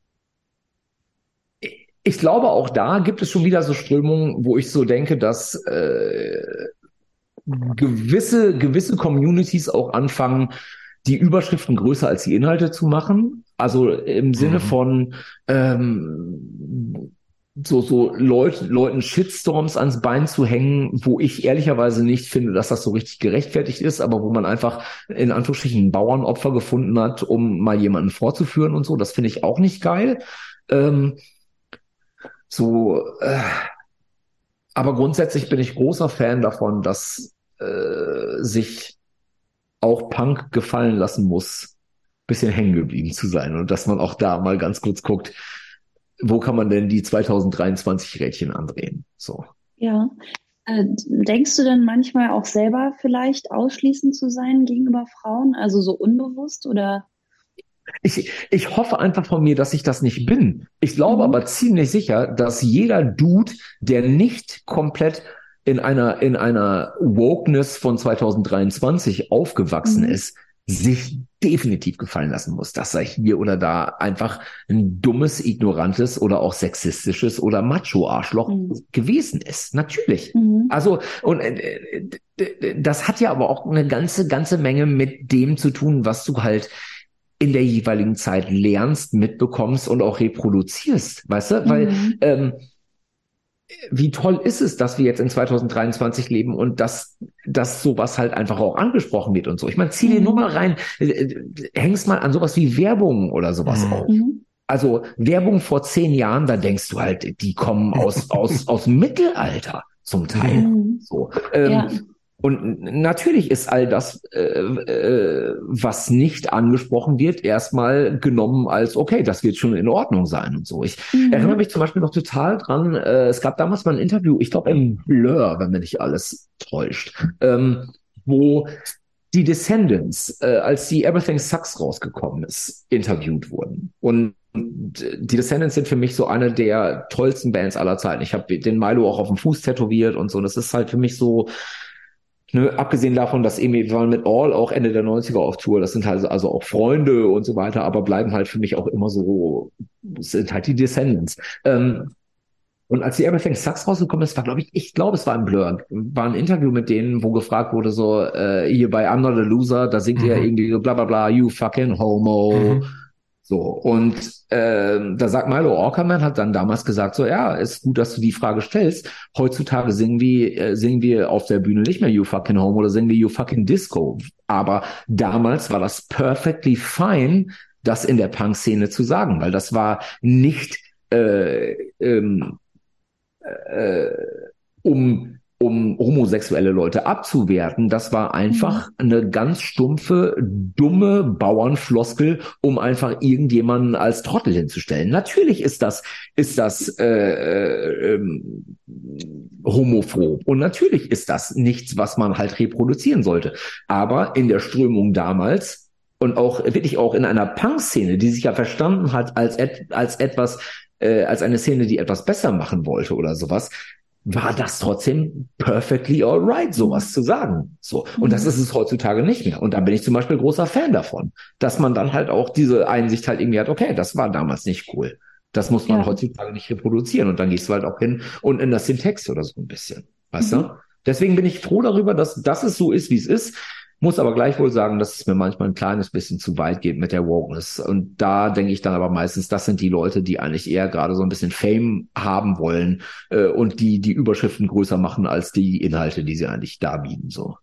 ich glaube, auch da gibt es schon wieder so Strömungen, wo ich so denke, dass äh, gewisse, gewisse Communities auch anfangen, die Überschriften größer als die Inhalte zu machen. Also im Sinne Mhm. von ähm, so, so Leut, Leuten Shitstorms ans Bein zu hängen, wo ich ehrlicherweise nicht finde, dass das so richtig gerechtfertigt ist, aber wo man einfach in Anführungsstrichen ein Bauernopfer gefunden hat, um mal jemanden vorzuführen und so. Das finde ich auch nicht geil. Ähm, so, äh, aber grundsätzlich bin ich großer Fan davon, dass äh, sich auch Punk gefallen lassen muss, bisschen hängen geblieben zu sein und dass man auch da mal ganz kurz guckt, wo kann man denn die zwanzig dreiundzwanzig Rädchen andrehen? So. Ja. Äh, denkst du denn manchmal auch selber vielleicht ausschließend zu sein gegenüber Frauen, also so unbewusst oder? Ich, ich hoffe einfach von mir, dass ich das nicht bin. Ich glaube Mhm. aber ziemlich sicher, dass jeder Dude, der nicht komplett in einer, in einer Wokeness von zwanzig dreiundzwanzig aufgewachsen Mhm. ist, sich definitiv gefallen lassen muss, dass er hier oder da einfach ein dummes, ignorantes oder auch sexistisches oder Macho-Arschloch Mhm. gewesen ist. Natürlich. Mhm. Also, und äh, d- d- das hat ja aber auch eine ganze, ganze Menge mit dem zu tun, was du halt in der jeweiligen Zeit lernst, mitbekommst und auch reproduzierst, weißt du? Weil Mhm. ähm, wie toll ist es, dass wir jetzt in zwanzig dreiundzwanzig leben und dass, dass sowas halt einfach auch angesprochen wird und so. Ich meine, zieh dir nur Mhm. mal rein, äh, äh, hängst mal an sowas wie Werbung oder sowas Mhm. auf. Mhm. Also Werbung vor zehn Jahren, da denkst du halt, die kommen aus, aus, aus dem Mittelalter zum Teil. Mhm. So. Ähm, Ja. Und natürlich ist all das, äh, äh, was nicht angesprochen wird, erstmal genommen als, okay, das wird schon in Ordnung sein und so. Ich Mhm. erinnere mich zum Beispiel noch total dran, äh, es gab damals mal ein Interview, ich glaube im Blur, wenn mir nicht alles täuscht, ähm, wo die Descendants, äh, als die Everything Sucks rausgekommen ist, interviewt wurden. Und die Descendants sind für mich so eine der tollsten Bands aller Zeiten. Ich habe den Milo auch auf dem Fuß tätowiert und so. Und das ist halt für mich so, ne, abgesehen davon, dass eben wir waren mit All auch Ende der neunziger auf Tour, das sind halt also auch Freunde und so weiter, aber bleiben halt für mich auch immer so, sind halt die Descendants. Ähm, und als die Everything Sucks rausgekommen ist, war, glaube ich, ich glaube, es war ein Blur, war ein Interview mit denen, wo gefragt wurde, so, äh, hier bei I'm Not a Loser, da singt ihr Mhm. irgendwie so bla bla bla, you fucking homo. Mhm. So, und ähm, da sagt Milo Aukerman, hat dann damals gesagt, so, ja, ist gut, dass du die Frage stellst. Heutzutage singen wir, äh, singen wir auf der Bühne nicht mehr You fucking home oder singen wir You fucking Disco. Aber damals war das perfectly fine, das in der Punk-Szene zu sagen, weil das war nicht äh, ähm, äh, um um homosexuelle Leute abzuwerten. Das war einfach eine ganz stumpfe, dumme Bauernfloskel, um einfach irgendjemanden als Trottel hinzustellen. Natürlich ist das, ist das äh, äh, ähm, homophob und natürlich ist das nichts, was man halt reproduzieren sollte. Aber in der Strömung damals und auch wirklich auch in einer Punk-Szene, die sich ja verstanden hat als, et als etwas, äh, als eine Szene, die etwas besser machen wollte oder sowas, war das trotzdem perfectly alright, sowas zu sagen. So. Und das ist es heutzutage nicht mehr. Und da bin ich zum Beispiel großer Fan davon, dass man dann halt auch diese Einsicht halt irgendwie hat, okay, das war damals nicht cool. Das muss man Ja. heutzutage nicht reproduzieren. Und dann gehst du halt auch hin und änderst den Text oder so ein bisschen. Weißt Mhm. du? Deswegen bin ich froh darüber, dass, dass es so ist, wie es ist. Muss aber gleichwohl sagen, dass es mir manchmal ein kleines bisschen zu weit geht mit der Wokeness. Und da denke ich dann aber meistens, das sind die Leute, die eigentlich eher gerade so ein bisschen Fame haben wollen äh, und die die Überschriften größer machen als die Inhalte, die sie eigentlich darbieten. So.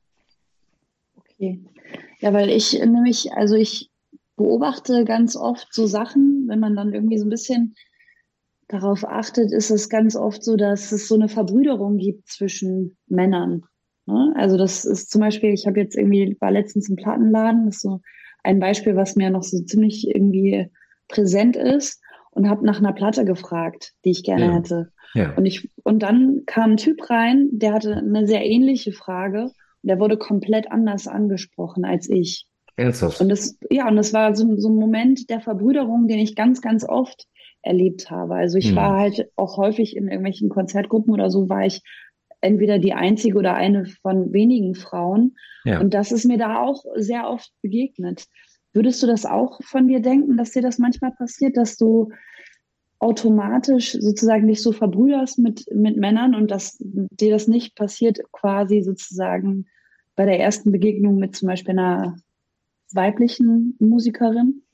Okay. Ja, weil ich nämlich, also ich beobachte ganz oft so Sachen, wenn man dann irgendwie so ein bisschen darauf achtet, ist es ganz oft so, dass es so eine Verbrüderung gibt zwischen Männern. Ne? Also das ist zum Beispiel, ich habe jetzt irgendwie, war letztens im Plattenladen, das ist so ein Beispiel, was mir noch so ziemlich irgendwie präsent ist und habe nach einer Platte gefragt, die ich gerne Ja. hätte. Ja. Und ich, und dann kam ein Typ rein, der hatte eine sehr ähnliche Frage und der wurde komplett anders angesprochen als ich. Ernsthaft? Und das, ja, und das war so, so ein Moment der Verbrüderung, den ich ganz, ganz oft erlebt habe. Also ich Hm. war halt auch häufig in irgendwelchen Konzertgruppen oder so, war ich entweder die einzige oder eine von wenigen Frauen. Ja. Und das ist mir da auch sehr oft begegnet. Würdest du das auch von dir denken, dass dir das manchmal passiert, dass du automatisch sozusagen dich so verbrüderst mit, mit Männern und dass dir das nicht passiert quasi sozusagen bei der ersten Begegnung mit zum Beispiel einer weiblichen Musikerin?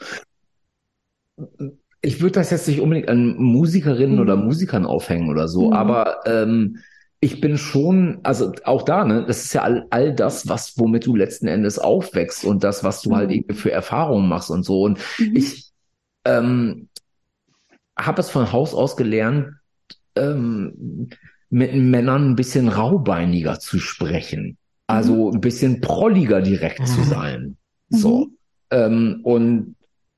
Ich würde das jetzt nicht unbedingt an Musikerinnen Mhm. oder Musikern aufhängen oder so, Mhm. aber ähm, ich bin schon, also auch da, ne, das ist ja all, all das, was, womit du letzten Endes aufwächst und das, was du Mhm. halt irgendwie für Erfahrungen machst und so. Und Mhm. ich ähm, habe es von Haus aus gelernt, ähm, mit Männern ein bisschen raubeiniger zu sprechen. Also ein bisschen prolliger direkt zu Mhm. sein. So. Mhm. Ähm, und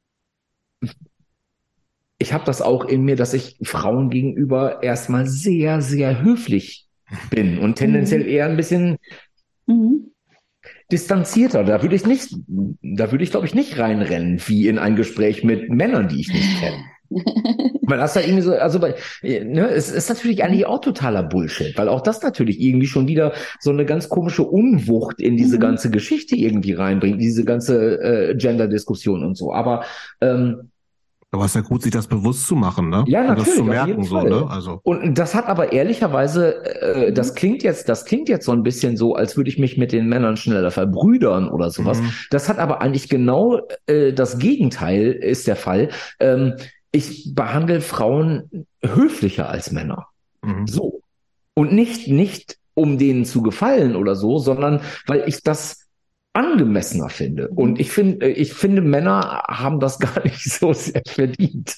ich habe das auch in mir, dass ich Frauen gegenüber erstmal sehr, sehr höflich bin und tendenziell eher ein bisschen, Mhm. distanzierter. Da würde ich nicht, da würde ich, glaube ich, nicht reinrennen, wie in ein Gespräch mit Männern, die ich nicht kenne. Weil das da irgendwie so, also weil, ne, es ist natürlich eigentlich auch totaler Bullshit, weil auch das natürlich irgendwie schon wieder so eine ganz komische Unwucht in diese ganze Geschichte irgendwie reinbringt, diese ganze äh, Gender-Diskussion und so. Aber ähm, Aber es ist ja gut, sich das bewusst zu machen, ne? ja, und natürlich, das zu auf merken, jeden so, Fall. ne? Also. Und das hat aber ehrlicherweise, äh, das klingt jetzt, das klingt jetzt so ein bisschen so, als würde ich mich mit den Männern schneller verbrüdern oder sowas. Mhm. Das hat aber eigentlich genau äh, das Gegenteil ist der Fall. Ähm, ich behandle Frauen höflicher als Männer. Mhm. So. Und nicht, nicht um denen zu gefallen oder so, sondern weil ich das angemessener finde. Und ich finde, ich finde, Männer haben das gar nicht so sehr verdient.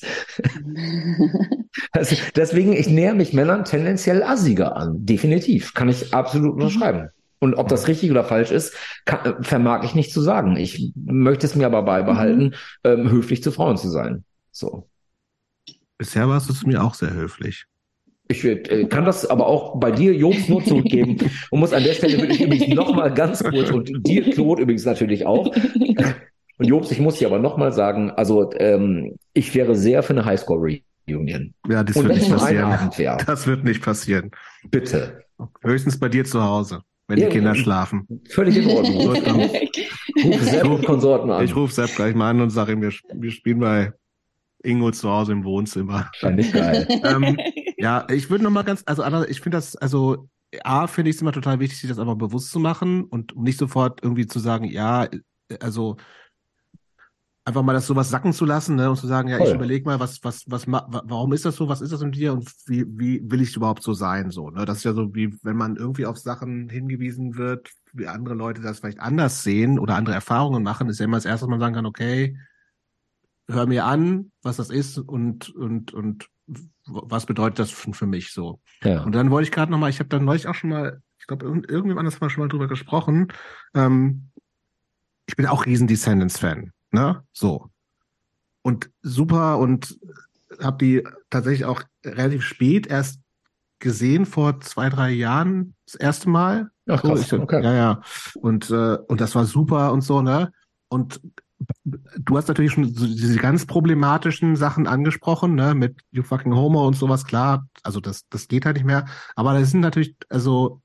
Also deswegen, ich näher mich Männern tendenziell assiger an. Definitiv. Kann ich absolut unterschreiben. Und ob das richtig oder falsch ist, kann, vermag ich nicht zu sagen. Ich möchte es mir aber beibehalten, mhm. ähm, höflich zu Frauen zu sein. So. Bisher warst du zu mir auch sehr höflich. Ich äh, kann das aber auch bei dir, Jobs, nur zurückgeben und muss an der Stelle wirklich übrigens nochmal ganz kurz und dir, Claude, übrigens natürlich auch. Und Jobs, ich muss dir aber nochmal sagen, also ähm, ich wäre sehr für eine Highscore-Reunion. Ja, das und wird nicht passieren. Wär, das wird nicht passieren. Bitte. Höchstens bei dir zu Hause, wenn ja, die Kinder schlafen. Völlig in Ordnung. Ruf Sepp und Konsorten an. Ich rufe Sepp gleich mal an und sage ihm, wir, wir spielen bei Ingo zu Hause im Wohnzimmer. Fand ich geil. ähm, ja, ich würde noch mal ganz, also ich finde das, also A, finde ich es immer total wichtig, sich das aber bewusst zu machen und nicht sofort irgendwie zu sagen, ja, also einfach mal das sowas sacken zu lassen, ne, und zu sagen, ja, Voll. ich überlege mal, was, was, was, warum ist das so, was ist das mit dir und wie, wie will ich überhaupt so sein, so, ne, das ist ja so, wie wenn man irgendwie auf Sachen hingewiesen wird, wie andere Leute das vielleicht anders sehen oder andere Erfahrungen machen, ist ja immer das Erste, was man sagen kann, okay, hör mir an, was das ist und und und was bedeutet das für, für mich so. Ja. Und dann wollte ich gerade noch mal, ich habe dann neulich auch schon mal, ich glaube, irgendjemand anders mal schon mal drüber gesprochen. Ähm, ich bin auch riesen Descendants-Fan, ne? So. Und super und habe die tatsächlich auch relativ spät erst gesehen, vor zwei, drei Jahren das erste Mal. Ach, so, krass. ich, Okay. Ja, ja. Und, äh, und das war super und so, ne? Und du hast natürlich schon so diese ganz problematischen Sachen angesprochen, ne, mit You fucking Homo und sowas, klar, also das, das geht halt nicht mehr, aber das sind natürlich, also,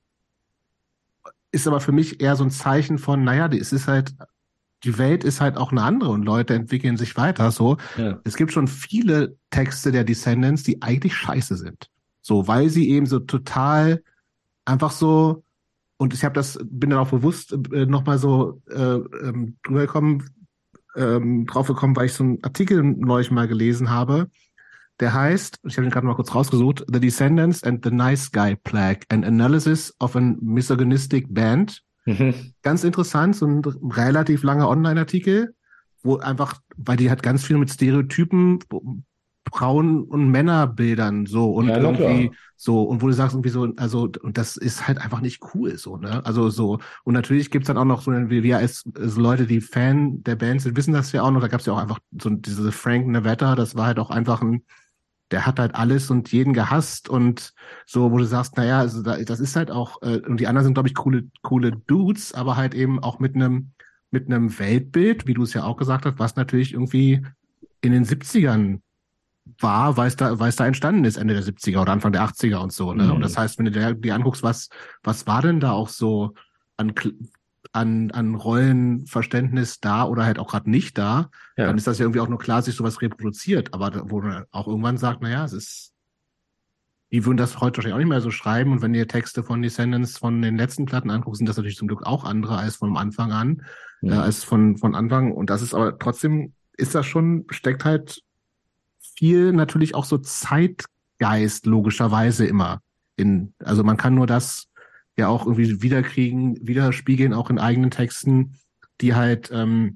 ist aber für mich eher so ein Zeichen von, naja, es ist halt, die Welt ist halt auch eine andere und Leute entwickeln sich weiter, so. Ja. Es gibt schon viele Texte der Descendants, die eigentlich scheiße sind, so, weil sie eben so total einfach so, und ich habe das, bin dann auch bewusst äh, nochmal so äh, ähm, drüber gekommen, Ähm, drauf gekommen, weil ich so einen Artikel neulich mal gelesen habe, der heißt, ich habe ihn gerade mal kurz rausgesucht, The Descendants and the Nice Guy Plague, an Analysis of a Misogynistic Band. Mhm. Ganz interessant, so ein relativ langer Online-Artikel, wo einfach, weil die hat ganz viel mit Stereotypen, Frauen- und Männerbildern so und ja, irgendwie klar. so und wo du sagst irgendwie so, also und das ist halt einfach nicht cool so, ne? Also so und natürlich gibt's dann auch noch so wie wir als, als Leute, die Fan der Band sind, wissen das ja auch noch. Da gab's ja auch einfach so diese Frank Nevada, das war halt auch einfach ein, der hat halt alles und jeden gehasst und so, wo du sagst, naja, also das ist halt auch äh, und die anderen sind glaube ich coole coole Dudes, aber halt eben auch mit einem mit einem Weltbild, wie du es ja auch gesagt hast, was natürlich irgendwie in den siebzigern war, weil es da, weil es da entstanden ist, Ende der siebziger oder Anfang der achtziger und so, ne? Mhm. Und das heißt, wenn du dir, dir anguckst, was, was war denn da auch so an, an, an Rollenverständnis da oder halt auch gerade nicht da, ja. Dann ist das ja irgendwie auch nur klar, sich sowas reproduziert, aber wo man auch irgendwann sagt, naja, es ist, die würden das heute wahrscheinlich auch nicht mehr so schreiben und wenn ihr Texte von Descendants von den letzten Platten anguckst, sind das natürlich zum Glück auch andere als von Anfang an, mhm. äh, als von, von Anfang und das ist aber trotzdem, ist das schon, steckt halt viel natürlich auch so Zeitgeist logischerweise immer in, also man kann nur das ja auch irgendwie wiederkriegen, widerspiegeln, auch in eigenen Texten, die halt, ähm,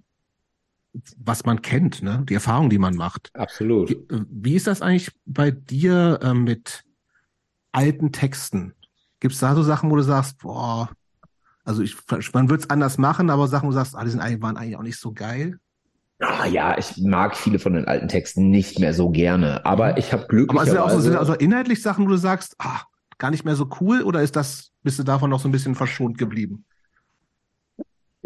was man kennt, ne, die Erfahrung, die man macht. Absolut. Wie, wie ist das eigentlich bei dir äh, mit alten Texten? Gibt's da so Sachen, wo du sagst, boah, also ich, man würde es anders machen, aber Sachen, wo du sagst, ah, die sind eigentlich, waren eigentlich auch nicht so geil? Ah, ja, ich mag viele von den alten Texten nicht mehr so gerne, aber ich habe glücklicherweise... Aber sind, auch so, sind also inhaltlich Sachen, wo du sagst, ah, gar nicht mehr so cool, oder ist das, bist du davon noch so ein bisschen verschont geblieben?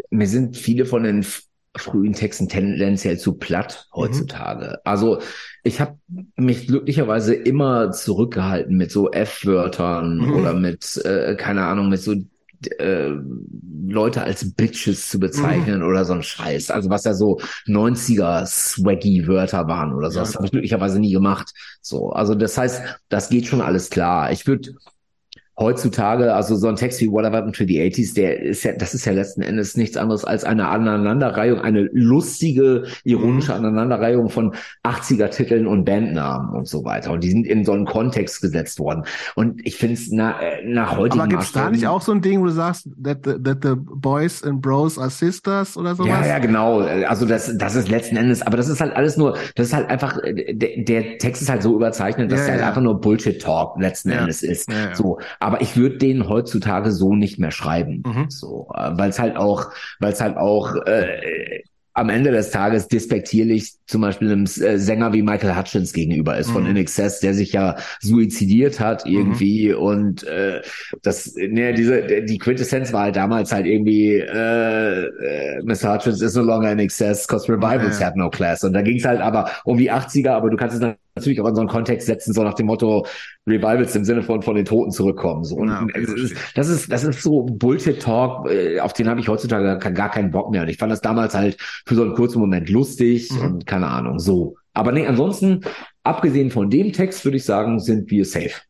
mir sind viele von den f- frühen Texten tendenziell zu platt heutzutage. Mhm. Also ich habe mich glücklicherweise immer zurückgehalten mit so F-Wörtern mhm. oder mit, äh, keine Ahnung, mit so äh, Leute als Bitches zu bezeichnen mhm. oder so ein Scheiß. Also was ja so neunziger swaggy Wörter waren oder so. Ja. Das habe ich glücklicherweise nie gemacht. So, also das heißt, das geht schon alles klar. Ich würde heutzutage, also so ein Text wie What Happened to the eighties, der ist ja, das ist ja letzten Endes nichts anderes als eine Aneinanderreihung, eine lustige, ironische mhm. Aneinanderreihung von achtziger-Titeln und Bandnamen und so weiter. Und die sind in so einen Kontext gesetzt worden. Und ich finde es na, nach heutigen Aber gibt's da nicht auch so ein Ding, wo du sagst, that the, that the boys and bros are sisters oder sowas? Ja, ja, genau. Also das, das ist letzten Endes, aber das ist halt alles nur, das ist halt einfach, der, der Text ist halt so überzeichnet, dass ja, er halt ja. einfach nur Bullshit-Talk letzten ja. Endes ist. Ja, ja. So. Aber ich würde den heutzutage so nicht mehr schreiben, mhm. so, weil es halt auch, weil es halt auch äh, am Ende des Tages despektierlich zum Beispiel einem äh, Sänger wie Michael Hutchence gegenüber ist mhm. von I N X S, der sich ja suizidiert hat irgendwie mhm. und äh, das, ne, diese die Quintessenz war halt damals halt irgendwie äh, äh, Mister Hutchence is no longer in I N X S, cause revivals ja. have no class. Und da ging es halt aber um die achtziger, aber du kannst es natürlich auch in so einen Kontext setzen, so nach dem Motto Revivals im Sinne von von den Toten zurückkommen. So. Und ja, okay, das, ist, das ist das ist so Bullshit-Talk, auf den habe ich heutzutage gar keinen Bock mehr. Und ich fand das damals halt für so einen kurzen Moment lustig mhm. und keine Ahnung, so. Aber nee, ansonsten, abgesehen von dem Text, würde ich sagen, sind wir safe.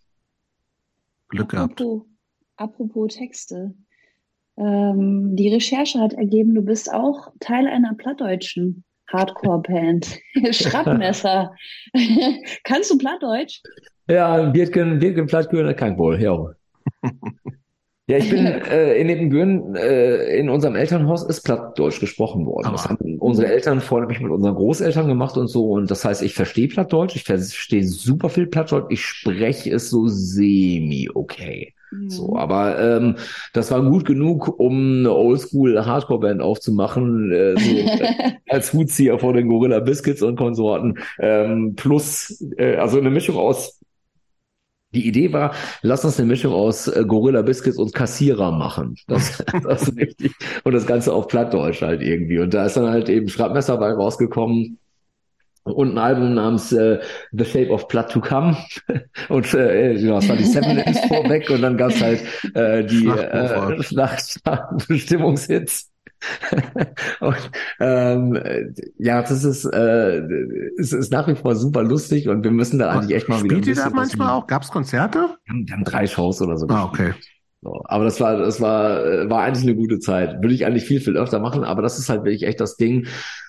Glück gehabt. Apropos, apropos Texte. Ähm, die Recherche hat ergeben, du bist auch Teil einer plattdeutschen Hardcore-Band. Schrappmesser. Kannst du Plattdeutsch? Ja, Birken, Birken Plattgüren kann wohl, ja. Ja, ich bin äh, in Ebenbüren, äh, in unserem Elternhaus ist Plattdeutsch gesprochen worden. Aber. Das haben unsere Eltern vornehmlich mit unseren Großeltern gemacht und so. Und das heißt, ich verstehe Plattdeutsch, ich verstehe super viel Plattdeutsch, ich spreche es so semi okay. Mhm. So, aber ähm, das war gut genug, um eine Oldschool-Hardcore-Band aufzumachen, äh, so, äh, als Hutzieher vor den Gorilla Biscuits und Konsorten. Ähm, plus, äh, also eine Mischung aus. Die Idee war, lass uns eine Mischung aus äh, Gorilla Biscuits und Kassierer machen. Das, das ist richtig. Und das Ganze auf Plattdeutsch halt irgendwie. Und da ist dann halt eben Schrappmesser bei rausgekommen. Und ein Album namens äh, The Shape of Platt to Come. Und äh, genau, das war die Seven Inch vorweg. Und dann gab's halt äh, die äh, Schlachtbestimmungshits. Und ähm, ja, das ist äh, es ist nach wie vor super lustig und wir müssen da eigentlich echt mal wieder. Spielt ihr da manchmal auch? Gab's Konzerte? Wir haben, wir haben drei Shows oder so. Ah, okay. So, aber das war das war war eigentlich eine gute Zeit. Würde ich eigentlich viel viel öfter machen, aber das ist halt wirklich echt das Ding.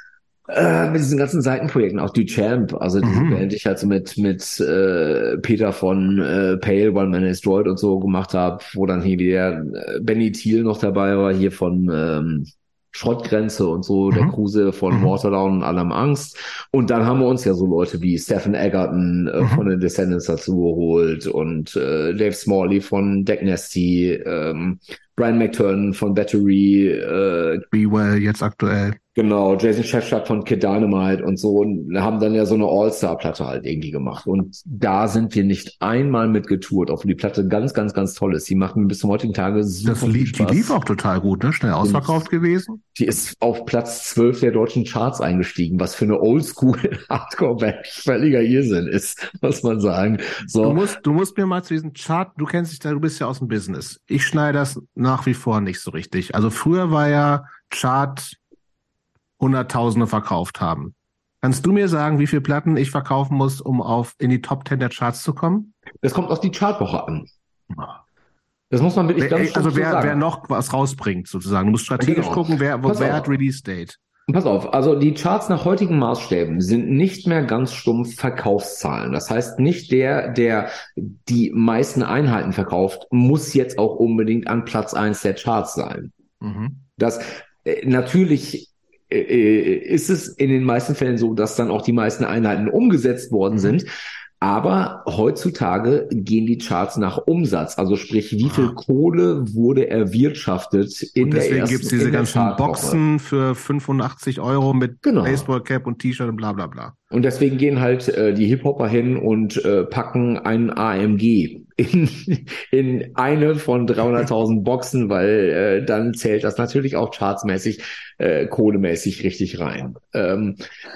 Äh, mit diesen ganzen Seitenprojekten, auch Duchamp, also diese mhm. Band, die ich halt so mit mit äh, Peter von äh, Pale, One Man Destroyed und so gemacht habe, wo dann hier wieder äh, Benny Thiel noch dabei war, hier von ähm, Schrottgrenze und so, mhm. der Kruse von mhm. Waterdown und Allem Angst. Und dann haben wir uns ja so Leute wie Stephen Egerton äh, mhm. von den Descendants dazu geholt und äh, Dave Smalley von Deck Nasty, ähm, Brian McTurnan von Battery, äh, Be Well jetzt aktuell. Genau, Jason Shefshack von Kid Dynamite und so und haben dann ja so eine All-Star-Platte halt irgendwie gemacht. Und da sind wir nicht einmal mit getourt, obwohl die Platte ganz, ganz, ganz toll ist. Die macht mir bis zum heutigen Tage super das lief, Spaß. Die lief auch total gut, ne? Schnell ausverkauft und gewesen. Die ist auf Platz zwölf der deutschen Charts eingestiegen, was für eine Oldschool-Hardcore-Band völliger Irrsinn ist, muss man sagen. So. Du musst, du musst mir mal zu diesem Chart, du kennst dich da, du bist ja aus dem Business. Ich schneide das nach wie vor nicht so richtig. Also früher war ja Chart Hunderttausende verkauft haben. Kannst du mir sagen, wie viele Platten ich verkaufen muss, um auf in die Top Ten der Charts zu kommen? Das kommt auf die Chartwoche an. Das muss man wirklich ganz Also so wer, sagen. wer noch was rausbringt, sozusagen. Du musst strategisch genau. gucken, wer, wo, wer hat Release Date. Pass auf, also die Charts nach heutigen Maßstäben sind nicht mehr ganz stumpf Verkaufszahlen. Das heißt, nicht der, der die meisten Einheiten verkauft, muss jetzt auch unbedingt an Platz eins der Charts sein. Mhm. Das äh, natürlich ist es in den meisten Fällen so, dass dann auch die meisten Einheiten umgesetzt worden sind. Aber heutzutage gehen die Charts nach Umsatz, also sprich, wie viel Ah. Kohle wurde erwirtschaftet in Und der deswegen ersten gibt's diese in der ganzen Chartwoche. Boxen für fünfundachtzig Euro mit Genau. Baseballcap und T-Shirt und bla bla bla. Und deswegen gehen halt äh, die Hip-Hopper hin und äh, packen einen A M G in, in eine von dreihunderttausend Boxen, weil äh, dann zählt das natürlich auch chartsmäßig, äh, kohlemäßig richtig rein. Ähm,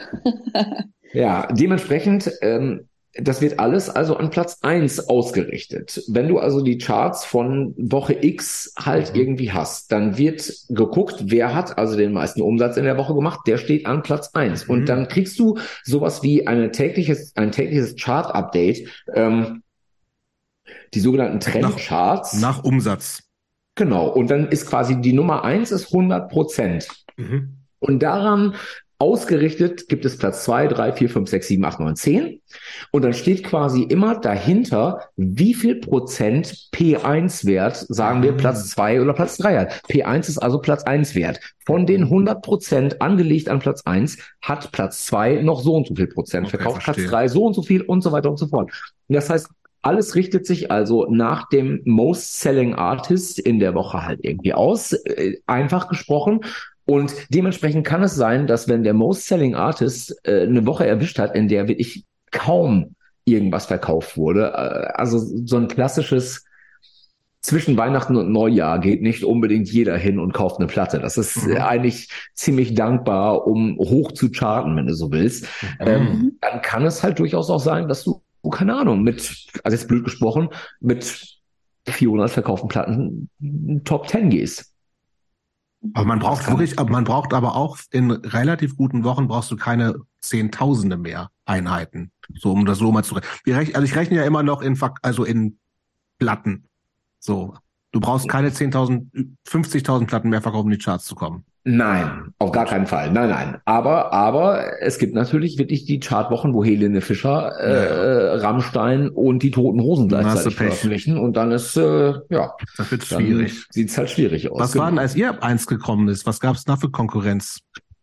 ja, dementsprechend, ähm, das wird alles also an Platz eins ausgerichtet. Wenn du also die Charts von Woche X halt Mhm. irgendwie hast, dann wird geguckt, wer hat also den meisten Umsatz in der Woche gemacht, der steht an Platz eins. Mhm. Und dann kriegst du sowas wie eine tägliches, ein tägliches Chart-Update, ähm, die sogenannten Trendcharts. Nach Umsatz. Genau. Und dann ist quasi die Nummer eins ist hundert Prozent. Mhm. Und daran ausgerichtet gibt es Platz zwei, drei, vier, fünf, sechs, sieben, acht, neun, zehn. Und dann steht quasi immer dahinter, wie viel Prozent P eins Wert, sagen wir, Mhm. Platz zwei oder Platz drei hat. P eins ist also Platz eins Wert. Von den hundert Prozent angelegt an Platz eins hat Platz zwei noch so und so viel Prozent Okay, verkauft, verstehe. Platz drei so und so viel und so weiter und so fort. Und das heißt, alles richtet sich also nach dem Most Selling Artist in der Woche halt irgendwie aus, äh, einfach gesprochen. Und dementsprechend kann es sein, dass wenn der Most Selling Artist äh, eine Woche erwischt hat, in der wirklich kaum irgendwas verkauft wurde, äh, also so ein klassisches zwischen Weihnachten und Neujahr geht nicht unbedingt jeder hin und kauft eine Platte. Das ist Mhm. äh, eigentlich ziemlich dankbar, um hoch zu charten, wenn du so willst. Mhm. Ähm, dann kann es halt durchaus auch sein, dass du, keine Ahnung, mit, also jetzt blöd gesprochen, mit vierhundert verkauften Platten Top Ten gehst. Aber man braucht Das kann- wirklich, aber man braucht aber auch in relativ guten Wochen brauchst du keine Zehntausende mehr Einheiten. So, um das so mal zu rechnen. Wir rech- Also ich rechne ja immer noch in, Fak- also in Platten. So. Du brauchst keine zehntausend, fünfzigtausend Platten mehr verkaufen, um in die Charts zu kommen. Nein, auf gar keinen Fall. Nein, nein. Aber, aber es gibt natürlich wirklich die Chartwochen, wo Helene Fischer, äh, Ja. Rammstein und die Toten Hosen Dann hast du gleichzeitig Pech. veröffentlichen. Und dann ist, äh, ja, Das wird dann schwierig. sieht's halt schwierig aus. Was war denn, genau. als ihr ab eins gekommen ist? Was gab es da für Konkurrenz?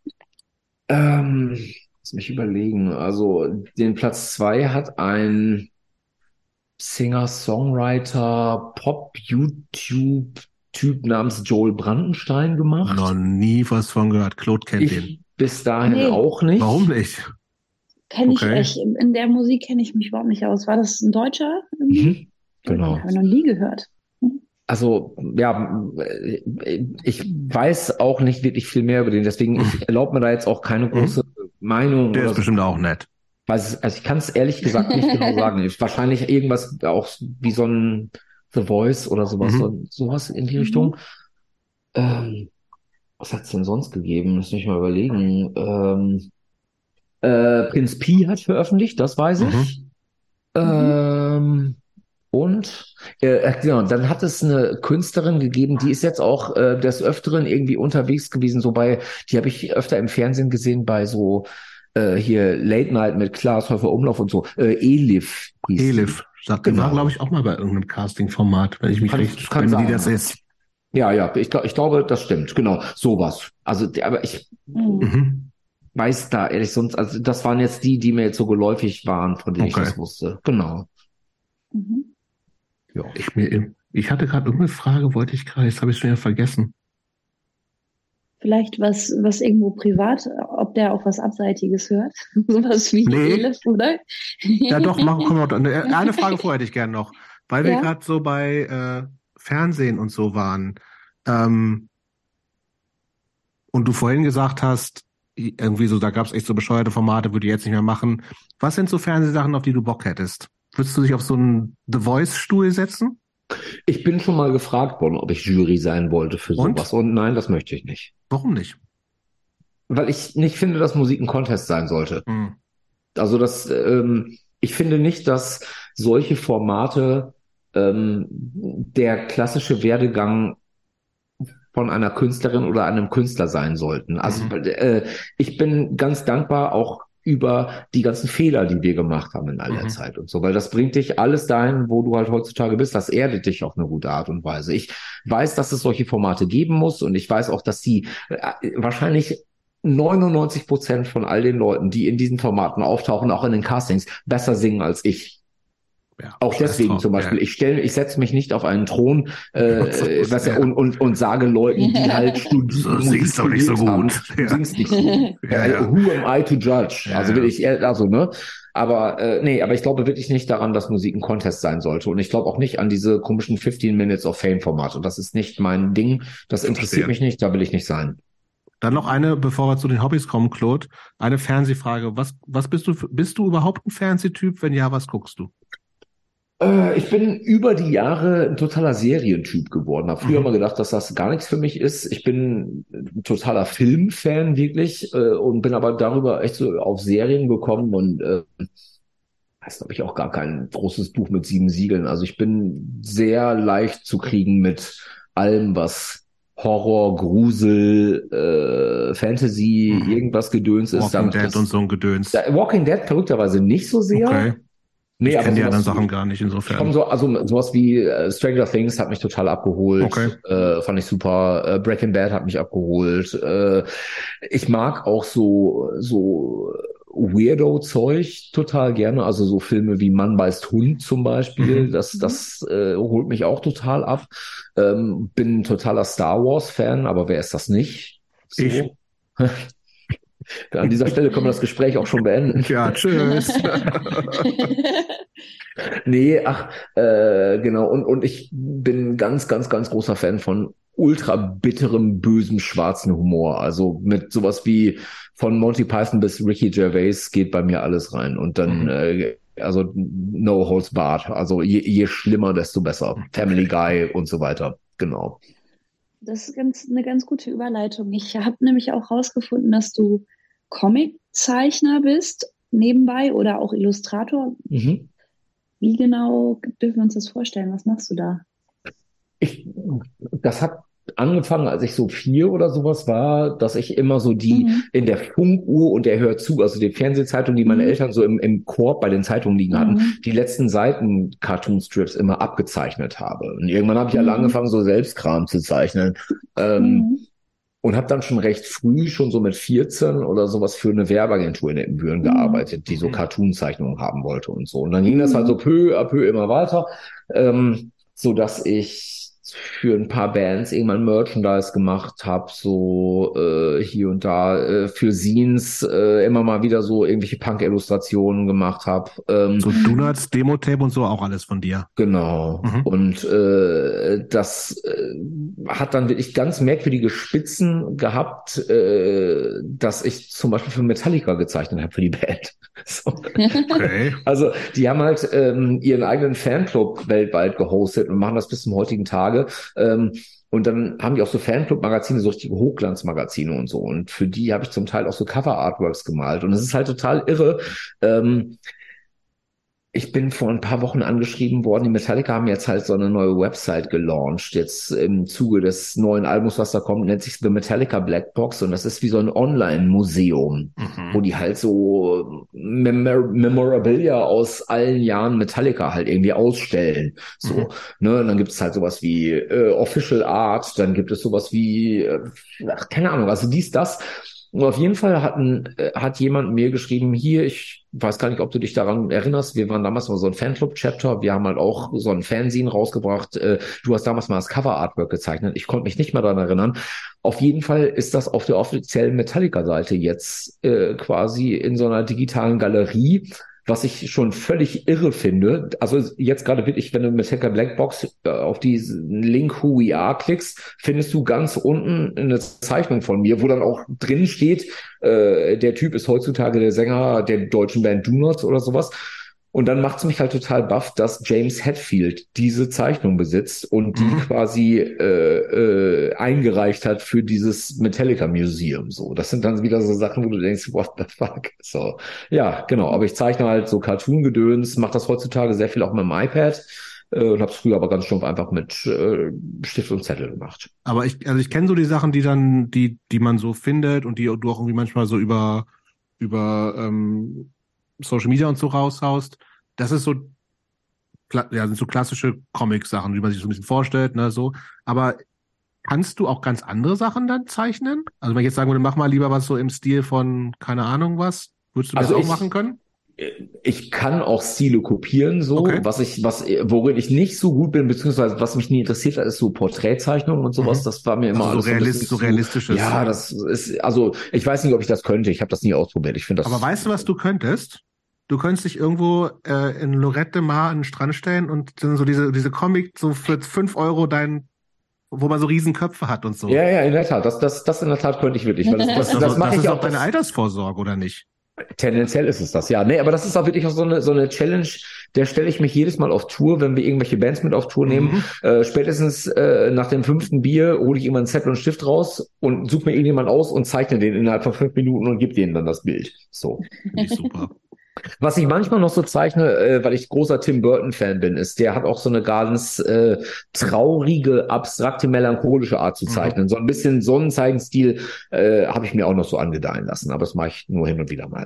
Ähm, lass mich überlegen. Also den Platz zwei hat ein Singer-Songwriter, Pop-YouTube-Typ namens Joel Brandenstein gemacht. Noch nie was von gehört. Claude kennt den. Ich bis dahin Nee. auch nicht. Warum nicht? Kenne ich Okay. echt, in der Musik kenne ich mich überhaupt nicht aus. War das ein Deutscher? Mhm. Genau. Habe ich noch nie gehört. Also, ja, ich weiß auch nicht wirklich viel mehr über den, deswegen ich erlaube mir da jetzt auch keine große Meinung. Der oder ist so. bestimmt auch nett. Weiß, also ich kann es ehrlich gesagt nicht genau sagen. Ist wahrscheinlich irgendwas auch wie so ein The Voice oder sowas, Mhm. so, sowas in die Richtung. Ähm, was hat's denn sonst gegeben? Lass mich mal überlegen. Ähm, äh, Prinz Pi hat veröffentlicht, das weiß ich. Ähm, und äh, genau, dann hat es eine Künstlerin gegeben, die ist jetzt auch äh, des Öfteren irgendwie unterwegs gewesen, so bei, die habe ich öfter im Fernsehen gesehen bei so äh, hier Late Night mit Klaas Häufer Umlauf und so. Äh, Elif hieß die. Elif. Sagt, genau. Genau. War, glaube ich, auch mal bei irgendeinem Casting-Format, wenn ich mich Kann- recht, kann wenn sein. die das ist. Ja, ja, ich, glaub- ich glaube, das stimmt. Genau, sowas. Also, der- aber ich Mhm. Mhm. weiß da ehrlich sonst, also das waren jetzt die, die mir jetzt so geläufig waren, von denen ich Okay. das wusste. Genau. Mhm. Ja. Ich, mir, ich hatte gerade irgendeine Frage, wollte ich gerade, jetzt habe ich es schon wieder vergessen. Vielleicht was, was irgendwo privat, ob der auch was Abseitiges hört. Sowas wie Nee. Elif, oder? Ja, doch, machen kommen wir. Eine eine Frage vorher hätte ich gerne noch, weil wir Ja. gerade so bei äh, Fernsehen und so waren. Ähm, und du vorhin gesagt hast, irgendwie so, da gab es echt so bescheuerte Formate, würde ich jetzt nicht mehr machen. Was sind so Fernsehsachen, auf die du Bock hättest? Würdest du dich auf so einen The Voice-Stuhl setzen? Ich bin schon mal gefragt worden, ob ich Jury sein wollte für Und? sowas. Und nein, das möchte ich nicht. Warum nicht? Weil ich nicht finde, dass Musik ein Contest sein sollte. Hm. Also das, ähm, ich finde nicht, dass solche Formate ähm, der klassische Werdegang von einer Künstlerin oder einem Künstler sein sollten. Also Mhm. äh, ich bin ganz dankbar auch über die ganzen Fehler, die wir gemacht haben in all der Mhm. Zeit und so, weil das bringt dich alles dahin, wo du halt heutzutage bist. Das erdet dich auf eine gute Art und Weise. Ich weiß, dass es solche Formate geben muss und ich weiß auch, dass die äh, wahrscheinlich neunundneunzig Prozent von all den Leuten, die in diesen Formaten auftauchen, auch in den Castings, besser singen als ich. Ja, auch deswegen zum Beispiel, ja. ich stelle, ich setze mich nicht auf einen Thron äh, was, ja. und, und, und sage Leuten, die halt studieren. Du singst doch nicht so gut. Haben, du ja. singst nicht so gut. Ja, ja. Who am I to judge? Ja, also will ich, also, ne? Aber äh, nee, aber ich glaube wirklich nicht daran, dass Musik ein Contest sein sollte. Und ich glaube auch nicht an diese komischen fifteen Minutes of Fame-Formate. Und das ist nicht mein Ding. Das interessiert mich nicht, da will ich nicht sein. Dann noch eine, bevor wir zu den Hobbys kommen, Claude, eine Fernsehfrage. Was, was bist du, bist du überhaupt ein Fernsehtyp? Wenn ja, was guckst du? Ich bin über die Jahre ein totaler Serientyp geworden. Habe früher mhm. mal gedacht, dass das gar nichts für mich ist. Ich bin ein totaler Filmfan wirklich äh, und bin aber darüber echt so auf Serien gekommen und äh, das habe ich auch gar kein großes Buch mit sieben Siegeln. Also ich bin sehr leicht zu kriegen mit allem, was Horror, Grusel, äh, Fantasy, mhm. irgendwas Gedöns ist. Walking Dead und so ein Gedöns. Da, Walking Dead verrückterweise nicht so sehr. Okay. Nee, ich aber kenne die anderen sowas, Sachen gar nicht insofern. Ich komm so, also sowas wie äh, Stranger Things hat mich total abgeholt. Okay. Äh, fand ich super. Äh, Breaking Bad hat mich abgeholt. Äh, ich mag auch so so Weirdo-Zeug total gerne. Also so Filme wie Mann beißt Hund zum Beispiel. Mhm. Das das äh, holt mich auch total ab. Ähm, bin ein totaler Star Wars-Fan, aber wer ist das nicht? So. Ich. An dieser Stelle können wir das Gespräch auch schon beenden. Ja, tschüss. Nee, ach, äh, genau. Und, und ich bin ganz, ganz, ganz großer Fan von ultra bitterem, bösem, schwarzen Humor. Also mit sowas wie von Monty Python bis Ricky Gervais geht bei mir alles rein. Und dann, mhm. äh, also no holds barred. Also je, je schlimmer, desto besser. Family Guy und so weiter. Genau. Das ist ganz, eine ganz gute Überleitung. Ich habe nämlich auch rausgefunden, dass du Comiczeichner bist, nebenbei, oder auch Illustrator. Mhm. Wie genau dürfen wir uns das vorstellen? Was machst du da? Ich, das hat angefangen, als ich so vier oder sowas war, dass ich immer so die mhm. in der Funkuhr und der Hört zu, also die Fernsehzeitung, die meine mhm. Eltern so im, im Korb bei den Zeitungen liegen hatten, mhm. die letzten Seiten Cartoon-Strips immer abgezeichnet habe. Und irgendwann habe ich mhm. ja angefangen, so Selbstkram zu zeichnen. Ähm, mhm. Und habe dann schon recht früh, schon so mit vierzehn oder sowas, für eine Werbeagentur in Ibbenbüren mhm. gearbeitet, die so Cartoon-Zeichnungen haben wollte und so. Und dann ging mhm. das halt so peu à peu immer weiter, ähm, so dass ich für ein paar Bands irgendwann Merchandise gemacht habe, so äh, hier und da äh, für Scenes äh, immer mal wieder so irgendwelche Punk-Illustrationen gemacht habe. Ähm, so Donuts, Demo-Tape und so auch alles von dir. Genau. Mhm. Und äh, das äh, hat dann wirklich ganz merkwürdige Spitzen gehabt, äh, dass ich zum Beispiel für Metallica gezeichnet habe für die Band. So. Okay. Also die haben halt ähm, ihren eigenen Fanclub weltweit gehostet und machen das bis zum heutigen Tage. Ähm, und dann haben die auch so Fanclub-Magazine, so richtige Hochglanzmagazine und so. Und für die habe ich zum Teil auch so Cover-Artworks gemalt. Und es ist halt total irre. Ähm, Ich bin vor ein paar Wochen angeschrieben worden. Die Metallica haben jetzt halt so eine neue Website gelauncht. Jetzt im Zuge des neuen Albums, was da kommt, nennt sich The Metallica Black Box. Und das ist wie so ein Online-Museum, mhm. wo die halt so Memor- Memorabilia aus allen Jahren Metallica halt irgendwie ausstellen. So, mhm. ne, und dann gibt es halt sowas wie äh, Official Art, dann gibt es sowas wie, äh, ach, keine Ahnung, also dies, das. Und auf jeden Fall hat, ein, hat jemand mir geschrieben, hier, ich weiß gar nicht, ob du dich daran erinnerst, wir waren damals mal so ein Fanclub-Chapter, wir haben halt auch so ein Fanzine rausgebracht, du hast damals mal das Cover-Artwork gezeichnet, ich konnte mich nicht mehr daran erinnern. Auf jeden Fall ist das auf der offiziellen Metallica-Seite jetzt äh, quasi in so einer digitalen Galerie, was ich schon völlig irre finde. Also jetzt gerade wirklich, wenn du mit Hacker Blackbox äh, auf diesen Link Who We Are klickst, findest du ganz unten eine Zeichnung von mir, wo dann auch drin steht, äh, der Typ ist heutzutage der Sänger der deutschen Band Donuts oder sowas. Und dann macht's mich halt total baff, dass James Hetfield diese Zeichnung besitzt und die mhm. quasi äh, äh, eingereicht hat für dieses Metallica Museum. So, das sind dann wieder so Sachen, wo du denkst, what the fuck? So, ja, genau. Aber ich zeichne halt so Cartoon-Gedöns, mache das heutzutage sehr viel auch mit dem iPad äh, und habe es früher aber ganz stumpf einfach mit äh, Stift und Zettel gemacht. Aber ich, also ich kenne so die Sachen, die dann, die, die man so findet und die du auch irgendwie manchmal so über über ähm, Social Media und so raushaust, das ist so, ja, sind so klassische Comic-Sachen, wie man sich so ein bisschen vorstellt, ne, so. Aber kannst du auch ganz andere Sachen dann zeichnen? Also wenn ich jetzt sagen würde, mach mal lieber was so im Stil von, keine Ahnung was, würdest du das Also auch ich, machen können? ich kann auch Stile kopieren, so. Okay. Was ich, was, worin ich nicht so gut bin, beziehungsweise was mich nie interessiert hat, ist so Porträtzeichnung und sowas. Mhm. Das war mir immer Also so, alles so ein realist, bisschen so zu, realistisches. ja, das ist, also ich weiß nicht, ob ich das könnte. Ich habe das nie ausprobiert. Ich finde das. Aber weißt du, was du könntest? Du könntest dich irgendwo äh, in Lorette Mar an den Strand stellen und dann so diese, diese Comic so für fünf Euro dein, wo man so riesen Köpfe hat und so. Ja, ja, in der Tat. Das, das, das in der Tat könnte ich wirklich. Weil das, das, Das, das, das, mache das ich ist auch. auch deine Das, Altersvorsorge, oder nicht? tendenziell ist es das, ja. Nee, aber das ist auch wirklich auch so eine, so eine Challenge, der stelle ich mich jedes Mal auf Tour, wenn wir irgendwelche Bands mit auf Tour nehmen. Mhm. Äh, spätestens äh, nach dem fünften Bier hole ich immer einen Zettel und einen Stift raus und suche mir irgendjemand aus und zeichne den innerhalb von fünf Minuten und gebe denen dann das Bild. So. Finde ich super. Was ich manchmal noch so zeichne, äh, weil ich großer Tim Burton-Fan bin, ist, der hat auch so eine ganz äh, traurige, abstrakte, melancholische Art zu zeichnen. Mhm. So ein bisschen Sonnenzeichenstil äh, habe ich mir auch noch so angedeihen lassen, aber das mache ich nur hin und wieder mal.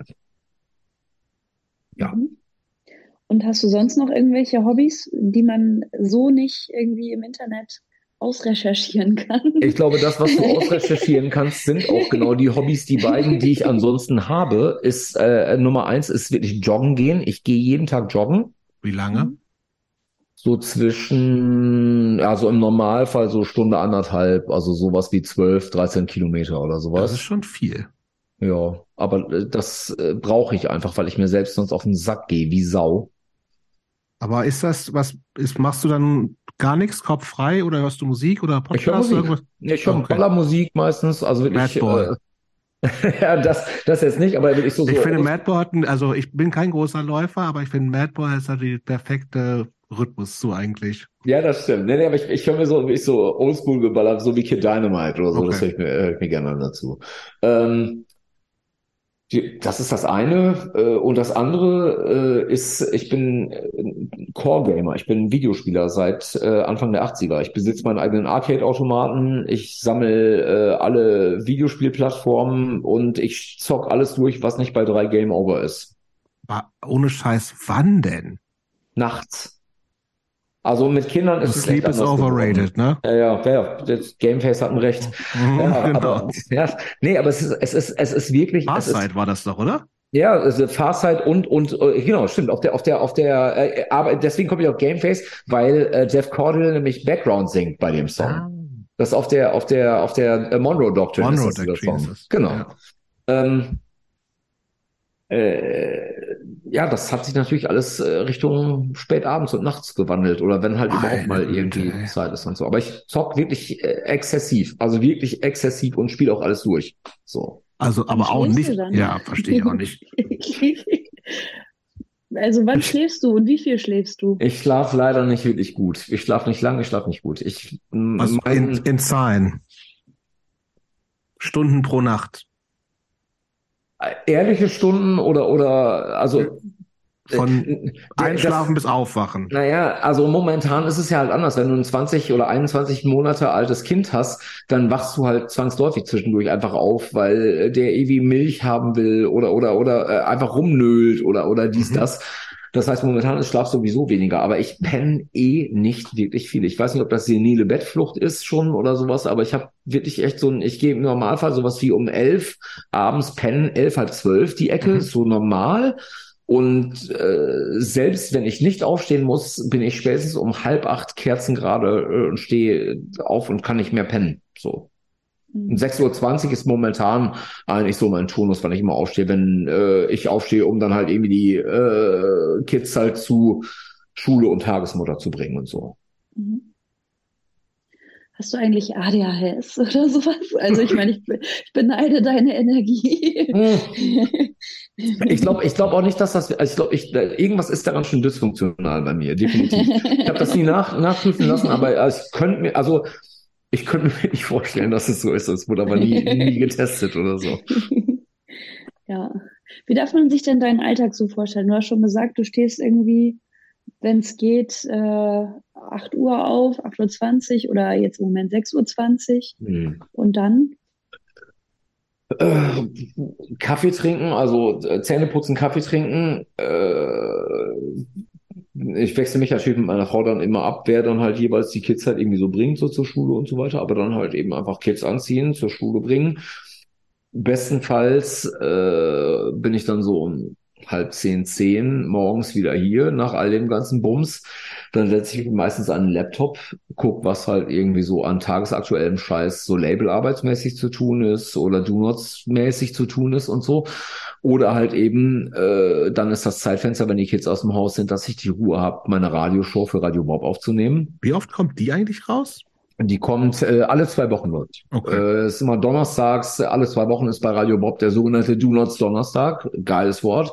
Ja. Und hast du sonst noch irgendwelche Hobbys, die man so nicht irgendwie im Internet ausrecherchieren kann? Ich glaube, das, was du ausrecherchieren kannst, sind auch genau die Hobbys. Die beiden, die ich ansonsten habe, ist äh, Nummer eins ist wirklich joggen gehen. Ich gehe jeden Tag joggen. Wie lange? So zwischen, also im Normalfall so Stunde anderthalb, also sowas wie zwölf, dreizehn Kilometer oder sowas. Das ist schon viel. Ja, aber äh, das äh, brauche ich einfach, weil ich mir selbst sonst auf den Sack gehe, wie Sau. Aber ist das, was ist, machst du dann gar nichts, Kopf frei oder hörst du Musik oder Podcast? Ich höre Musik. Irgendwas? Ich höre Okay. Ballermusik meistens, also wirklich. Madball. Äh, ja, das, das jetzt nicht, aber wirklich so. Ich so finde Madball hat, ein- also ich bin kein großer Läufer, aber ich finde Madball ist halt die perfekte Rhythmus so eigentlich. Ja, das stimmt. Nee, nee, aber ich, ich höre mir so, wirklich so Oldschool geballert, so wie Kid Dynamite oder so, Okay. das höre ich mir, hör ich mir gerne an dazu. Ähm, die, das ist das eine. Äh, und das andere äh, ist, ich bin äh, Core-Gamer, ich bin Videospieler seit äh, Anfang der achtziger. Ich besitze meinen eigenen Arcade-Automaten, ich sammle äh, alle Videospielplattformen und ich zock alles durch, was nicht bei drei Game Over ist. Aber ohne Scheiß, wann denn? Nachts. Also mit Kindern ist es Sleep echt is anders overrated, geworden. ne? Ja, ja, ja, das Gameface hat ein Recht. Mhm, Ja, genau. aber, ja, nee, aber es ist, es ist, es ist wirklich, es ist, Farsight war das doch, oder? ja, also Farsight und, und, äh, genau, stimmt, auf der, auf der, auf der, äh, aber deswegen komme ich auf Gameface, weil äh, Jeff Cordill nämlich Background singt bei dem Song. Ah. Das ist auf der, auf der, auf der äh, Monroe Doctrine Monroe ist das, dieser Doctrine Song. ist es. Genau. Ja. Ähm, äh, ja, das hat sich natürlich alles äh, Richtung spätabends und nachts gewandelt oder wenn halt Meine überhaupt mal Güte, irgendwie ey. Zeit ist und so. Aber ich zock wirklich äh, exzessiv, also wirklich exzessiv und spiele auch alles durch. So. Also, aber Wann auch schläfst nicht. du dann? Ja, verstehe ich auch nicht. Also wann schläfst du und wie viel schläfst du? Ich schlafe leider nicht wirklich gut. Ich schlafe nicht lang, ich schlafe nicht gut. Ich Was in, mein, in Zahlen? Stunden pro Nacht. ehrliche Stunden oder oder also Von äh, Einschlafen das, bis Aufwachen. Naja, also momentan ist es ja halt anders. Wenn du ein zwanzig oder einundzwanzig Monate altes Kind hast, dann wachst du halt zwangsläufig zwischendurch einfach auf, weil der irgendwie Milch haben will oder oder oder äh, einfach rumnölt oder oder dies, Mhm. das. Das heißt, momentan ist Schlaf sowieso weniger, aber ich penne eh nicht wirklich viel. Ich weiß nicht, ob das senile Bettflucht ist schon oder sowas, aber ich habe wirklich echt so ein, ich gehe im Normalfall sowas wie um elf abends pennen, elf, halb zwölf die Ecke, Mhm. so normal. Und äh, selbst wenn ich nicht aufstehen muss, bin ich spätestens um halb acht kerzengerade äh, und stehe auf und kann nicht mehr pennen. So. Um sechs Uhr zwanzig ist momentan eigentlich so mein Turnus, wann ich immer aufstehe, wenn äh, ich aufstehe, um dann halt irgendwie die äh, Kids halt zu Schule und Tagesmutter zu bringen und so. Mhm. Hast du eigentlich A D H S oder sowas? Also ich meine, ich, be- ich beneide deine Energie. Ich glaube ich glaube auch nicht, dass das, ich glaube, ich, irgendwas ist daran schon dysfunktional bei mir, definitiv. Ich habe das nie nach, nachprüfen lassen, aber ich könnte mir, also ich könnte mir nicht vorstellen, dass es so ist. Es wurde aber nie, nie getestet oder so. Ja. Wie darf man sich denn deinen Alltag so vorstellen? Du hast schon gesagt, du stehst irgendwie, wenn es geht, äh, acht Uhr auf, acht Uhr zwanzig oder jetzt im Moment sechs Uhr zwanzig. Hm. Und dann? Äh, Kaffee trinken, also äh, Zähne putzen, Kaffee trinken, äh, ich wechsle mich natürlich mit meiner Frau dann immer ab, wer dann halt jeweils die Kids halt irgendwie so bringt, so zur Schule und so weiter, aber dann halt eben einfach Kids anziehen, zur Schule bringen. Bestenfalls äh, bin ich dann so um halb zehn, zehn morgens wieder hier nach all dem ganzen Bums. Dann setze ich mich meistens an den Laptop, guck, was halt irgendwie so an tagesaktuellem Scheiß so Labelarbeitsmäßig zu tun ist oder Do-Nots-mäßig zu tun ist und so. Oder halt eben, äh, dann ist das Zeitfenster, wenn die Kids aus dem Haus sind, dass ich die Ruhe habe, meine Radioshow für Radio Bob aufzunehmen. Wie oft kommt die eigentlich raus? Die kommt äh, alle zwei Wochen, Leute. Okay. Äh, ist immer donnerstags, alle zwei Wochen ist bei Radio Bob der sogenannte Do Nots Donnerstag. Geiles Wort.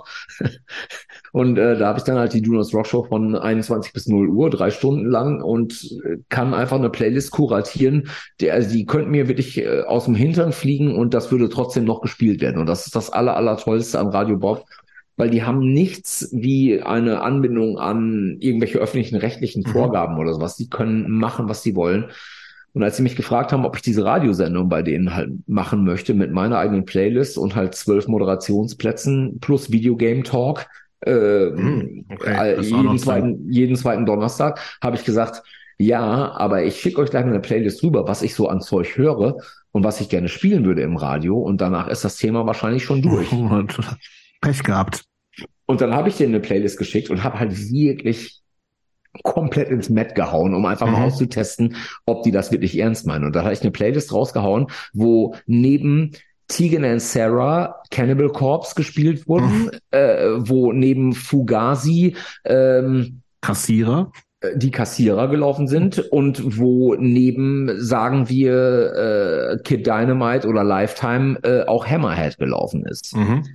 Und äh, da habe ich dann halt die Do Nots Rockshow von einundzwanzig bis null Uhr, drei Stunden lang und äh, kann einfach eine Playlist kuratieren. Der, also die könnten mir wirklich äh, aus dem Hintern fliegen und das würde trotzdem noch gespielt werden. Und das ist das aller, aller Tollste an Radio Bob. Weil die haben nichts wie eine Anbindung an irgendwelche öffentlichen rechtlichen Vorgaben mhm. oder sowas. Die können machen, was sie wollen. Und als sie mich gefragt haben, ob ich diese Radiosendung bei denen halt machen möchte mit meiner eigenen Playlist und halt zwölf Moderationsplätzen plus Videogame Talk, äh, mhm. okay. jeden, zweiten, jeden zweiten Donnerstag, habe ich gesagt, ja, aber ich schicke euch gleich eine Playlist rüber, was ich so an Zeug höre und was ich gerne spielen würde im Radio. Und danach ist das Thema wahrscheinlich schon durch. Pech gehabt. Und dann habe ich denen eine Playlist geschickt und habe halt wirklich komplett ins Met gehauen, um einfach mhm. mal auszutesten, ob die das wirklich ernst meinen. Und da habe ich eine Playlist rausgehauen, wo neben Tegan and Sarah Cannibal Corpse gespielt wurden, mhm. äh, wo neben Fugazi ähm, Kassierer die Kassierer gelaufen sind und wo neben, sagen wir, äh, Kid Dynamite oder Lifetime äh, auch Hammerhead gelaufen ist. Mhm.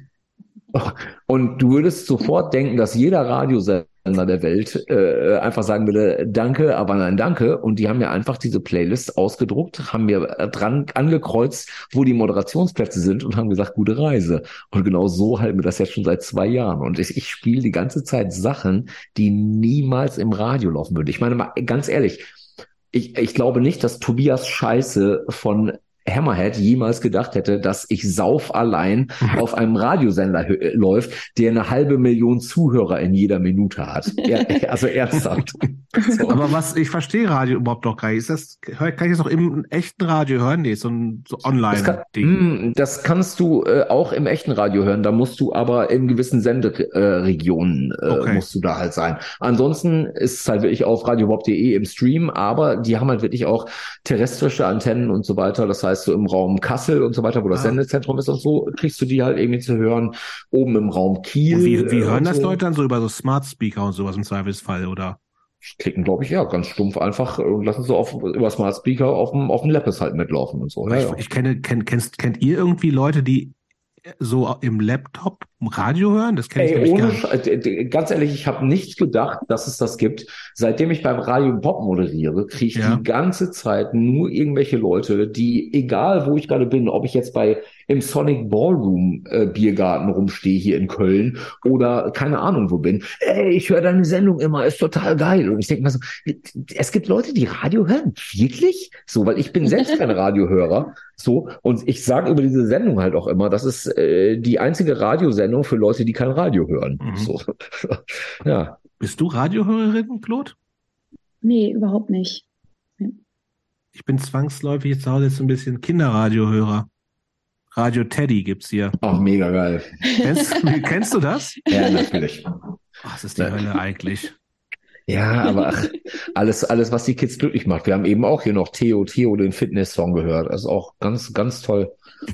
Und du würdest sofort denken, dass jeder Radiosender der Welt äh, einfach sagen würde, danke, aber nein, danke. Und die haben mir einfach diese Playlist ausgedruckt, haben mir dran angekreuzt, wo die Moderationsplätze sind und haben gesagt, gute Reise. Und genau so halten wir das jetzt schon seit zwei Jahren. Und ich, ich spiele die ganze Zeit Sachen, die niemals im Radio laufen würden. Ich meine mal, ganz ehrlich, ich, ich glaube nicht, dass Tobias Scheiße von Hammerhead jemals gedacht hätte, dass ich sauf allein auf einem Radiosender hö- läuft, der eine halbe Million Zuhörer in jeder Minute hat. Ja, also ernsthaft. So. Aber was, ich verstehe Radio überhaupt noch gar nicht. Ist das, kann ich das auch im echten Radio hören? Nee, so ein so Online-Ding. Das, das kannst du äh, auch im echten Radio hören. Da musst du aber in gewissen Senderegionen äh, okay. musst du da halt sein. Ansonsten ist es halt wirklich auf radiobob punkt de im Stream, aber die haben halt wirklich auch terrestrische Antennen und so weiter. Das heißt, so im Raum Kassel und so weiter, wo das ah. Sendezentrum ist und so, kriegst du die halt irgendwie zu hören. Oben im Raum Kiel. Und wie, wie hören und das so. Leute dann so über so Smart Speaker und sowas im Zweifelsfall, oder? Klicken, glaube ich, ja, ganz stumpf einfach und lassen so auf, über Smart Speaker auf dem, auf dem Laptop halt mitlaufen und so. Ich, ja, ich kenne, kenn, kennst, kennt ihr irgendwie Leute, die so im Laptop Radio hören? Das kenne ich Ey, nämlich ohne, gar nicht. Ganz ehrlich, ich habe nicht gedacht, dass es das gibt. Seitdem ich beim Radio Bob moderiere, kriege ich Ja. die ganze Zeit nur irgendwelche Leute, die, egal wo ich gerade bin, ob ich jetzt bei im Sonic Ballroom äh, Biergarten rumstehe hier in Köln oder keine Ahnung wo bin. Ey, ich höre deine Sendung immer, ist total geil. Und ich denke mal so, es gibt Leute, die Radio hören. Wirklich? So, weil ich bin selbst kein Radiohörer. So, und ich sage über diese Sendung halt auch immer, das ist äh, die einzige Radiosendung für Leute, die kein Radio hören. Mhm. So. Ja. Bist du Radiohörerin, Claude? Nee, überhaupt nicht. Nee. Ich bin zwangsläufig jetzt zu Hause jetzt so ein bisschen Kinderradiohörer. Radio Teddy gibt's hier. Ach, mega geil. Kennst, kennst du das? Ja, natürlich. Ach, das ist die Ja. Hölle eigentlich. Ja, aber ach, alles, alles, was die Kids glücklich macht. Wir haben eben auch hier noch Theo, Theo, den Fitness-Song gehört. Das ist auch ganz, ganz toll.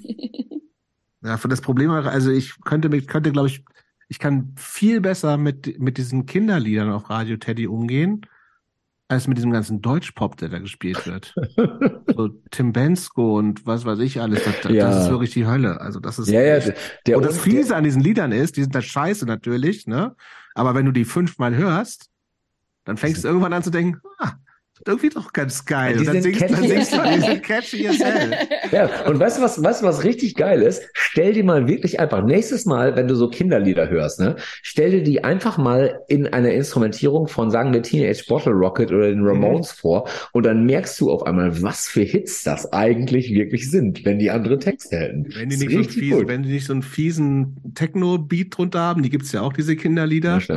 Ja, für das Problem, also ich könnte, mich- könnte, glaube ich, ich kann viel besser mit, mit diesen Kinderliedern auf Radio Teddy umgehen, als mit diesem ganzen Deutschpop, der da gespielt wird. So Tim Bensko und was weiß ich alles. Das, das Ja. ist wirklich die Hölle. Also das ist Ja, ja, echt. der, Und das der, Fiese an diesen Liedern ist, die sind das scheiße natürlich, ne? Aber wenn du die fünfmal hörst, dann fängst du irgendwann an zu denken, ah, irgendwie doch ganz geil. Die Und dann sind singst, dann catchy. singst du, die sind catchy as hell. Ja, und weißt du was, weißt du was richtig geil ist? Stell dir mal wirklich einfach nächstes Mal, wenn du so Kinderlieder hörst, ne, stell dir die einfach mal in einer Instrumentierung von, sagen wir, Teenage Bottle Rocket oder den Ramones vor und dann merkst du auf einmal, was für Hits das eigentlich wirklich sind, wenn die andere Texte hätten. Wenn die Das nicht ist so einen richtig fiesen, gut. wenn die nicht so einen fiesen Techno-Beat drunter haben, die gibt's ja auch, diese Kinderlieder, Ja, stimmt.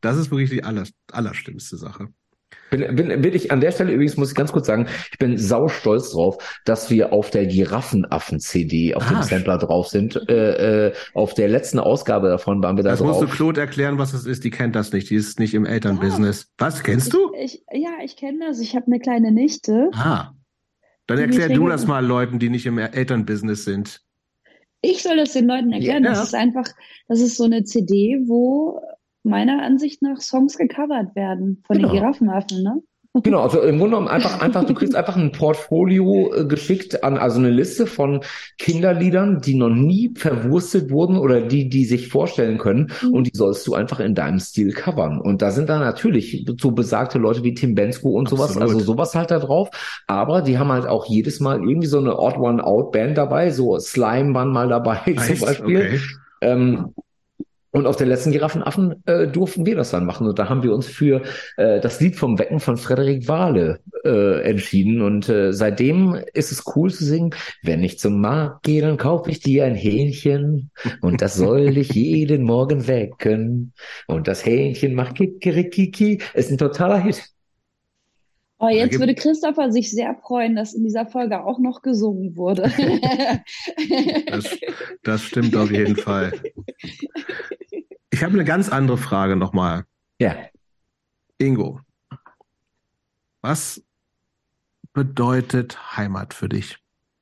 Das ist wirklich die aller, allerschlimmste Sache. Bin, bin, bin ich an der Stelle übrigens, muss ich ganz kurz sagen, ich bin sau stolz drauf, dass wir auf der Giraffenaffen-C D, auf ah, dem Sampler drauf sind. Äh, äh, auf der letzten Ausgabe davon waren wir da das drauf. Das musst du Claude erklären, was das ist. Die kennt das nicht. Die ist nicht im Elternbusiness. Ja. Was, kennst du? Ich, ich, ja, ich kenne das. Ich habe eine kleine Nichte. Ah. Dann erklär du das mal Leuten, die nicht im Elternbusiness sind. Ich soll das den Leuten erklären. Ja. Das ist einfach, das ist so eine C D, wo meiner Ansicht nach Songs gecovert werden von genau. den Giraffenaffen, ne? Genau, also im Grunde genommen einfach, einfach, du kriegst einfach ein Portfolio äh, geschickt an, also eine Liste von Kinderliedern, die noch nie verwurstet wurden oder die, die sich vorstellen können, mhm. und die sollst du einfach in deinem Stil covern. Und da sind dann natürlich so besagte Leute wie Tim Bensko und Absolut. sowas, also sowas halt da drauf. Aber die haben halt auch jedes Mal irgendwie so eine Odd One Out Band dabei, so Slime waren mal dabei Echt? zum Beispiel. Okay. Ähm, Und auf der letzten Giraffenaffen äh, durften wir das dann machen. Und da haben wir uns für äh, das Lied vom Wecken von Frederik Wahle äh, entschieden. Und äh, seitdem ist es cool zu singen, wenn ich zum Markt gehe, dann kaufe ich dir ein Hähnchen. Und das soll dich jeden Morgen wecken. Und das Hähnchen macht Kikerikiki. Ist ein totaler Hit. Oh, jetzt würde Christopher sich sehr freuen, dass in dieser Folge auch noch gesungen wurde. das, das stimmt auf jeden Fall. Ich habe eine ganz andere Frage nochmal. Ja. Ingo, was bedeutet Heimat für dich?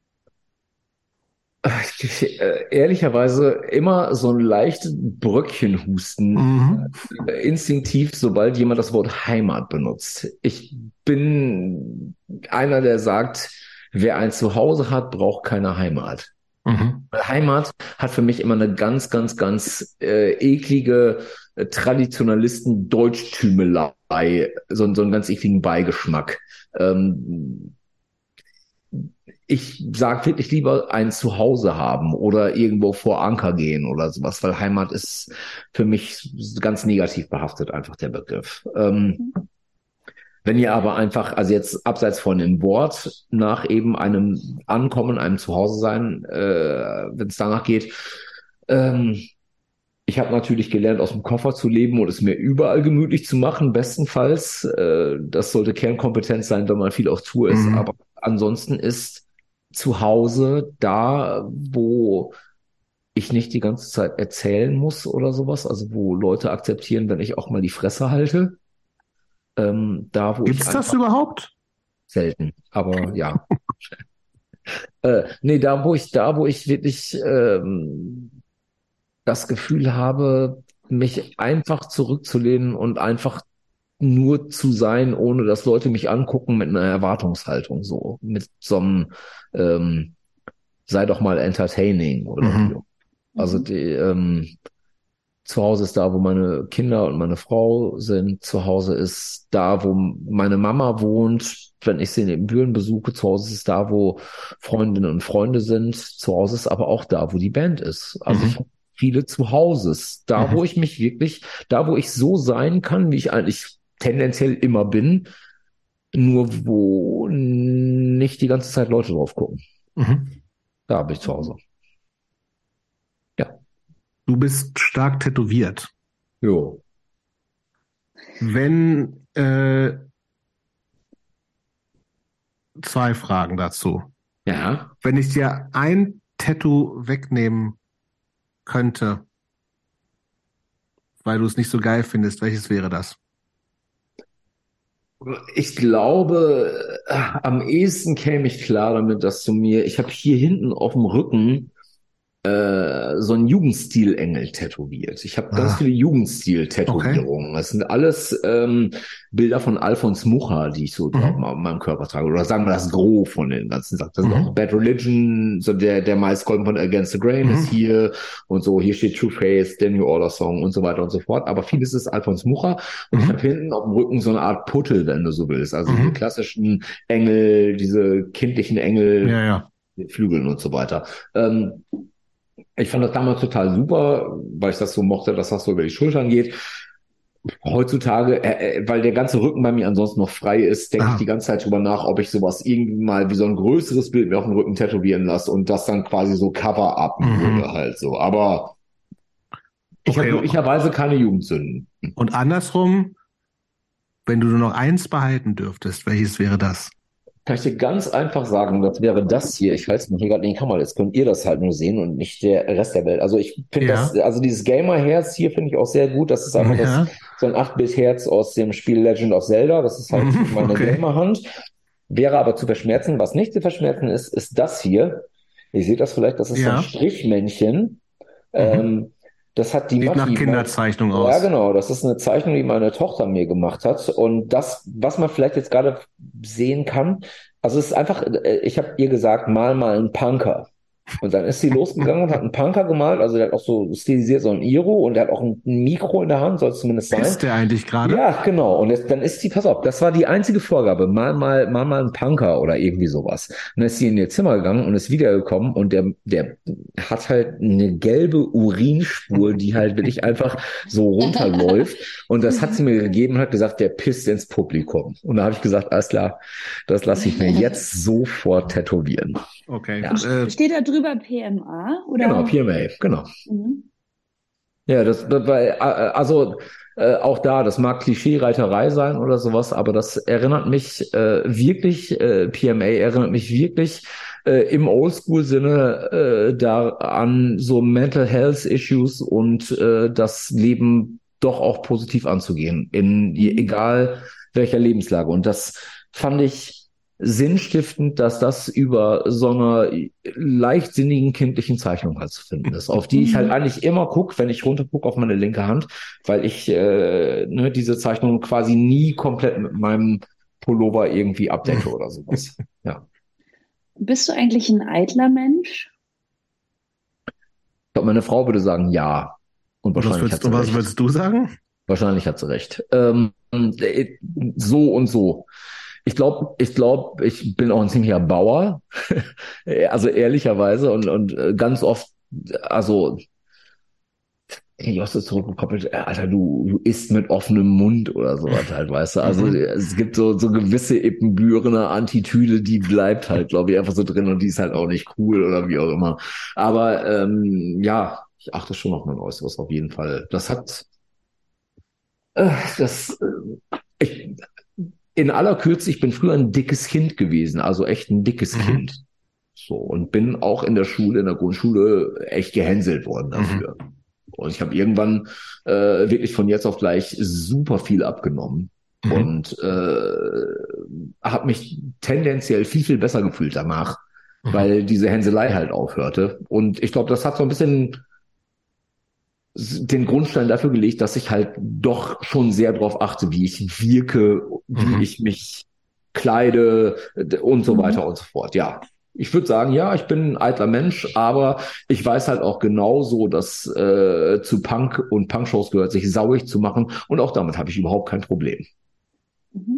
Ich, äh, ehrlicherweise immer so ein leichtes Bröckchenhusten, mhm. äh, instinktiv, sobald jemand das Wort Heimat benutzt. Ich bin einer, der sagt, wer ein Zuhause hat, braucht keine Heimat. Mhm. Heimat hat für mich immer eine ganz, ganz, ganz äh, eklige äh, Traditionalisten-Deutschtümelei, so, so einen ganz ekligen Beigeschmack. Ähm, Ich sage wirklich lieber ein Zuhause haben oder irgendwo vor Anker gehen oder sowas, weil Heimat ist für mich ganz negativ behaftet, einfach der Begriff. Ähm, wenn ihr aber einfach, also jetzt abseits von dem Wort, nach eben einem Ankommen, einem Zuhause sein, äh, wenn es danach geht, ähm, ich habe natürlich gelernt, aus dem Koffer zu leben und es mir überall gemütlich zu machen, bestenfalls. Äh, das sollte Kernkompetenz sein, wenn man viel auf Tour ist. Mhm. Aber ansonsten ist zu Hause da, wo ich nicht die ganze Zeit erzählen muss oder sowas, also wo Leute akzeptieren, wenn ich auch mal die Fresse halte. Ähm, da, wo Gibt's ich das überhaupt? Selten, aber ja. äh, nee, da, wo ich, da, wo ich wirklich ähm, das Gefühl habe, mich einfach zurückzulehnen und einfach nur zu sein, ohne dass Leute mich angucken mit einer Erwartungshaltung, so mit so einem ähm, sei doch mal entertaining oder mhm. so. Also die, ähm, zu Hause ist da, wo meine Kinder und meine Frau sind. Zu Hause ist da, wo meine Mama wohnt, wenn ich sie in den Büren besuche. Zu Hause ist da, wo Freundinnen und Freunde sind. Zu Hause ist aber auch da, wo die Band ist. Also mhm. ich habe viele Zuhauses. Da, mhm. wo ich mich wirklich, da, wo ich so sein kann, wie ich eigentlich tendenziell immer bin, nur wo nicht die ganze Zeit Leute drauf gucken. Mhm. Da bin ich zu Hause. Ja. Du bist stark tätowiert. Jo. Wenn, äh, zwei Fragen dazu. Ja. Wenn ich dir ein Tattoo wegnehmen könnte, weil du es nicht so geil findest, welches wäre das? Ich glaube, am ehesten käme ich klar damit, dass du mir, ich habe hier hinten auf dem Rücken äh, so einen Jugendstil-Engel tätowiert. Ich habe ah. ganz viele Jugendstil-Tätowierungen. Okay. Das sind alles ähm, Bilder von Alfons Mucha, die ich so mhm. auf meinem Körper trage. Oder sagen wir das Gros von den ganzen Sachen. Das mhm. sind auch Bad Religion, so der der Maiskolben von Against the Grain mhm. ist hier und so. Hier steht True Faith, der New Order Song und so weiter und so fort. Aber vieles ist Alfons Mucha. Und mhm. ich habe hinten auf dem Rücken so eine Art Puttel, wenn du so willst. Also mhm. die klassischen Engel, diese kindlichen Engel, ja, ja. mit Flügeln und so weiter. Ähm, Ich fand das damals total super, weil ich das so mochte, dass das so über die Schultern geht. Heutzutage, äh, weil der ganze Rücken bei mir ansonsten noch frei ist, denke ah. ich die ganze Zeit drüber nach, ob ich sowas irgendwie mal wie so ein größeres Bild mir auf dem Rücken tätowieren lasse und das dann quasi so Cover-up mhm. würde halt so. Aber Ich Okay. habe glücklicherweise keine Jugendsünden. Und andersrum, wenn du nur noch eins behalten dürftest, welches wäre das? Kann ich dir ganz einfach sagen, das wäre das hier. Ich halte es mir hier gerade in die Kamera. Jetzt könnt ihr das halt nur sehen und nicht der Rest der Welt. Also ich finde Ja. das, also dieses Gamer-Herz hier finde ich auch sehr gut. Das ist einfach Ja. das, so ein acht-Bit-Herz aus dem Spiel Legend of Zelda. Das ist halt Mhm, meine okay. Gamer-Hand. Wäre aber zu verschmerzen. Was nicht zu verschmerzen ist, ist das hier. Ihr seht das vielleicht, das ist so Ja. ein Strichmännchen. Ähm, das hat die Sieht nach Maffi, Kinderzeichnung ja, aus. genau. Das ist eine Zeichnung, die meine Tochter mir gemacht hat. Und das, was man vielleicht jetzt gerade sehen kann, also es ist einfach, äh, ich habe ihr gesagt, mal mal einen Punker. Und dann ist sie losgegangen und hat einen Punker gemalt. Also der hat auch so stilisiert so ein Iro und der hat auch ein Mikro in der Hand, soll es zumindest sein. Ist der eigentlich gerade? Ja, genau. Und jetzt, dann ist sie, pass auf, das war die einzige Vorgabe. Mal, mal, mal, mal ein Punker oder irgendwie sowas. Und dann ist sie in ihr Zimmer gegangen und ist wiedergekommen und der, der hat halt eine gelbe Urinspur, die halt wirklich einfach so runterläuft. Und das hat sie mir gegeben und hat gesagt, der pisst ins Publikum. Und da habe ich gesagt, alles klar, das lasse ich mir jetzt sofort tätowieren. Okay. Ja. Äh, Steht da drüber P M A? Oder? Genau, P M A, genau. Mhm. Ja, das, weil, äh, also äh, auch da, das mag Klischee-Reiterei sein oder sowas, aber das erinnert mich äh, wirklich, äh, P M A erinnert mich wirklich äh, im Oldschool-Sinne äh, da an so Mental Health Issues und äh, das Leben doch auch positiv anzugehen, in je- egal welcher Lebenslage. Und das fand ich sinnstiftend, dass das über so einer leichtsinnigen kindlichen Zeichnung halt zu finden ist, auf die ich halt eigentlich immer gucke, wenn ich runter gucke auf meine linke Hand, weil ich äh, ne, diese Zeichnung quasi nie komplett mit meinem Pullover irgendwie abdecke oder sowas. Ja. Bist du eigentlich ein eitler Mensch? Ich glaube, meine Frau würde sagen, ja. Und was wahrscheinlich würdest, hat sie und was recht. würdest du sagen? Wahrscheinlich hat sie recht. Ähm, äh, so und so. Ich glaube, ich glaube, ich bin auch ein ziemlicher Bauer, also ehrlicherweise und und äh, ganz oft, also ich auch so zurückgekoppelt, äh, Alter, du du isst mit offenem Mund oder sowas halt, weißt du. Also Mhm. es gibt so so gewisse Ippenbürener Attitüde, die bleibt halt, glaube ich, einfach so drin und die ist halt auch nicht cool oder wie auch immer. Aber ähm, ja, ich achte schon auf mein Äußeres auf jeden Fall. Das hat äh, das äh, ich, in aller Kürze, ich bin früher ein dickes Kind gewesen, also echt ein dickes Mhm. Kind. So, und bin auch in der Schule, in der Grundschule echt gehänselt worden dafür. Und ich habe irgendwann äh, wirklich von jetzt auf gleich super viel abgenommen Mhm. und äh, habe mich tendenziell viel, viel besser gefühlt danach, Mhm. weil diese Hänselei halt aufhörte. Und ich glaube, das hat so ein bisschen den Grundstein dafür gelegt, dass ich halt doch schon sehr darauf achte, wie ich wirke, wie Mhm. ich mich kleide d- und so Mhm. weiter und so fort. Ja, ich würde sagen, ja, ich bin ein eitler Mensch, aber ich weiß halt auch genauso, dass äh, zu Punk und Punkshows gehört, sich sauig zu machen und auch damit habe ich überhaupt kein Problem. Mhm.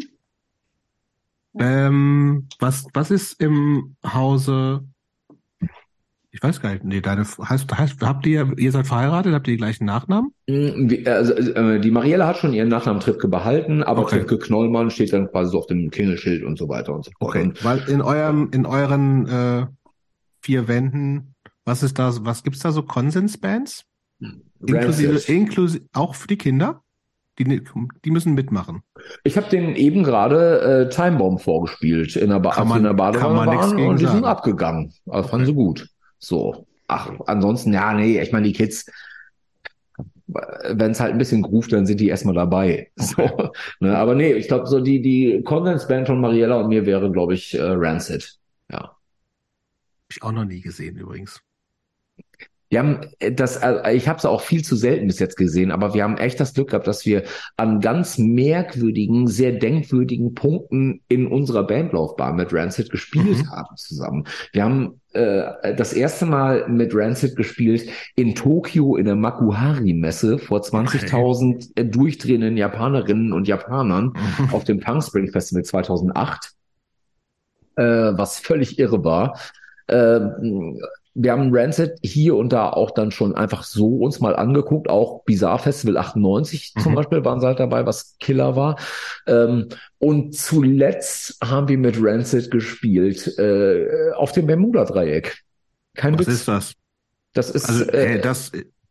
Ähm, was, was ist im Hause, ich weiß gar nicht, nee, deine, heißt, heißt, habt ihr, ihr seid verheiratet, habt ihr die gleichen Nachnamen? Mm, wie- Also, äh, die Marielle hat schon ihren Nachnamen Tripke behalten, aber Okay. Tripke Knollmann steht dann quasi so auf dem Klingelschild und so weiter und so fort. Okay, Und weil in eurem, in euren äh, vier Wänden, was ist da, was gibt's da so Konsensbands? Inklusive, Rancid. inklusive, auch für die Kinder? Die, die müssen mitmachen. Ich habe den eben gerade äh, Time Bomb vorgespielt, in der ba Kann als wir in man- der Badewanne kann man nix waren gegen und die sind sagen. abgegangen. Also Okay. fanden sie gut. So. Ach, ansonsten, ja, nee, ich meine, die Kids, wenn es halt ein bisschen groovt, dann sind die erstmal dabei. So, ne? Aber nee, ich glaube, so die, die Konsensband von Mariella und mir wäre, glaube ich, äh, Rancid. Ja. Hab ich auch noch nie gesehen übrigens. Wir haben äh, das, also ich habe es auch viel zu selten bis jetzt gesehen, aber wir haben echt das Glück gehabt, dass wir an ganz merkwürdigen, sehr denkwürdigen Punkten in unserer Bandlaufbahn mit Rancid gespielt Mhm. haben zusammen. Wir haben äh, das erste Mal mit Rancid gespielt in Tokio in der Makuhari-Messe vor zwanzigtausend äh, durchdrehenden Japanerinnen und Japanern Mhm. auf dem Punk Spring Festival zweitausendacht, äh, was völlig irre war. Äh, wir haben Rancid hier und da auch dann schon einfach so uns mal angeguckt, auch Bizarre Festival achtundneunzig zum Mhm. Beispiel waren sie halt dabei, was Killer war. Ähm, und zuletzt haben wir mit Rancid gespielt äh, auf dem Bermuda-Dreieck. Kein Was Witz. ist das? Das ist Also, äh, äh, das,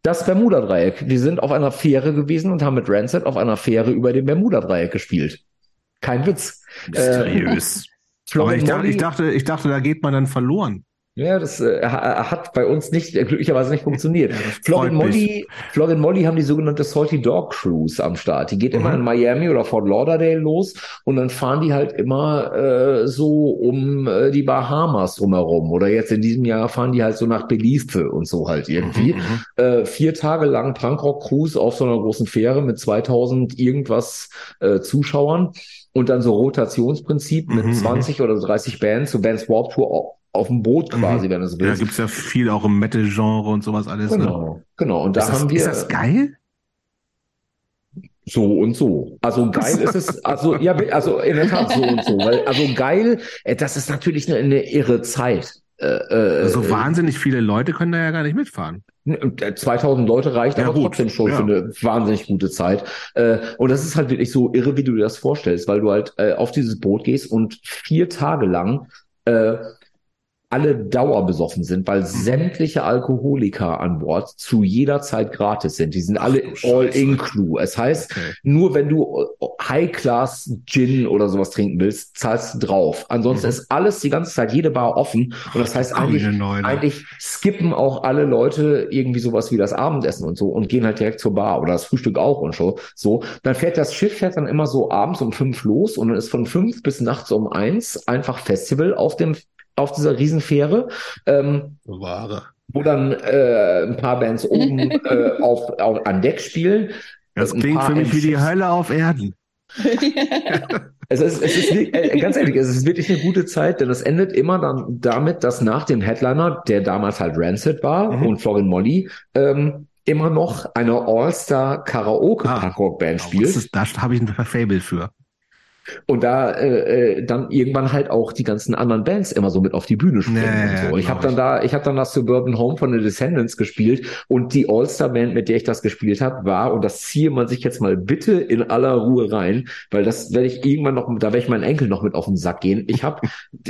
Das Bermuda-Dreieck. Wir sind auf einer Fähre gewesen und haben mit Rancid auf einer Fähre über dem Bermuda-Dreieck gespielt. Kein Witz. Mysteriös. Äh, Aber ich dachte, ich dachte, ich dachte, da geht man dann verloren. Ja, das äh, hat bei uns nicht, äh, glücklicherweise nicht funktioniert. Ja, Flogging Molly, Flogging Molly haben die sogenannte Salty Dog Cruise am Start. Die geht mhm. immer in Miami oder Fort Lauderdale los und dann fahren die halt immer äh, so um äh, die Bahamas drumherum. Oder jetzt in diesem Jahr fahren die halt so nach Belize und so halt irgendwie. Mhm. Äh, vier Tage lang Punkrock Cruise auf so einer großen Fähre mit zweitausend irgendwas äh, Zuschauern und dann so Rotationsprinzip mit mhm. zwanzig oder dreißig Bands, so Bands Warped Tour auf dem Boot quasi, mhm. wenn du so willst. Ja, gibt's ja viel auch im Metal-Genre und sowas alles. Genau, ne? Genau. Und da ist das, haben wir. Ist das geil? So und so. Also geil ist es, also ja, also in der Tat so und so. Weil, also geil, das ist natürlich eine, eine irre Zeit. Äh, äh, so wahnsinnig viele Leute können da ja gar nicht mitfahren. zweitausend Leute reicht ja, aber gut. trotzdem schon ja. für eine wahnsinnig gute Zeit. Und das ist halt wirklich so irre, wie du dir das vorstellst, weil du halt auf dieses Boot gehst und vier Tage lang äh, alle dauerbesoffen sind, weil mhm. sämtliche Alkoholiker an Bord zu jeder Zeit gratis sind. Die sind Ach, alle all-in-clue. Es heißt, okay. nur wenn du High-Class-Gin oder sowas trinken willst, zahlst du drauf. Ansonsten mhm. ist alles die ganze Zeit, jede Bar offen. Und das heißt, eigentlich, eigentlich skippen auch alle Leute irgendwie sowas wie das Abendessen und so und gehen halt direkt zur Bar oder das Frühstück auch und so. So, dann fährt das Schiff fährt dann immer so abends um fünf los und dann ist von fünf bis nachts um eins einfach Festival auf dem auf dieser Riesenfähre, ähm, Wahre. wo dann äh, ein paar Bands oben äh, auf, auf an Deck spielen. Das klingt für mich wie die Hölle auf Erden. es ist, es ist äh, ganz ehrlich, es ist wirklich eine gute Zeit, denn es endet immer dann damit, dass nach dem Headliner, der damals halt Rancid war mhm. und Flogging Molly, ähm, immer noch eine All-Star Karaoke Punkrock Band ah, spielt. Ist, da habe ich ein Faible für. Und da äh, dann irgendwann halt auch die ganzen anderen Bands immer so mit auf die Bühne springen nee, und so. Und ich habe dann da, ich habe dann das Suburban Home von den Descendants gespielt und die All-Star-Band, mit der ich das gespielt habe, war, und das ziehe man sich jetzt mal bitte in aller Ruhe rein, weil das werde ich irgendwann noch, da werde ich meinen Enkel noch mit auf den Sack gehen. Ich habe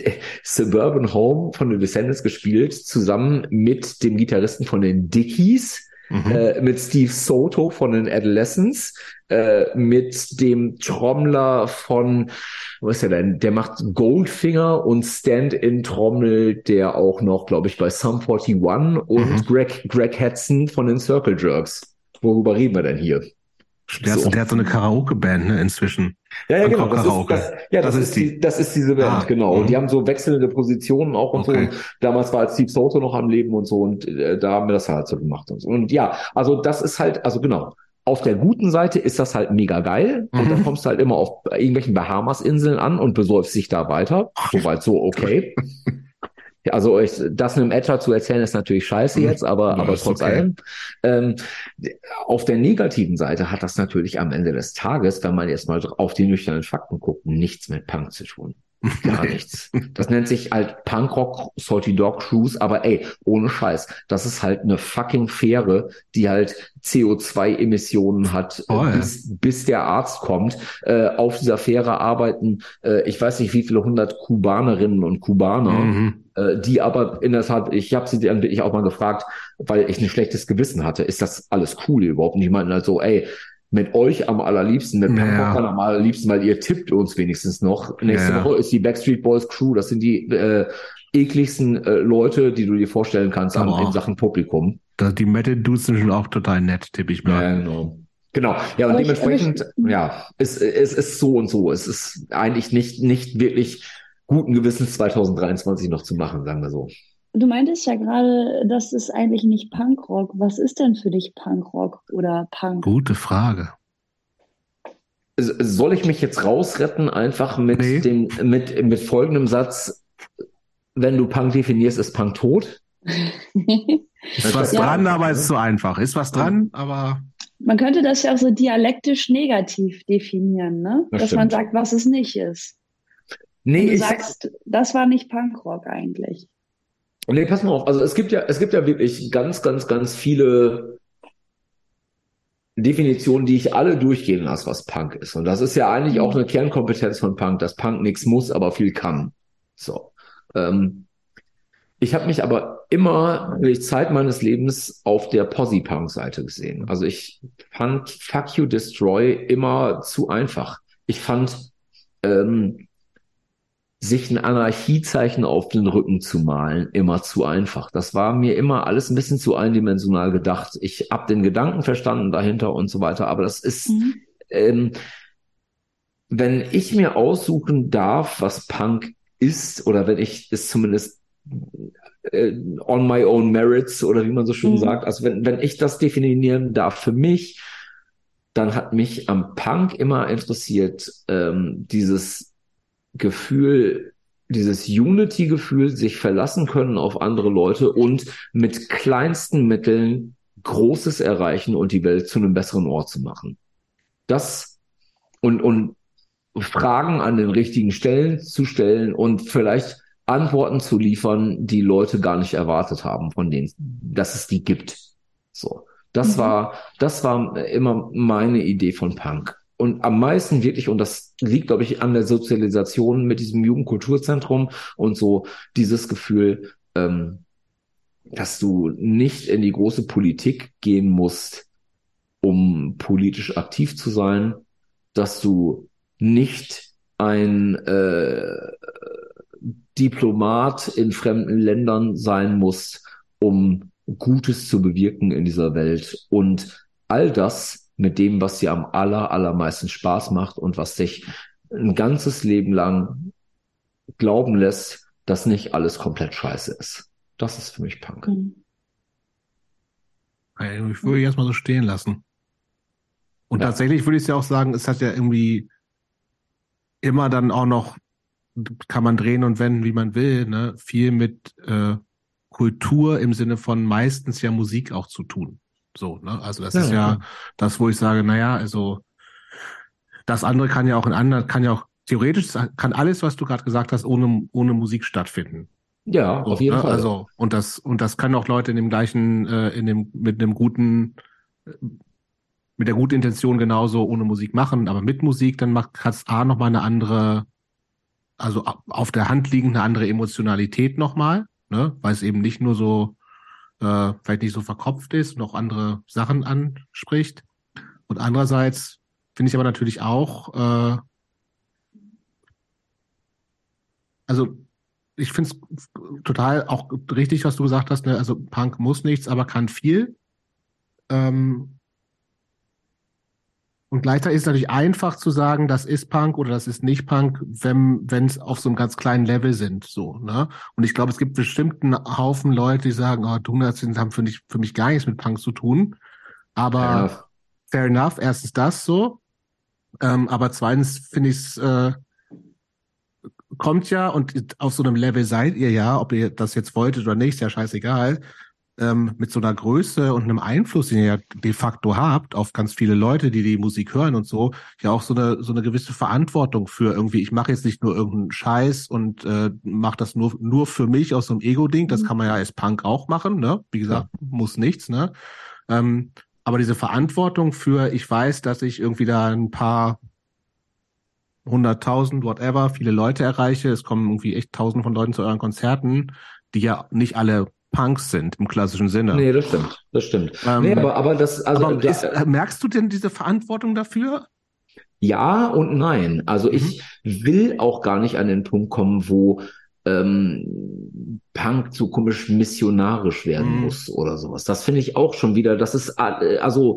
Suburban Home von den Descendants gespielt, zusammen mit dem Gitarristen von den Dickies. Mhm. Äh, mit Steve Soto von den Adolescents, äh, mit dem Trommler von, was ist der denn? Der macht Goldfinger und Stand-in-Trommel, der auch noch, glaube ich, bei Sum einundvierzig und mhm. Greg, Greg Hudson von den Circle Jerks. Worüber reden wir denn hier? Der, so. der hat so eine Karaoke-Band, ne, inzwischen. Ja, ja, genau. Das ist, das, ja, das, das ist die, das ist diese Band, ah, genau. Und die haben so wechselnde Positionen auch und okay. so. Und damals war halt Steve Soto noch am Leben und so. Und äh, da haben wir das halt so gemacht und so. Und ja, also das ist halt, also genau. Auf der guten Seite ist das halt mega geil. Und mhm. dann kommst du halt immer auf irgendwelchen Bahamas-Inseln an und besäufst dich da weiter. Soweit so okay. Ja, also euch das einem Etcher zu erzählen, ist natürlich scheiße jetzt, aber, ja, aber trotz okay. allem. Ähm, auf der negativen Seite hat das natürlich am Ende des Tages, wenn man jetzt mal auf die nüchternen Fakten guckt, nichts mit Punk zu tun. Gar nichts. Das nennt sich halt Punkrock, Salty Dog Cruise, aber ey, ohne Scheiß, das ist halt eine fucking Fähre, die halt C O zwei Emissionen hat, oh, bis, ja. bis der Arzt kommt. Äh, auf dieser Fähre arbeiten, äh, ich weiß nicht wie viele hundert Kubanerinnen und Kubaner, mhm. äh, die aber in der Tat, ich habe sie dann wirklich auch mal gefragt, weil ich ein schlechtes Gewissen hatte, ist das alles cool überhaupt? Und die meinten halt so, ey, mit euch am allerliebsten, mit Punkrockern ja. am allerliebsten, weil ihr tippt uns wenigstens noch. Nächste ja. Woche ist die Backstreet Boys Crew, das sind die äh, ekligsten äh, Leute, die du dir vorstellen kannst an, in Sachen Publikum. Das, die Metal-Dudes sind schon auch total nett, tippe ich mal. Ja, genau. Genau, ja, und aber dementsprechend, ich, ich, ja, es, es ist so und so. Es ist eigentlich nicht, nicht wirklich guten Gewissens zwanzig dreiundzwanzig noch zu machen, sagen wir so. Du meintest ja gerade, das ist eigentlich nicht Punkrock. Was ist denn für dich Punkrock oder Punk? Gute Frage. Soll ich mich jetzt rausretten, einfach mit nee. dem, mit, mit folgendem Satz: Wenn du Punk definierst, ist Punk tot? Ist was ja. dran, aber ist zu einfach. Ist was dran, aber. Man könnte das ja auch so dialektisch negativ definieren, ne? Das Dass stimmt. man sagt, was es nicht ist. Nee, Und du ich sagst, das war nicht Punkrock eigentlich. Nee, pass mal auf. Also es gibt ja, es gibt ja wirklich ganz, ganz, ganz viele Definitionen, die ich alle durchgehen lasse, was Punk ist. Und das ist ja eigentlich auch eine Kernkompetenz von Punk, dass Punk nichts muss, aber viel kann. So. Ähm, Ich habe mich aber immer, die Zeit meines Lebens, auf der Posi-Punk-Seite gesehen. Also ich fand Fuck You Destroy immer zu einfach. Ich fand, ähm, sich ein Anarchiezeichen auf den Rücken zu malen, immer zu einfach. Das war mir immer alles ein bisschen zu eindimensional gedacht. Ich habe den Gedanken verstanden dahinter und so weiter, aber das ist, mhm. ähm, wenn ich mir aussuchen darf, was Punk ist, oder wenn ich es zumindest äh, on my own merits, oder wie man so schön mhm. sagt, also wenn, wenn ich das definieren darf für mich, dann hat mich am Punk immer interessiert, ähm, dieses Gefühl, dieses Unity-Gefühl, sich verlassen können auf andere Leute und mit kleinsten Mitteln Großes erreichen und die Welt zu einem besseren Ort zu machen. Das und, und Fragen an den richtigen Stellen zu stellen und vielleicht Antworten zu liefern, die Leute gar nicht erwartet haben, von denen, dass es die gibt. So. Das mhm. war, das war immer meine Idee von Punk. Und am meisten wirklich, und das liegt, glaube ich, an der Sozialisation mit diesem Jugendkulturzentrum und so dieses Gefühl, ähm, dass du nicht in die große Politik gehen musst, um politisch aktiv zu sein, dass du nicht ein äh, Diplomat in fremden Ländern sein musst, um Gutes zu bewirken in dieser Welt. Und all das mit dem, was dir am aller, allermeisten Spaß macht und was dich ein ganzes Leben lang glauben lässt, dass nicht alles komplett scheiße ist. Das ist für mich Punk. Ich würde ich erstmal so stehen lassen. Und ja. tatsächlich würde ich ja auch sagen, es hat ja irgendwie immer dann auch noch, kann man drehen und wenden, wie man will, ne, viel mit äh, Kultur im Sinne von meistens ja Musik auch zu tun. So, ne? Also das ja, ist ja, ja das, wo ich sage, naja, also das andere kann ja auch in anderen, kann ja auch theoretisch, kann alles, was du gerade gesagt hast, ohne, ohne Musik stattfinden. Ja, so, auf jeden ne? Fall. Also, und das, und das kann auch Leute in dem gleichen, äh, in dem, mit einem guten, mit der guten Intention genauso ohne Musik machen, aber mit Musik, dann macht, hat es A nochmal eine andere, also auf der Hand liegend eine andere Emotionalität nochmal, ne? Weil es eben nicht nur so, äh, vielleicht nicht so verkopft ist und auch andere Sachen anspricht. Und andererseits finde ich aber natürlich auch, äh, also ich finde es total auch richtig, was du gesagt hast, ne? Also Punk muss nichts, aber kann viel. Ähm, und gleichzeitig ist es natürlich einfach zu sagen, das ist Punk oder das ist nicht Punk, wenn wenn es auf so einem ganz kleinen Level sind, so, ne? Und ich glaube, es gibt bestimmt einen Haufen Leute, die sagen, oh, Donuts haben für mich, für mich gar nichts mit Punk zu tun. Aber fair enough, fair enough. Erstens das so. Ähm, aber zweitens finde ich es, äh, kommt ja, und auf so einem Level seid ihr ja, ob ihr das jetzt wolltet oder nicht, ist ja scheißegal, ähm, mit so einer Größe und einem Einfluss, den ihr ja de facto habt, auf ganz viele Leute, die die Musik hören und so, ja auch so eine so eine gewisse Verantwortung für irgendwie, ich mache jetzt nicht nur irgendeinen Scheiß und äh, mache das nur nur für mich aus so einem Ego-Ding, das kann man ja als Punk auch machen, ne? Wie gesagt, ja. muss nichts, ne? Ähm, aber diese Verantwortung für, ich weiß, dass ich irgendwie da ein paar hunderttausend, whatever, viele Leute erreiche, es kommen irgendwie echt tausende von Leuten zu euren Konzerten, die ja nicht alle Punks sind im klassischen Sinne. Nee, das stimmt, das stimmt. Ähm, nee, aber, aber das, also. Aber ist, merkst du denn diese Verantwortung dafür? Ja und nein. Also mhm. ich will auch gar nicht an den Punkt kommen, wo ähm, Punk so komisch missionarisch werden mhm. muss oder sowas. Das finde ich auch schon wieder, das ist also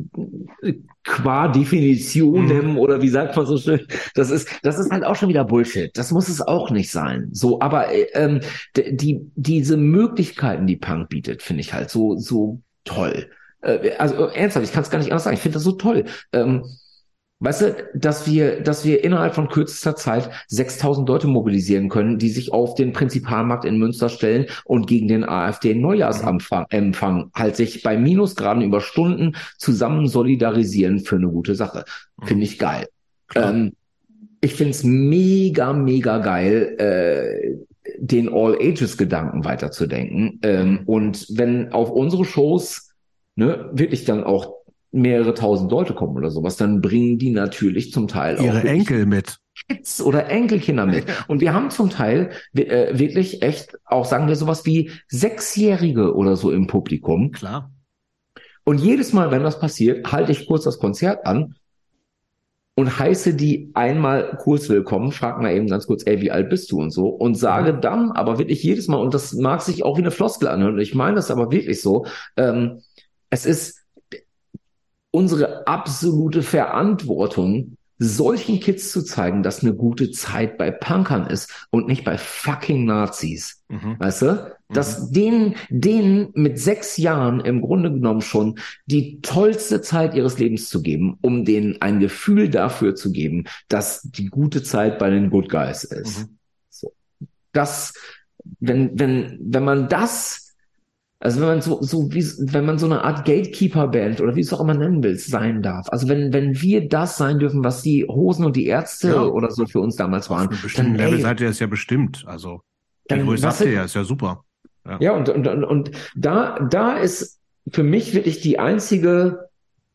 qua Definitionem mhm. oder wie sagt man so schön, das ist das ist halt auch schon wieder Bullshit. Das muss es auch nicht sein. So, aber ähm, die diese Möglichkeiten, die Punk bietet, finde ich halt so so toll. Äh, also ernsthaft, ich kann es gar nicht anders sagen. Ich finde das so toll. Ähm, Weißt du, dass wir, dass wir innerhalb von kürzester Zeit sechstausend Leute mobilisieren können, die sich auf den Prinzipalmarkt in Münster stellen und gegen den AfD-Neujahrsempfang Empfang halt sich bei Minusgraden über Stunden zusammen solidarisieren für eine gute Sache. Finde ich geil. Ähm, ich finde es mega, mega geil, äh, den All-Ages-Gedanken weiterzudenken. Ähm, und wenn auf unsere Shows ne, wirklich dann auch mehrere tausend Leute kommen oder sowas, dann bringen die natürlich zum Teil auch ihre Enkel mit. Kids oder Enkelkinder mit. Und wir haben zum Teil äh, wirklich echt, auch sagen wir sowas wie Sechsjährige oder so im Publikum. Klar. Und jedes Mal, wenn das passiert, halte ich kurz das Konzert an und heiße die einmal kurz willkommen, frag mal eben ganz kurz, ey, wie alt bist du und so, und sage dann aber wirklich jedes Mal, und das mag sich auch wie eine Floskel anhören, und ich meine das aber wirklich so, ähm, es ist unsere absolute Verantwortung, solchen Kids zu zeigen, dass eine gute Zeit bei Punkern ist und nicht bei fucking Nazis. Mhm. Weißt du? Dass mhm. denen, denen mit sechs Jahren im Grunde genommen schon die tollste Zeit ihres Lebens zu geben, um denen ein Gefühl dafür zu geben, dass die gute Zeit bei den Good Guys ist. Mhm. So. Das, wenn, wenn, wenn man das Also wenn man so, so wie, wenn man so eine Art Gatekeeper-Band oder wie es auch immer nennen willst, sein darf. Also wenn, wenn wir das sein dürfen, was die Hosen und die Ärzte ja. oder so für uns damals waren. Auf einem bestimmten dann, Level ey, seid ihr es ja bestimmt. Also, die dann, Größe habt ihr ja, ist ja super. Ja, ja und, und, und, und da, da ist für mich wirklich die einzige,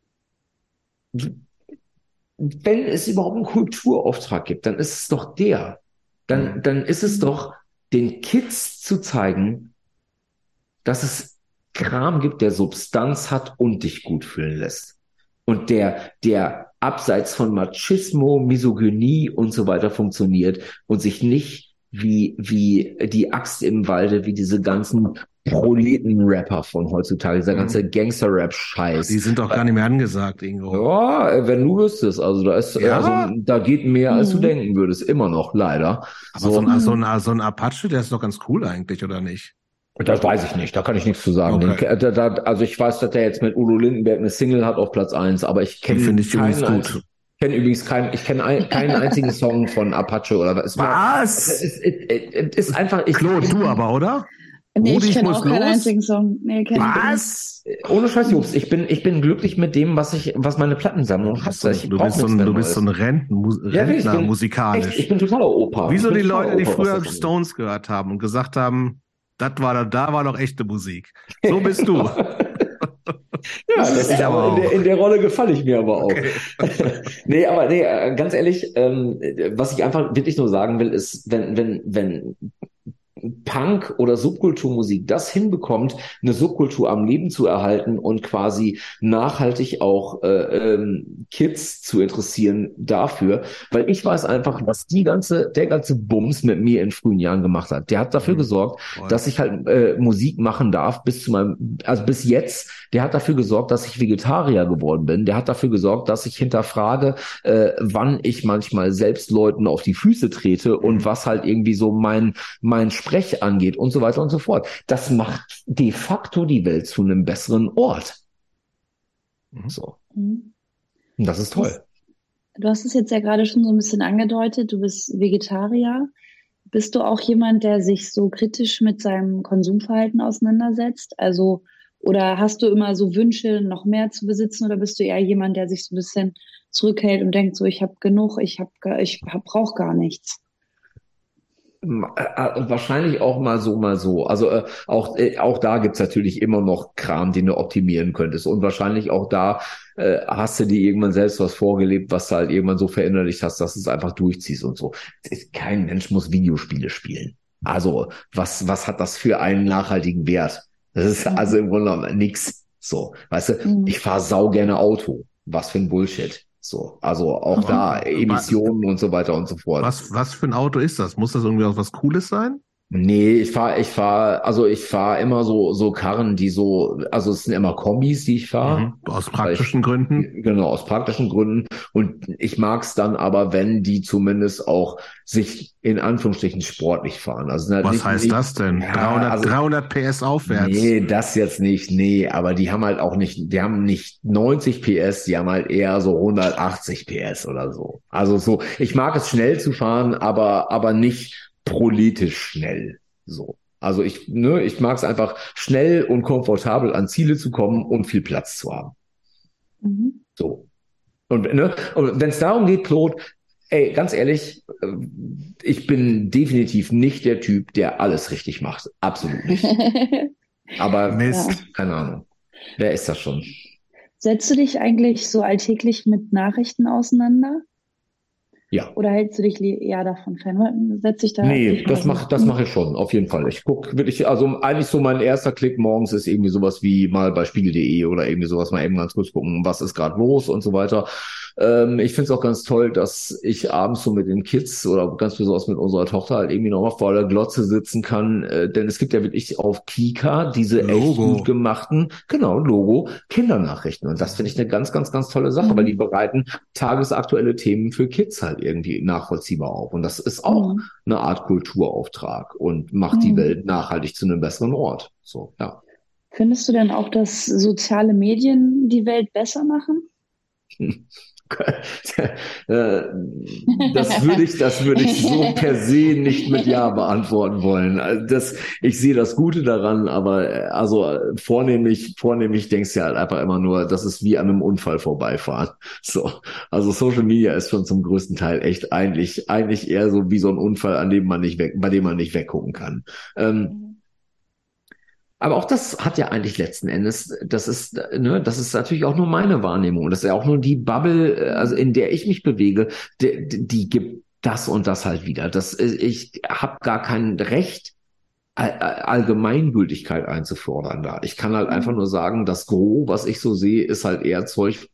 wenn es überhaupt einen Kulturauftrag gibt, dann ist es doch der. Dann, dann ist es doch, den Kids zu zeigen, dass es Kram gibt, der Substanz hat und dich gut fühlen lässt. Und der, der abseits von Machismo, Misogynie und so weiter funktioniert und sich nicht wie, wie die Axt im Walde, wie diese ganzen Proleten-Rapper von heutzutage, dieser ganze Gangster-Rap-Scheiß. Die sind doch gar nicht mehr angesagt, Ingo. Ja, wenn du wüsstest, also da ist, ja. also da geht mehr, als du denken würdest, immer noch, leider. Aber so, so, ein, so, ein, so ein Apache, der ist doch ganz cool eigentlich, oder nicht? Das weiß ich nicht, da kann ich nichts zu sagen. Okay. Den, da, da, also ich weiß, dass der jetzt mit Udo Lindenberg eine Single hat auf Platz eins, aber ich kenne keinen gut. Ich kenne übrigens keinen, ich kenne ein, keinen einzigen Song von Apache oder was. Was? Es ist, es ist, ist einfach. Ich, Claude, du aber, oder? Nee, Rudi, ich kenne auch keinen einzigen Song. Nee, was? Ohne Scheiß, Jungs, ich bin, ich bin glücklich mit dem, was ich, was meine Plattensammlung hat. Ich du bist so ein, du bist so ein Rentner, ja, Rentner ich bin, musikalisch. Echt, ich bin totaler Opa. Wie so die Leute, die früher Stones gehört haben und gesagt haben, das war, da war noch echte Musik. So bist du. Ja, das ist aber in der, in der Rolle gefalle ich mir aber auch. Okay. Nee, aber nee, ganz ehrlich, ähm, was ich einfach wirklich nur sagen will, ist, wenn, wenn, wenn Punk oder Subkulturmusik das hinbekommt, eine Subkultur am Leben zu erhalten und quasi nachhaltig auch äh, ähm, Kids zu interessieren dafür, weil ich weiß einfach, was die ganze, der ganze Bums mit mir in frühen Jahren gemacht hat. Der hat dafür mhm. gesorgt, Voll. dass ich halt äh, Musik machen darf bis zu meinem, also bis jetzt. Der hat dafür gesorgt, dass ich Vegetarier geworden bin. Der hat dafür gesorgt, dass ich hinterfrage, äh, wann ich manchmal selbst Leuten auf die Füße trete und was halt irgendwie so mein mein Sprech angeht und so weiter und so fort. Das macht de facto die Welt zu einem besseren Ort. Mhm. So. Mhm. Und das ist toll. Du hast es jetzt ja gerade schon so ein bisschen angedeutet. Du bist Vegetarier. Bist du auch jemand, der sich so kritisch mit seinem Konsumverhalten auseinandersetzt? Also oder hast du immer so Wünsche, noch mehr zu besitzen, oder bist du eher jemand, der sich so ein bisschen zurückhält und denkt so, ich habe genug, ich habe, ich hab, brauche gar nichts? Wahrscheinlich auch mal so, mal so. Also äh, auch äh, auch da gibt's natürlich immer noch Kram, den du optimieren könntest. Und wahrscheinlich auch da äh, hast du dir irgendwann selbst was vorgelebt, was du halt irgendwann so verinnerlicht hast, dass du es einfach durchziehst und so. Kein Mensch muss Videospiele spielen. Also was was hat das für einen nachhaltigen Wert? Das ist also im Grunde genommen nix. So, weißt du, mhm. ich fahre sau gerne Auto. Was für ein Bullshit. So, also auch mhm. da Emissionen und so weiter und so fort. Was, was für ein Auto ist das? Muss das irgendwie auch was Cooles sein? Nee, ich fahre, ich fahre, also ich fahre immer so so Karren, die so, also es sind immer Kombis, die ich fahre. Mhm. Aus praktischen ich, Gründen? Genau, aus praktischen Gründen. Und ich mag's dann aber, wenn die zumindest auch sich in Anführungsstrichen sportlich fahren. Also was nicht, heißt nicht, das denn? Ja, dreihundert, also, dreihundert P S aufwärts? Nee, das jetzt nicht, nee, aber die haben halt auch nicht, die haben nicht neunzig P S, die haben halt eher so hundertachtzig P S oder so. Also so, ich mag es schnell zu fahren, aber aber nicht politisch schnell. So. Also ich, ne, ich mag es einfach schnell und komfortabel an Ziele zu kommen und viel Platz zu haben. Mhm. So. Und, ne, und wenn es darum geht, Claude, ey, ganz ehrlich, ich bin definitiv nicht der Typ, der alles richtig macht. Absolut nicht. Aber Mist, keine Ahnung. Wer ist das schon? Setzt du dich eigentlich so alltäglich mit Nachrichten auseinander? Ja. Oder hältst du dich li- eher davon fern? Setz dich da Nee, dich mal das so- mache das mache ich schon, auf jeden Fall. Ich guck wirklich, also eigentlich so mein erster Klick morgens ist irgendwie sowas wie mal bei spiegel punkt de oder irgendwie sowas mal eben ganz kurz gucken, was ist gerade los und so weiter. Ähm, ich finde es auch ganz toll, dass ich abends so mit den Kids oder ganz besonders mit unserer Tochter halt irgendwie nochmal vor der Glotze sitzen kann, äh, denn es gibt ja wirklich auf Kika diese echt Logo. gut gemachten, genau, Logo, Kindernachrichten. Und das finde ich eine ganz, ganz, ganz tolle Sache, Mhm. weil die bereiten tagesaktuelle Themen für Kids halt irgendwie nachvollziehbar auf. Und das ist auch Mhm. eine Art Kulturauftrag und macht die Mhm. Welt nachhaltig zu einem besseren Ort. So, ja. Findest du denn auch, dass soziale Medien die Welt besser machen? Äh, Das würde ich, das würde ich so per se nicht mit Ja beantworten wollen. Also das, ich sehe das Gute daran, aber äh, also äh, vornehmlich, vornehmlich denkst du halt einfach immer nur, das ist wie an einem Unfall vorbeifahren. So, also Social Media ist schon zum größten Teil echt eigentlich, eigentlich eher so wie so ein Unfall, an dem man nicht weg, bei dem man nicht weggucken kann. Ähm, Aber auch das hat ja eigentlich letzten Endes, das ist, ne, das ist natürlich auch nur meine Wahrnehmung. Und das ist ja auch nur die Bubble, äh, also in der ich mich bewege, die, die gibt das und das halt wieder. Das, äh, ich habe gar kein Recht, All- All- Allgemeingültigkeit einzufordern da. Ich kann halt einfach nur sagen, das Gros, was ich so sehe, ist halt eher Zeug,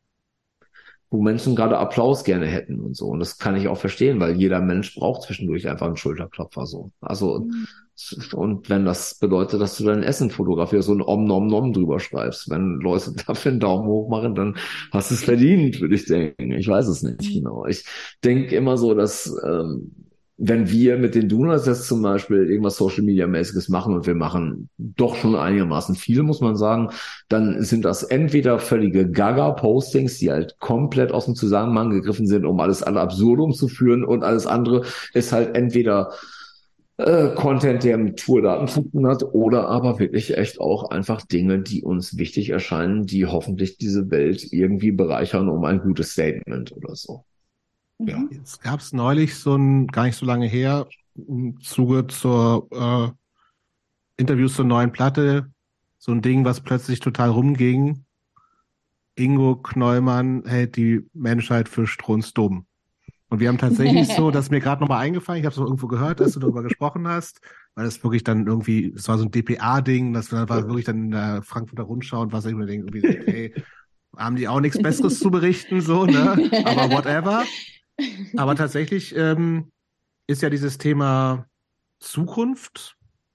wo Menschen gerade Applaus gerne hätten und so. Und das kann ich auch verstehen, weil jeder Mensch braucht zwischendurch einfach einen Schulterklopfer so. Also, und wenn das bedeutet, dass du dein Essen fotografierst und Om Nom Nom drüber schreibst, wenn Leute dafür einen Daumen hoch machen, dann hast du es verdient, würde ich denken. Ich weiß es nicht genau. Ich denke immer so, dass ähm, wenn wir mit den Donuts jetzt zum Beispiel irgendwas Social Media mäßiges machen und wir machen doch schon einigermaßen viel, muss man sagen, dann sind das entweder völlige Gaga-Postings, die halt komplett aus dem Zusammenhang gegriffen sind, um alles ad absurdum zu führen, und alles andere ist halt entweder äh, Content, der mit Tourdaten zu tun hat, oder aber wirklich echt auch einfach Dinge, die uns wichtig erscheinen, die hoffentlich diese Welt irgendwie bereichern um ein gutes Statement oder so. Ja. Mhm. Jetzt gab es neulich so ein, gar nicht so lange her, im Zuge zur äh, Interviews zur neuen Platte, so ein Ding, was plötzlich total rumging. Ingo Knollmann hält die Menschheit für strunzdumm. Und wir haben tatsächlich so, das ist mir gerade nochmal eingefallen, ich habe es irgendwo gehört, als du darüber gesprochen hast, weil das wirklich dann irgendwie, es war so ein D P A-Ding, das war wirklich dann in der Frankfurter Rundschau und was ich mir denke, irgendwie, hey, haben die auch nichts Besseres zu berichten, so, ne? Aber whatever. Aber tatsächlich ähm, ist ja dieses Thema Zukunft,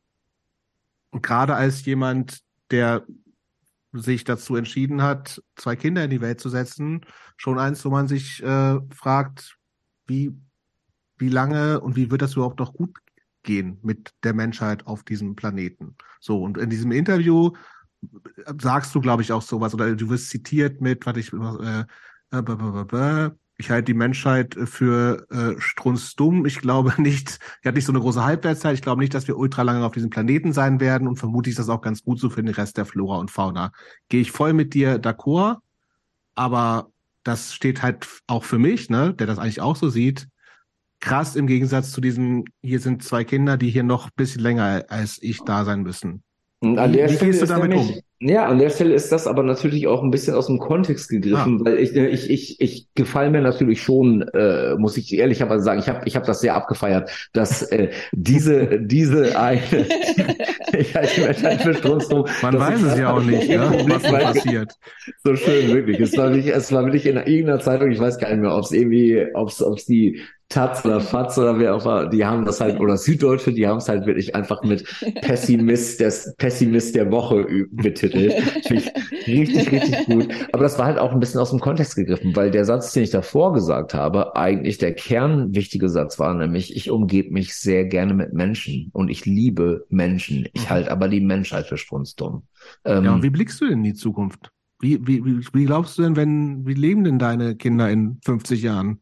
und gerade als jemand, der sich dazu entschieden hat, zwei Kinder in die Welt zu setzen, schon eins, wo man sich äh, fragt, wie, wie lange und wie wird das überhaupt noch gut gehen mit der Menschheit auf diesem Planeten? So, und in diesem Interview sagst du, glaube ich, auch sowas, oder du wirst zitiert mit, warte, ich, äh, äh, b- b- b- ich halte die Menschheit für äh, strunzdumm. Ich glaube nicht, die hat nicht so eine große Halbwertszeit. Ich glaube nicht, dass wir ultra lange auf diesem Planeten sein werden, und vermutlich ist das auch ganz gut so für den Rest der Flora und Fauna. Gehe ich voll mit dir d'accord, aber das steht halt auch für mich, ne, der das eigentlich auch so sieht, krass im Gegensatz zu diesem, hier sind zwei Kinder, die hier noch ein bisschen länger als ich da sein müssen. Und an Wie- der wie Stelle gehst du ist damit nämlich, um? ja, an der Stelle ist das aber natürlich auch ein bisschen aus dem Kontext gegriffen, Ah. weil ich, ich, ich, ich gefalle mir natürlich schon, äh, muss ich ehrlicherweise sagen, ich habe, ich habe das sehr abgefeiert, dass äh, diese, diese eine, ich halte die Menschheit für strunzdumm. Man weiß es ja auch nicht, ne, was so passiert. So schön, wirklich. Es war wirklich, es war wirklich in irgendeiner Zeitung, ich weiß gar nicht mehr, ob es irgendwie, ob es, ob es die Taz oder Fatz oder wer auch immer, die haben das halt, oder Süddeutsche, die haben es halt wirklich einfach mit Pessimist, des Pessimist der Woche ü- betitelt. Finde ich richtig, richtig gut. Aber das war halt auch ein bisschen aus dem Kontext gegriffen, weil der Satz, den ich davor gesagt habe, eigentlich der kernwichtige Satz war, nämlich, ich umgebe mich sehr gerne mit Menschen und ich liebe Menschen. Ich halte aber die Menschheit für strunzdumm. Ähm, Ja, und wie blickst du denn in die Zukunft? Wie, wie, wie, wie glaubst du denn, wenn, wie leben denn deine Kinder in fünfzig Jahren?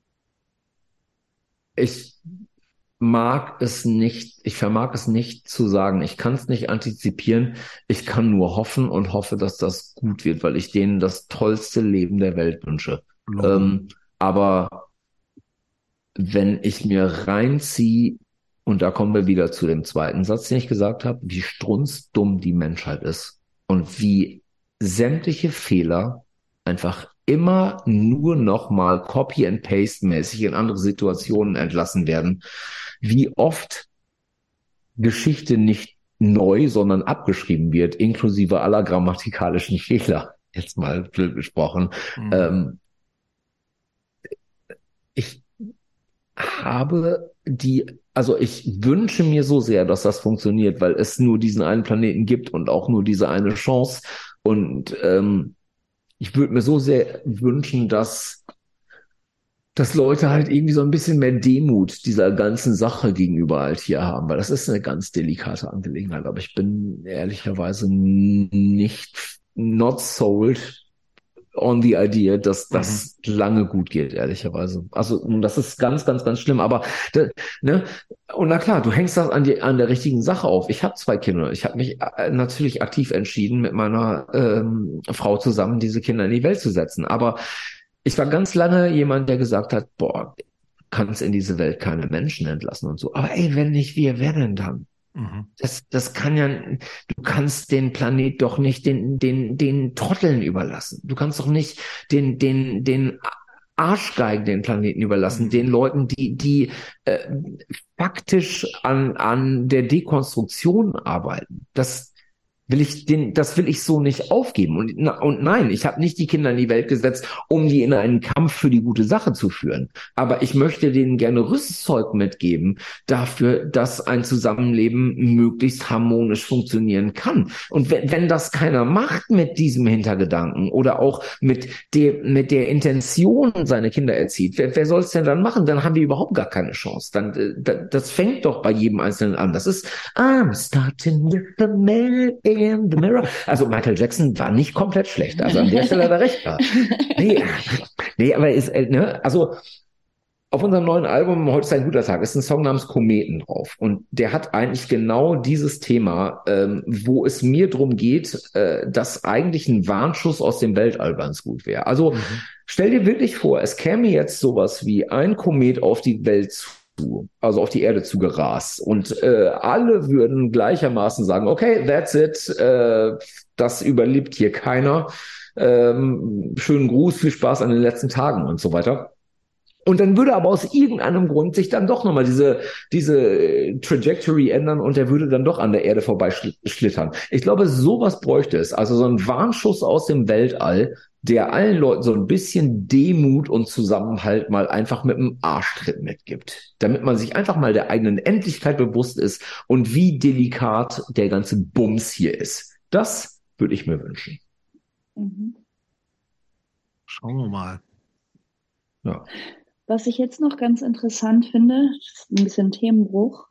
Ich mag es nicht, ich vermag es nicht zu sagen. Ich kann es nicht antizipieren. Ich kann nur hoffen und hoffe, dass das gut wird, weil ich denen das tollste Leben der Welt wünsche. Ähm, aber wenn ich mir reinziehe, und da kommen wir wieder zu dem zweiten Satz, den ich gesagt habe, wie strunzdumm die Menschheit ist und wie sämtliche Fehler einfach immer nur noch mal Copy and Paste mäßig in andere Situationen entlassen werden, wie oft Geschichte nicht neu, sondern abgeschrieben wird, inklusive aller grammatikalischen Fehler, jetzt mal blöd gesprochen. Mhm. Ähm, ich habe die, also ich wünsche mir so sehr, dass das funktioniert, weil es nur diesen einen Planeten gibt und auch nur diese eine Chance. Und ähm, ich würde mir so sehr wünschen, dass dass Leute halt irgendwie so ein bisschen mehr Demut dieser ganzen Sache gegenüber halt hier haben, weil das ist eine ganz delikate Angelegenheit. Aber ich bin ehrlicherweise nicht not sold on the idea, dass das mhm. lange gut geht, ehrlicherweise. Also das ist ganz, ganz, ganz schlimm. Aber ne, und na klar, du hängst das an die an der richtigen Sache auf. Ich habe zwei Kinder. Ich habe mich natürlich aktiv entschieden, mit meiner ähm, Frau zusammen diese Kinder in die Welt zu setzen. Aber ich war ganz lange jemand, der gesagt hat, boah, kannst in diese Welt keine Menschen entlassen und so. Aber ey, wenn nicht wir, wer denn dann? Mhm. Das, das kann ja, du kannst den Planet doch nicht den, den, den Trotteln überlassen. Du kannst doch nicht den, den, den Arschgeigen den Planeten überlassen, mhm. den Leuten, die, die äh, faktisch an, an der Dekonstruktion arbeiten. Das will ich den, das will ich so nicht aufgeben. Und, und nein, ich habe nicht die Kinder in die Welt gesetzt, um die in einen Kampf für die gute Sache zu führen. Aber ich möchte denen gerne Rüstzeug mitgeben dafür, dass ein Zusammenleben möglichst harmonisch funktionieren kann. Und wenn, wenn das keiner macht mit diesem Hintergedanken oder auch mit der, mit der Intention seine Kinder erzieht, wer, wer soll es denn dann machen? Dann haben wir überhaupt gar keine Chance. Dann, das fängt doch bei jedem Einzelnen an. Das ist, I'm starting with the man in the mirror. Also Michael Jackson war nicht komplett schlecht. Also an der Stelle hat er recht. Nee, nee, aber ist, ne, also auf unserem neuen Album Heute ist ein guter Tag ist ein Song namens Kometen drauf. Und der hat eigentlich genau dieses Thema, ähm, wo es mir drum geht, äh, dass eigentlich ein Warnschuss aus dem Weltall ganz gut wäre. Also mhm. stell dir wirklich vor, es käme jetzt sowas wie ein Komet auf die Welt zu. Also auf die Erde zugerast. Und äh, alle würden gleichermaßen sagen, okay, that's it, äh, das überlebt hier keiner. Ähm, schönen Gruß, viel Spaß an den letzten Tagen und so weiter. Und dann würde aber aus irgendeinem Grund sich dann doch nochmal diese, diese Trajectory ändern und der würde dann doch an der Erde vorbeischlittern. Ich glaube, sowas bräuchte es. Also so ein Warnschuss aus dem Weltall, der allen Leuten so ein bisschen Demut und Zusammenhalt mal einfach mit einem Arschtritt mitgibt. Damit man sich einfach mal der eigenen Endlichkeit bewusst ist und wie delikat der ganze Bums hier ist. Das würde ich mir wünschen. Mhm. Schauen wir mal. Ja. Was ich jetzt noch ganz interessant finde, ist ein bisschen Themenbruch.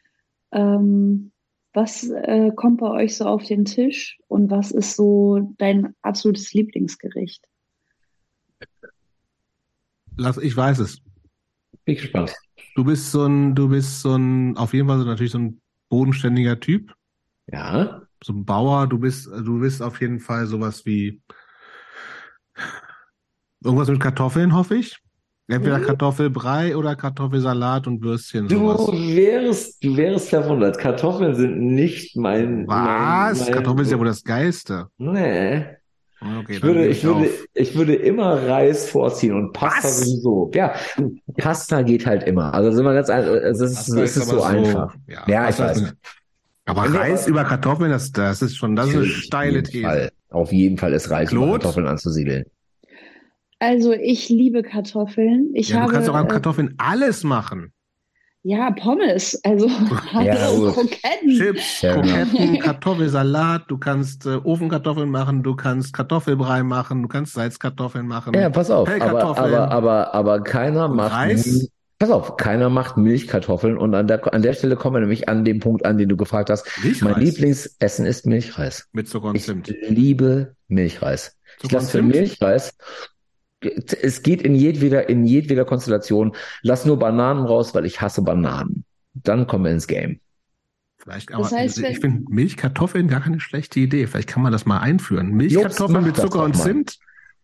Ähm, was äh, kommt bei euch so auf den Tisch und was ist so dein absolutes Lieblingsgericht? Lass, ich weiß es. Bin gespannt. Du bist so ein, du bist so ein, auf jeden Fall so natürlich so ein bodenständiger Typ. Ja. So ein Bauer. Du bist, du bist auf jeden Fall sowas wie irgendwas mit Kartoffeln, hoffe ich. Entweder Kartoffelbrei oder Kartoffelsalat und Würstchen. Du sowas. wärst, du wärst verwundert. Kartoffeln sind nicht mein. Was? Mein, mein Kartoffeln ist ja wohl das Geilste. Nee. Okay, ich würde, ich, ich würde, ich würde immer Reis vorziehen und Pasta Was? sowieso. Ja, Pasta geht halt immer. Also sind wir ganz, es ist, es ist so, so einfach. Ja, ja ich weiß. Ist, aber ja, Reis über Kartoffeln, das, das ist schon, das ist eine steile These. Fall. Auf jeden Fall ist Reis Claude? über Kartoffeln anzusiedeln. Also ich liebe Kartoffeln. Ich ja, habe, du kannst doch an äh, Kartoffeln alles machen. Ja, Pommes, also ja, Kroketten. Chips, ja, Kroketten, genau. Kartoffelsalat, du kannst äh, Ofenkartoffeln machen, du kannst Kartoffelbrei machen, du kannst Salzkartoffeln machen. Ja, pass auf, aber, aber, aber, aber keiner Und macht Reis? Pass auf, keiner macht Milchkartoffeln und an der, an der Stelle kommen wir nämlich an den Punkt an, den du gefragt hast. Milchreis? Mein Lieblingsessen ist Milchreis. Mit Zucker und Zimt. Ich liebe Milchreis. Zucker Ich lasse und für Zimt? Milchreis, es geht in jedweder, in jedweder Konstellation, lass nur Bananen raus, weil ich hasse Bananen. Dann kommen wir ins Game. Vielleicht, aber Das heißt, ich wenn- finde Milchkartoffeln gar keine schlechte Idee. Vielleicht kann man das mal einführen. Milchkartoffeln Jungs, mit macht Zucker das und doch mal. Zimt.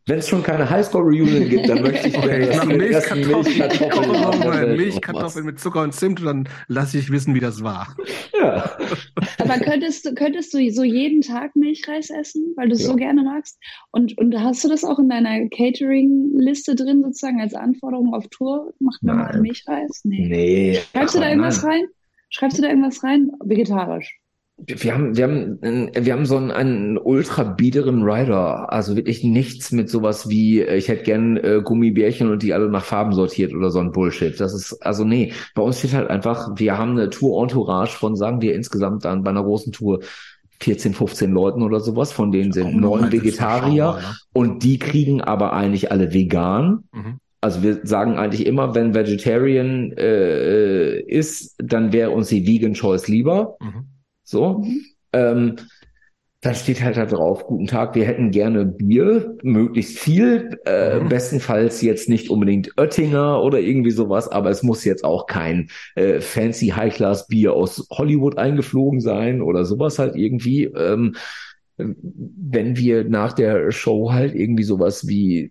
Wenn es schon keine Highscore-Reunion gibt, dann möchte ich Okay, ich dass mache du- dass du Milchkartoffeln, Milchkartoffeln auf der Welt Milchkartoffeln mit Zucker und Zimt und dann lasse ich wissen, wie das war. machst. Ja. Aber könntest du, könntest du so jeden Tag Milchreis essen, weil du es Ja. so gerne magst? Und, und hast du das auch in deiner Catering-Liste drin, sozusagen als Anforderung auf Tour? Macht mir mal Nein. Milchreis? Nee. Nee. Schreibst du da Ach, irgendwas nein. rein? Schreibst du da irgendwas rein? Vegetarisch. Wir haben, wir haben, äh, wir haben so einen, einen ultra biederen Rider. Also wirklich nichts mit sowas wie, äh, ich hätte gern äh, Gummibärchen und die alle nach Farben sortiert oder so ein Bullshit. Das ist, also nee, bei uns steht halt einfach, wir haben eine Tour-Entourage von, sagen wir insgesamt dann bei einer großen Tour vierzehn, fünfzehn Leuten oder sowas, von denen sind Auch noch neun halt Vegetarier überschaubar, ne? und die kriegen aber eigentlich alle vegan. Mhm. Also wir sagen eigentlich immer, wenn Vegetarian äh, ist, dann wäre uns die Vegan Choice lieber. Mhm. So. Mhm. Ähm, dann steht halt da drauf, guten Tag, wir hätten gerne Bier, möglichst viel, äh, Mhm. bestenfalls jetzt nicht unbedingt Oettinger oder irgendwie sowas, aber es muss jetzt auch kein äh, fancy High-Class-Bier aus Hollywood eingeflogen sein oder sowas halt irgendwie. Ähm, wenn wir nach der Show halt irgendwie sowas wie,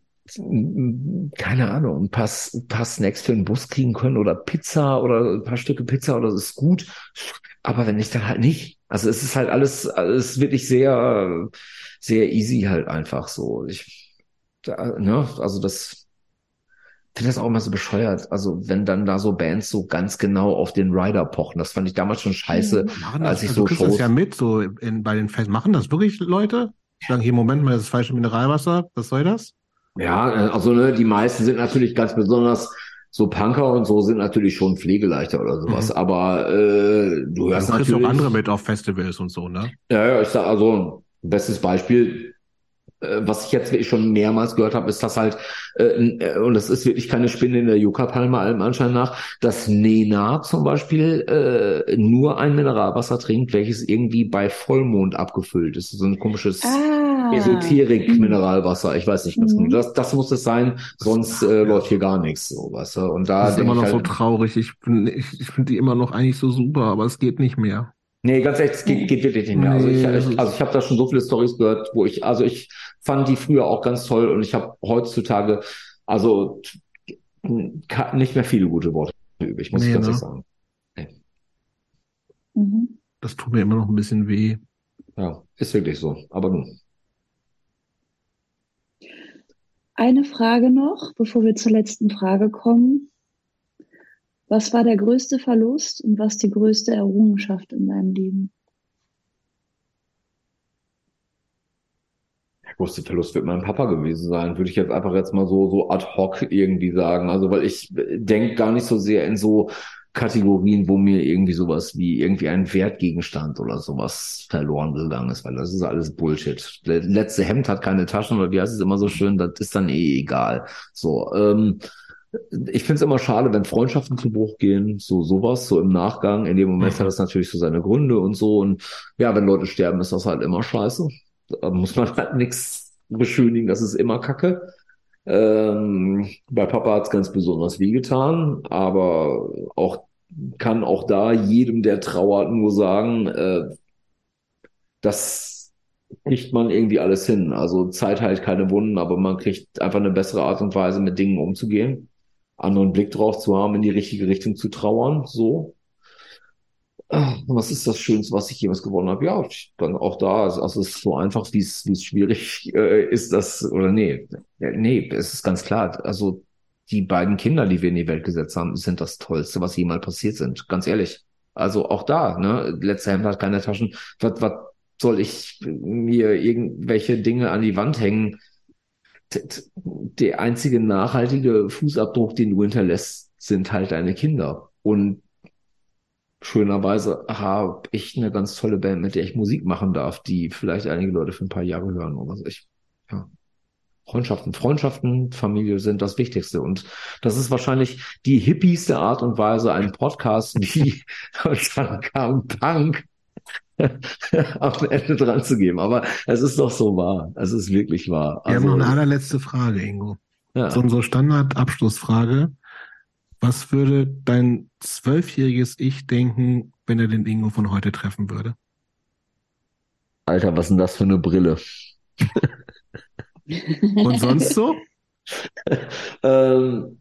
keine Ahnung, ein paar, ein paar Snacks für den Bus kriegen können oder Pizza oder ein paar Stücke Pizza oder das ist gut. Aber wenn nicht, dann halt nicht. Also es ist halt alles, alles wirklich sehr, sehr easy halt einfach so. Ich, da, ne, also das, finde das auch immer so bescheuert. Also wenn dann da so Bands so ganz genau auf den Rider pochen, das fand ich damals schon scheiße, Mhm. Machen als das, ich also so du kriegst das Shows. ja mit, so in, bei den Festen. Machen das wirklich Leute? Sagen, hier, Moment mal, das ist falsche Mineralwasser. Was soll das? Ja, äh, also ne, die meisten sind natürlich ganz besonders so Punker und so sind natürlich schon pflegeleichter oder sowas. Mhm. Aber äh, du Ja, hörst du kriegst auch natürlich. andere mit auf Festivals und so, ne? Ja, ja, ich sag also, bestes Beispiel, äh, was ich jetzt wirklich schon mehrmals gehört habe, ist, dass halt, äh, äh, und das ist wirklich keine Spinne in der Yucca-Palme allem Anschein nach, dass Nena zum Beispiel äh, nur ein Mineralwasser trinkt, welches irgendwie bei Vollmond abgefüllt ist. So ein komisches Ah. Esoterik-Mineralwasser. Ich weiß nicht was. Mhm. Das, das muss es sein, sonst äh, läuft hier gar nichts. So, weißt du? Und da Das ist denk immer ich noch so halt, traurig. Ich finde ich, ich find die immer noch eigentlich so super, aber es geht nicht mehr. nee, ganz ehrlich, es geht, geht wirklich nicht mehr. Also ich, Nee, das ich, ist- also ich habe da schon so viele Storys gehört, wo ich, also ich fand die früher auch ganz toll und ich habe heutzutage, also ka- nicht mehr viele gute Worte übrig, muss Nee, ich ganz ne? ehrlich sagen. Nee. Mhm. Das tut mir immer noch ein bisschen weh. Ja, ist wirklich so. Aber nun. Eine Frage noch, bevor wir zur letzten Frage kommen. Was war der größte Verlust und was die größte Errungenschaft in deinem Leben? Der größte Verlust wird mein Papa gewesen sein, würde ich jetzt einfach jetzt mal so, so ad hoc irgendwie sagen. Also, weil ich denke gar nicht so sehr in so Kategorien, wo mir irgendwie sowas wie irgendwie ein Wertgegenstand oder sowas verloren gegangen ist, weil das ist alles Bullshit. Der letzte Hemd hat keine Taschen oder wie heißt es immer so schön, das ist dann eh egal. So, ähm, ich finde es immer schade, wenn Freundschaften zu Bruch gehen, so sowas, so im Nachgang. In dem Moment Mhm. hat das natürlich so seine Gründe und so. Und ja, wenn Leute sterben, ist das halt immer scheiße. Da muss man halt nichts beschönigen, das ist immer Kacke. Ähm, bei Papa hat's ganz besonders wehgetan, aber auch kann auch da jedem, der trauert, nur sagen, äh, das kriegt man irgendwie alles hin. Also Zeit heilt keine Wunden, aber man kriegt einfach eine bessere Art und Weise, mit Dingen umzugehen, anderen Blick drauf zu haben, in die richtige Richtung zu trauern, so. Ah, was ist das Schönste, was ich jemals gewonnen habe? Ja, ich- dann auch da, also also es ist so einfach, wie es wie es schwierig äh, ist, das, oder nee, ja, nee, es ist ganz klar, also die beiden Kinder, die wir in die Welt gesetzt haben, sind das Tollste, was jemals passiert sind, ganz ehrlich. Also auch da, ne, letzter Hemd hat keine Taschen, was, was soll ich mir irgendwelche Dinge an die Wand hängen? T- t- Der einzige nachhaltige Fußabdruck, den du hinterlässt, sind halt deine Kinder. Und schönerweise habe ich eine ganz tolle Band, mit der ich Musik machen darf, die vielleicht einige Leute für ein paar Jahre hören oder so. Ich, ja. Freundschaften, Freundschaften, Familie sind das Wichtigste. Und das ist wahrscheinlich die hippieste Art und Weise, einen Podcast wie und dann kam Punk am Ende dran zu geben. Aber es ist doch so wahr. Es ist wirklich wahr. Wir haben Also, noch eine allerletzte Frage, Ingo. ja. So unsere Standardabschlussfrage. Was würde dein zwölfjähriges Ich denken, wenn er den Ingo von heute treffen würde? Alter, was ist denn das für eine Brille? Und sonst so? ähm,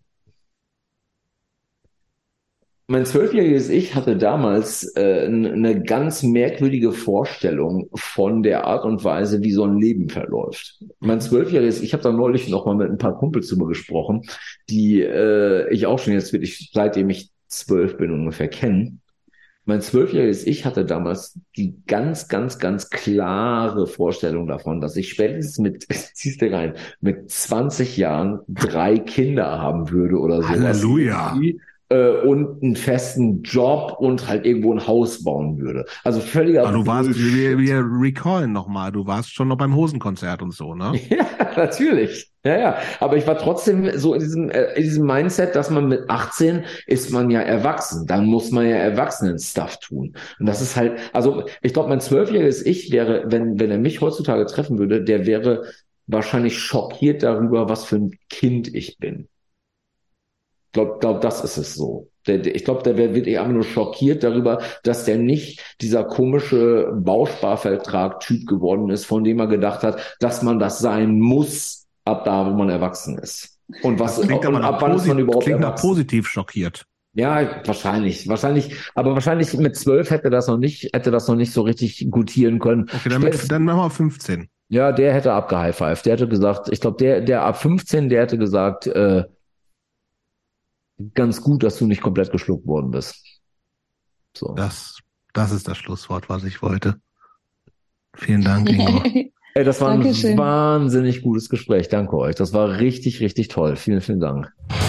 Mein zwölfjähriges Ich hatte damals äh, n- eine ganz merkwürdige Vorstellung von der Art und Weise, wie so ein Leben verläuft. Mein zwölfjähriges Ich habe da neulich noch mal mit ein paar Kumpels drüber gesprochen, die äh, ich auch schon jetzt wirklich, seitdem ich zwölf bin, ungefähr kenne. Mein zwölfjähriges Ich hatte damals die ganz, ganz, ganz klare Vorstellung davon, dass ich spätestens mit, ziehst du rein, mit zwanzig Jahren drei Kinder haben würde oder sowas. Halleluja. irgendwie, äh, und einen festen Job und halt irgendwo ein Haus bauen würde. Also völliger Aber du warst, Bullshit. wir, wir recallen nochmal, du warst schon noch beim Hosenkonzert und so, ne? Ja, natürlich. Ja, ja. Aber ich war trotzdem so in diesem, äh, in diesem Mindset, dass man mit achtzehn ist man ja erwachsen. Dann muss man ja Erwachsenen-Stuff tun. Und das ist halt, also ich glaube, mein zwölfjähriges Ich wäre, wenn, wenn er mich heutzutage treffen würde, der wäre wahrscheinlich schockiert darüber, was für ein Kind ich bin. Ich glaube, glaub, das ist es so. Der, der, ich glaube, der wär- wird eher einfach nur schockiert darüber, dass der nicht dieser komische Bausparvertrag-Typ geworden ist, von dem er gedacht hat, dass man das sein muss, ab da, wo man erwachsen ist. Und was Das klingt und aber ab nach, wann ist man posi überhaupt klingt nach erwachsen? positiv schockiert. Ja, wahrscheinlich, wahrscheinlich, aber wahrscheinlich mit zwölf hätte das noch nicht, hätte das noch nicht so richtig gutieren können. Okay, dann, mit, Spätestens- dann machen wir fünfzehn. ja, der hätte abgehighfived. Der hätte gesagt, ich glaube, der, der ab fünfzehn, der hätte gesagt, äh, ganz gut, dass du nicht komplett geschluckt worden bist. So. Das, das ist das Schlusswort, was ich wollte. Vielen Dank, Ingo. Ey, das war ein Dankeschön. wahnsinnig gutes Gespräch. Danke euch. Das war richtig, richtig toll. Vielen, vielen Dank.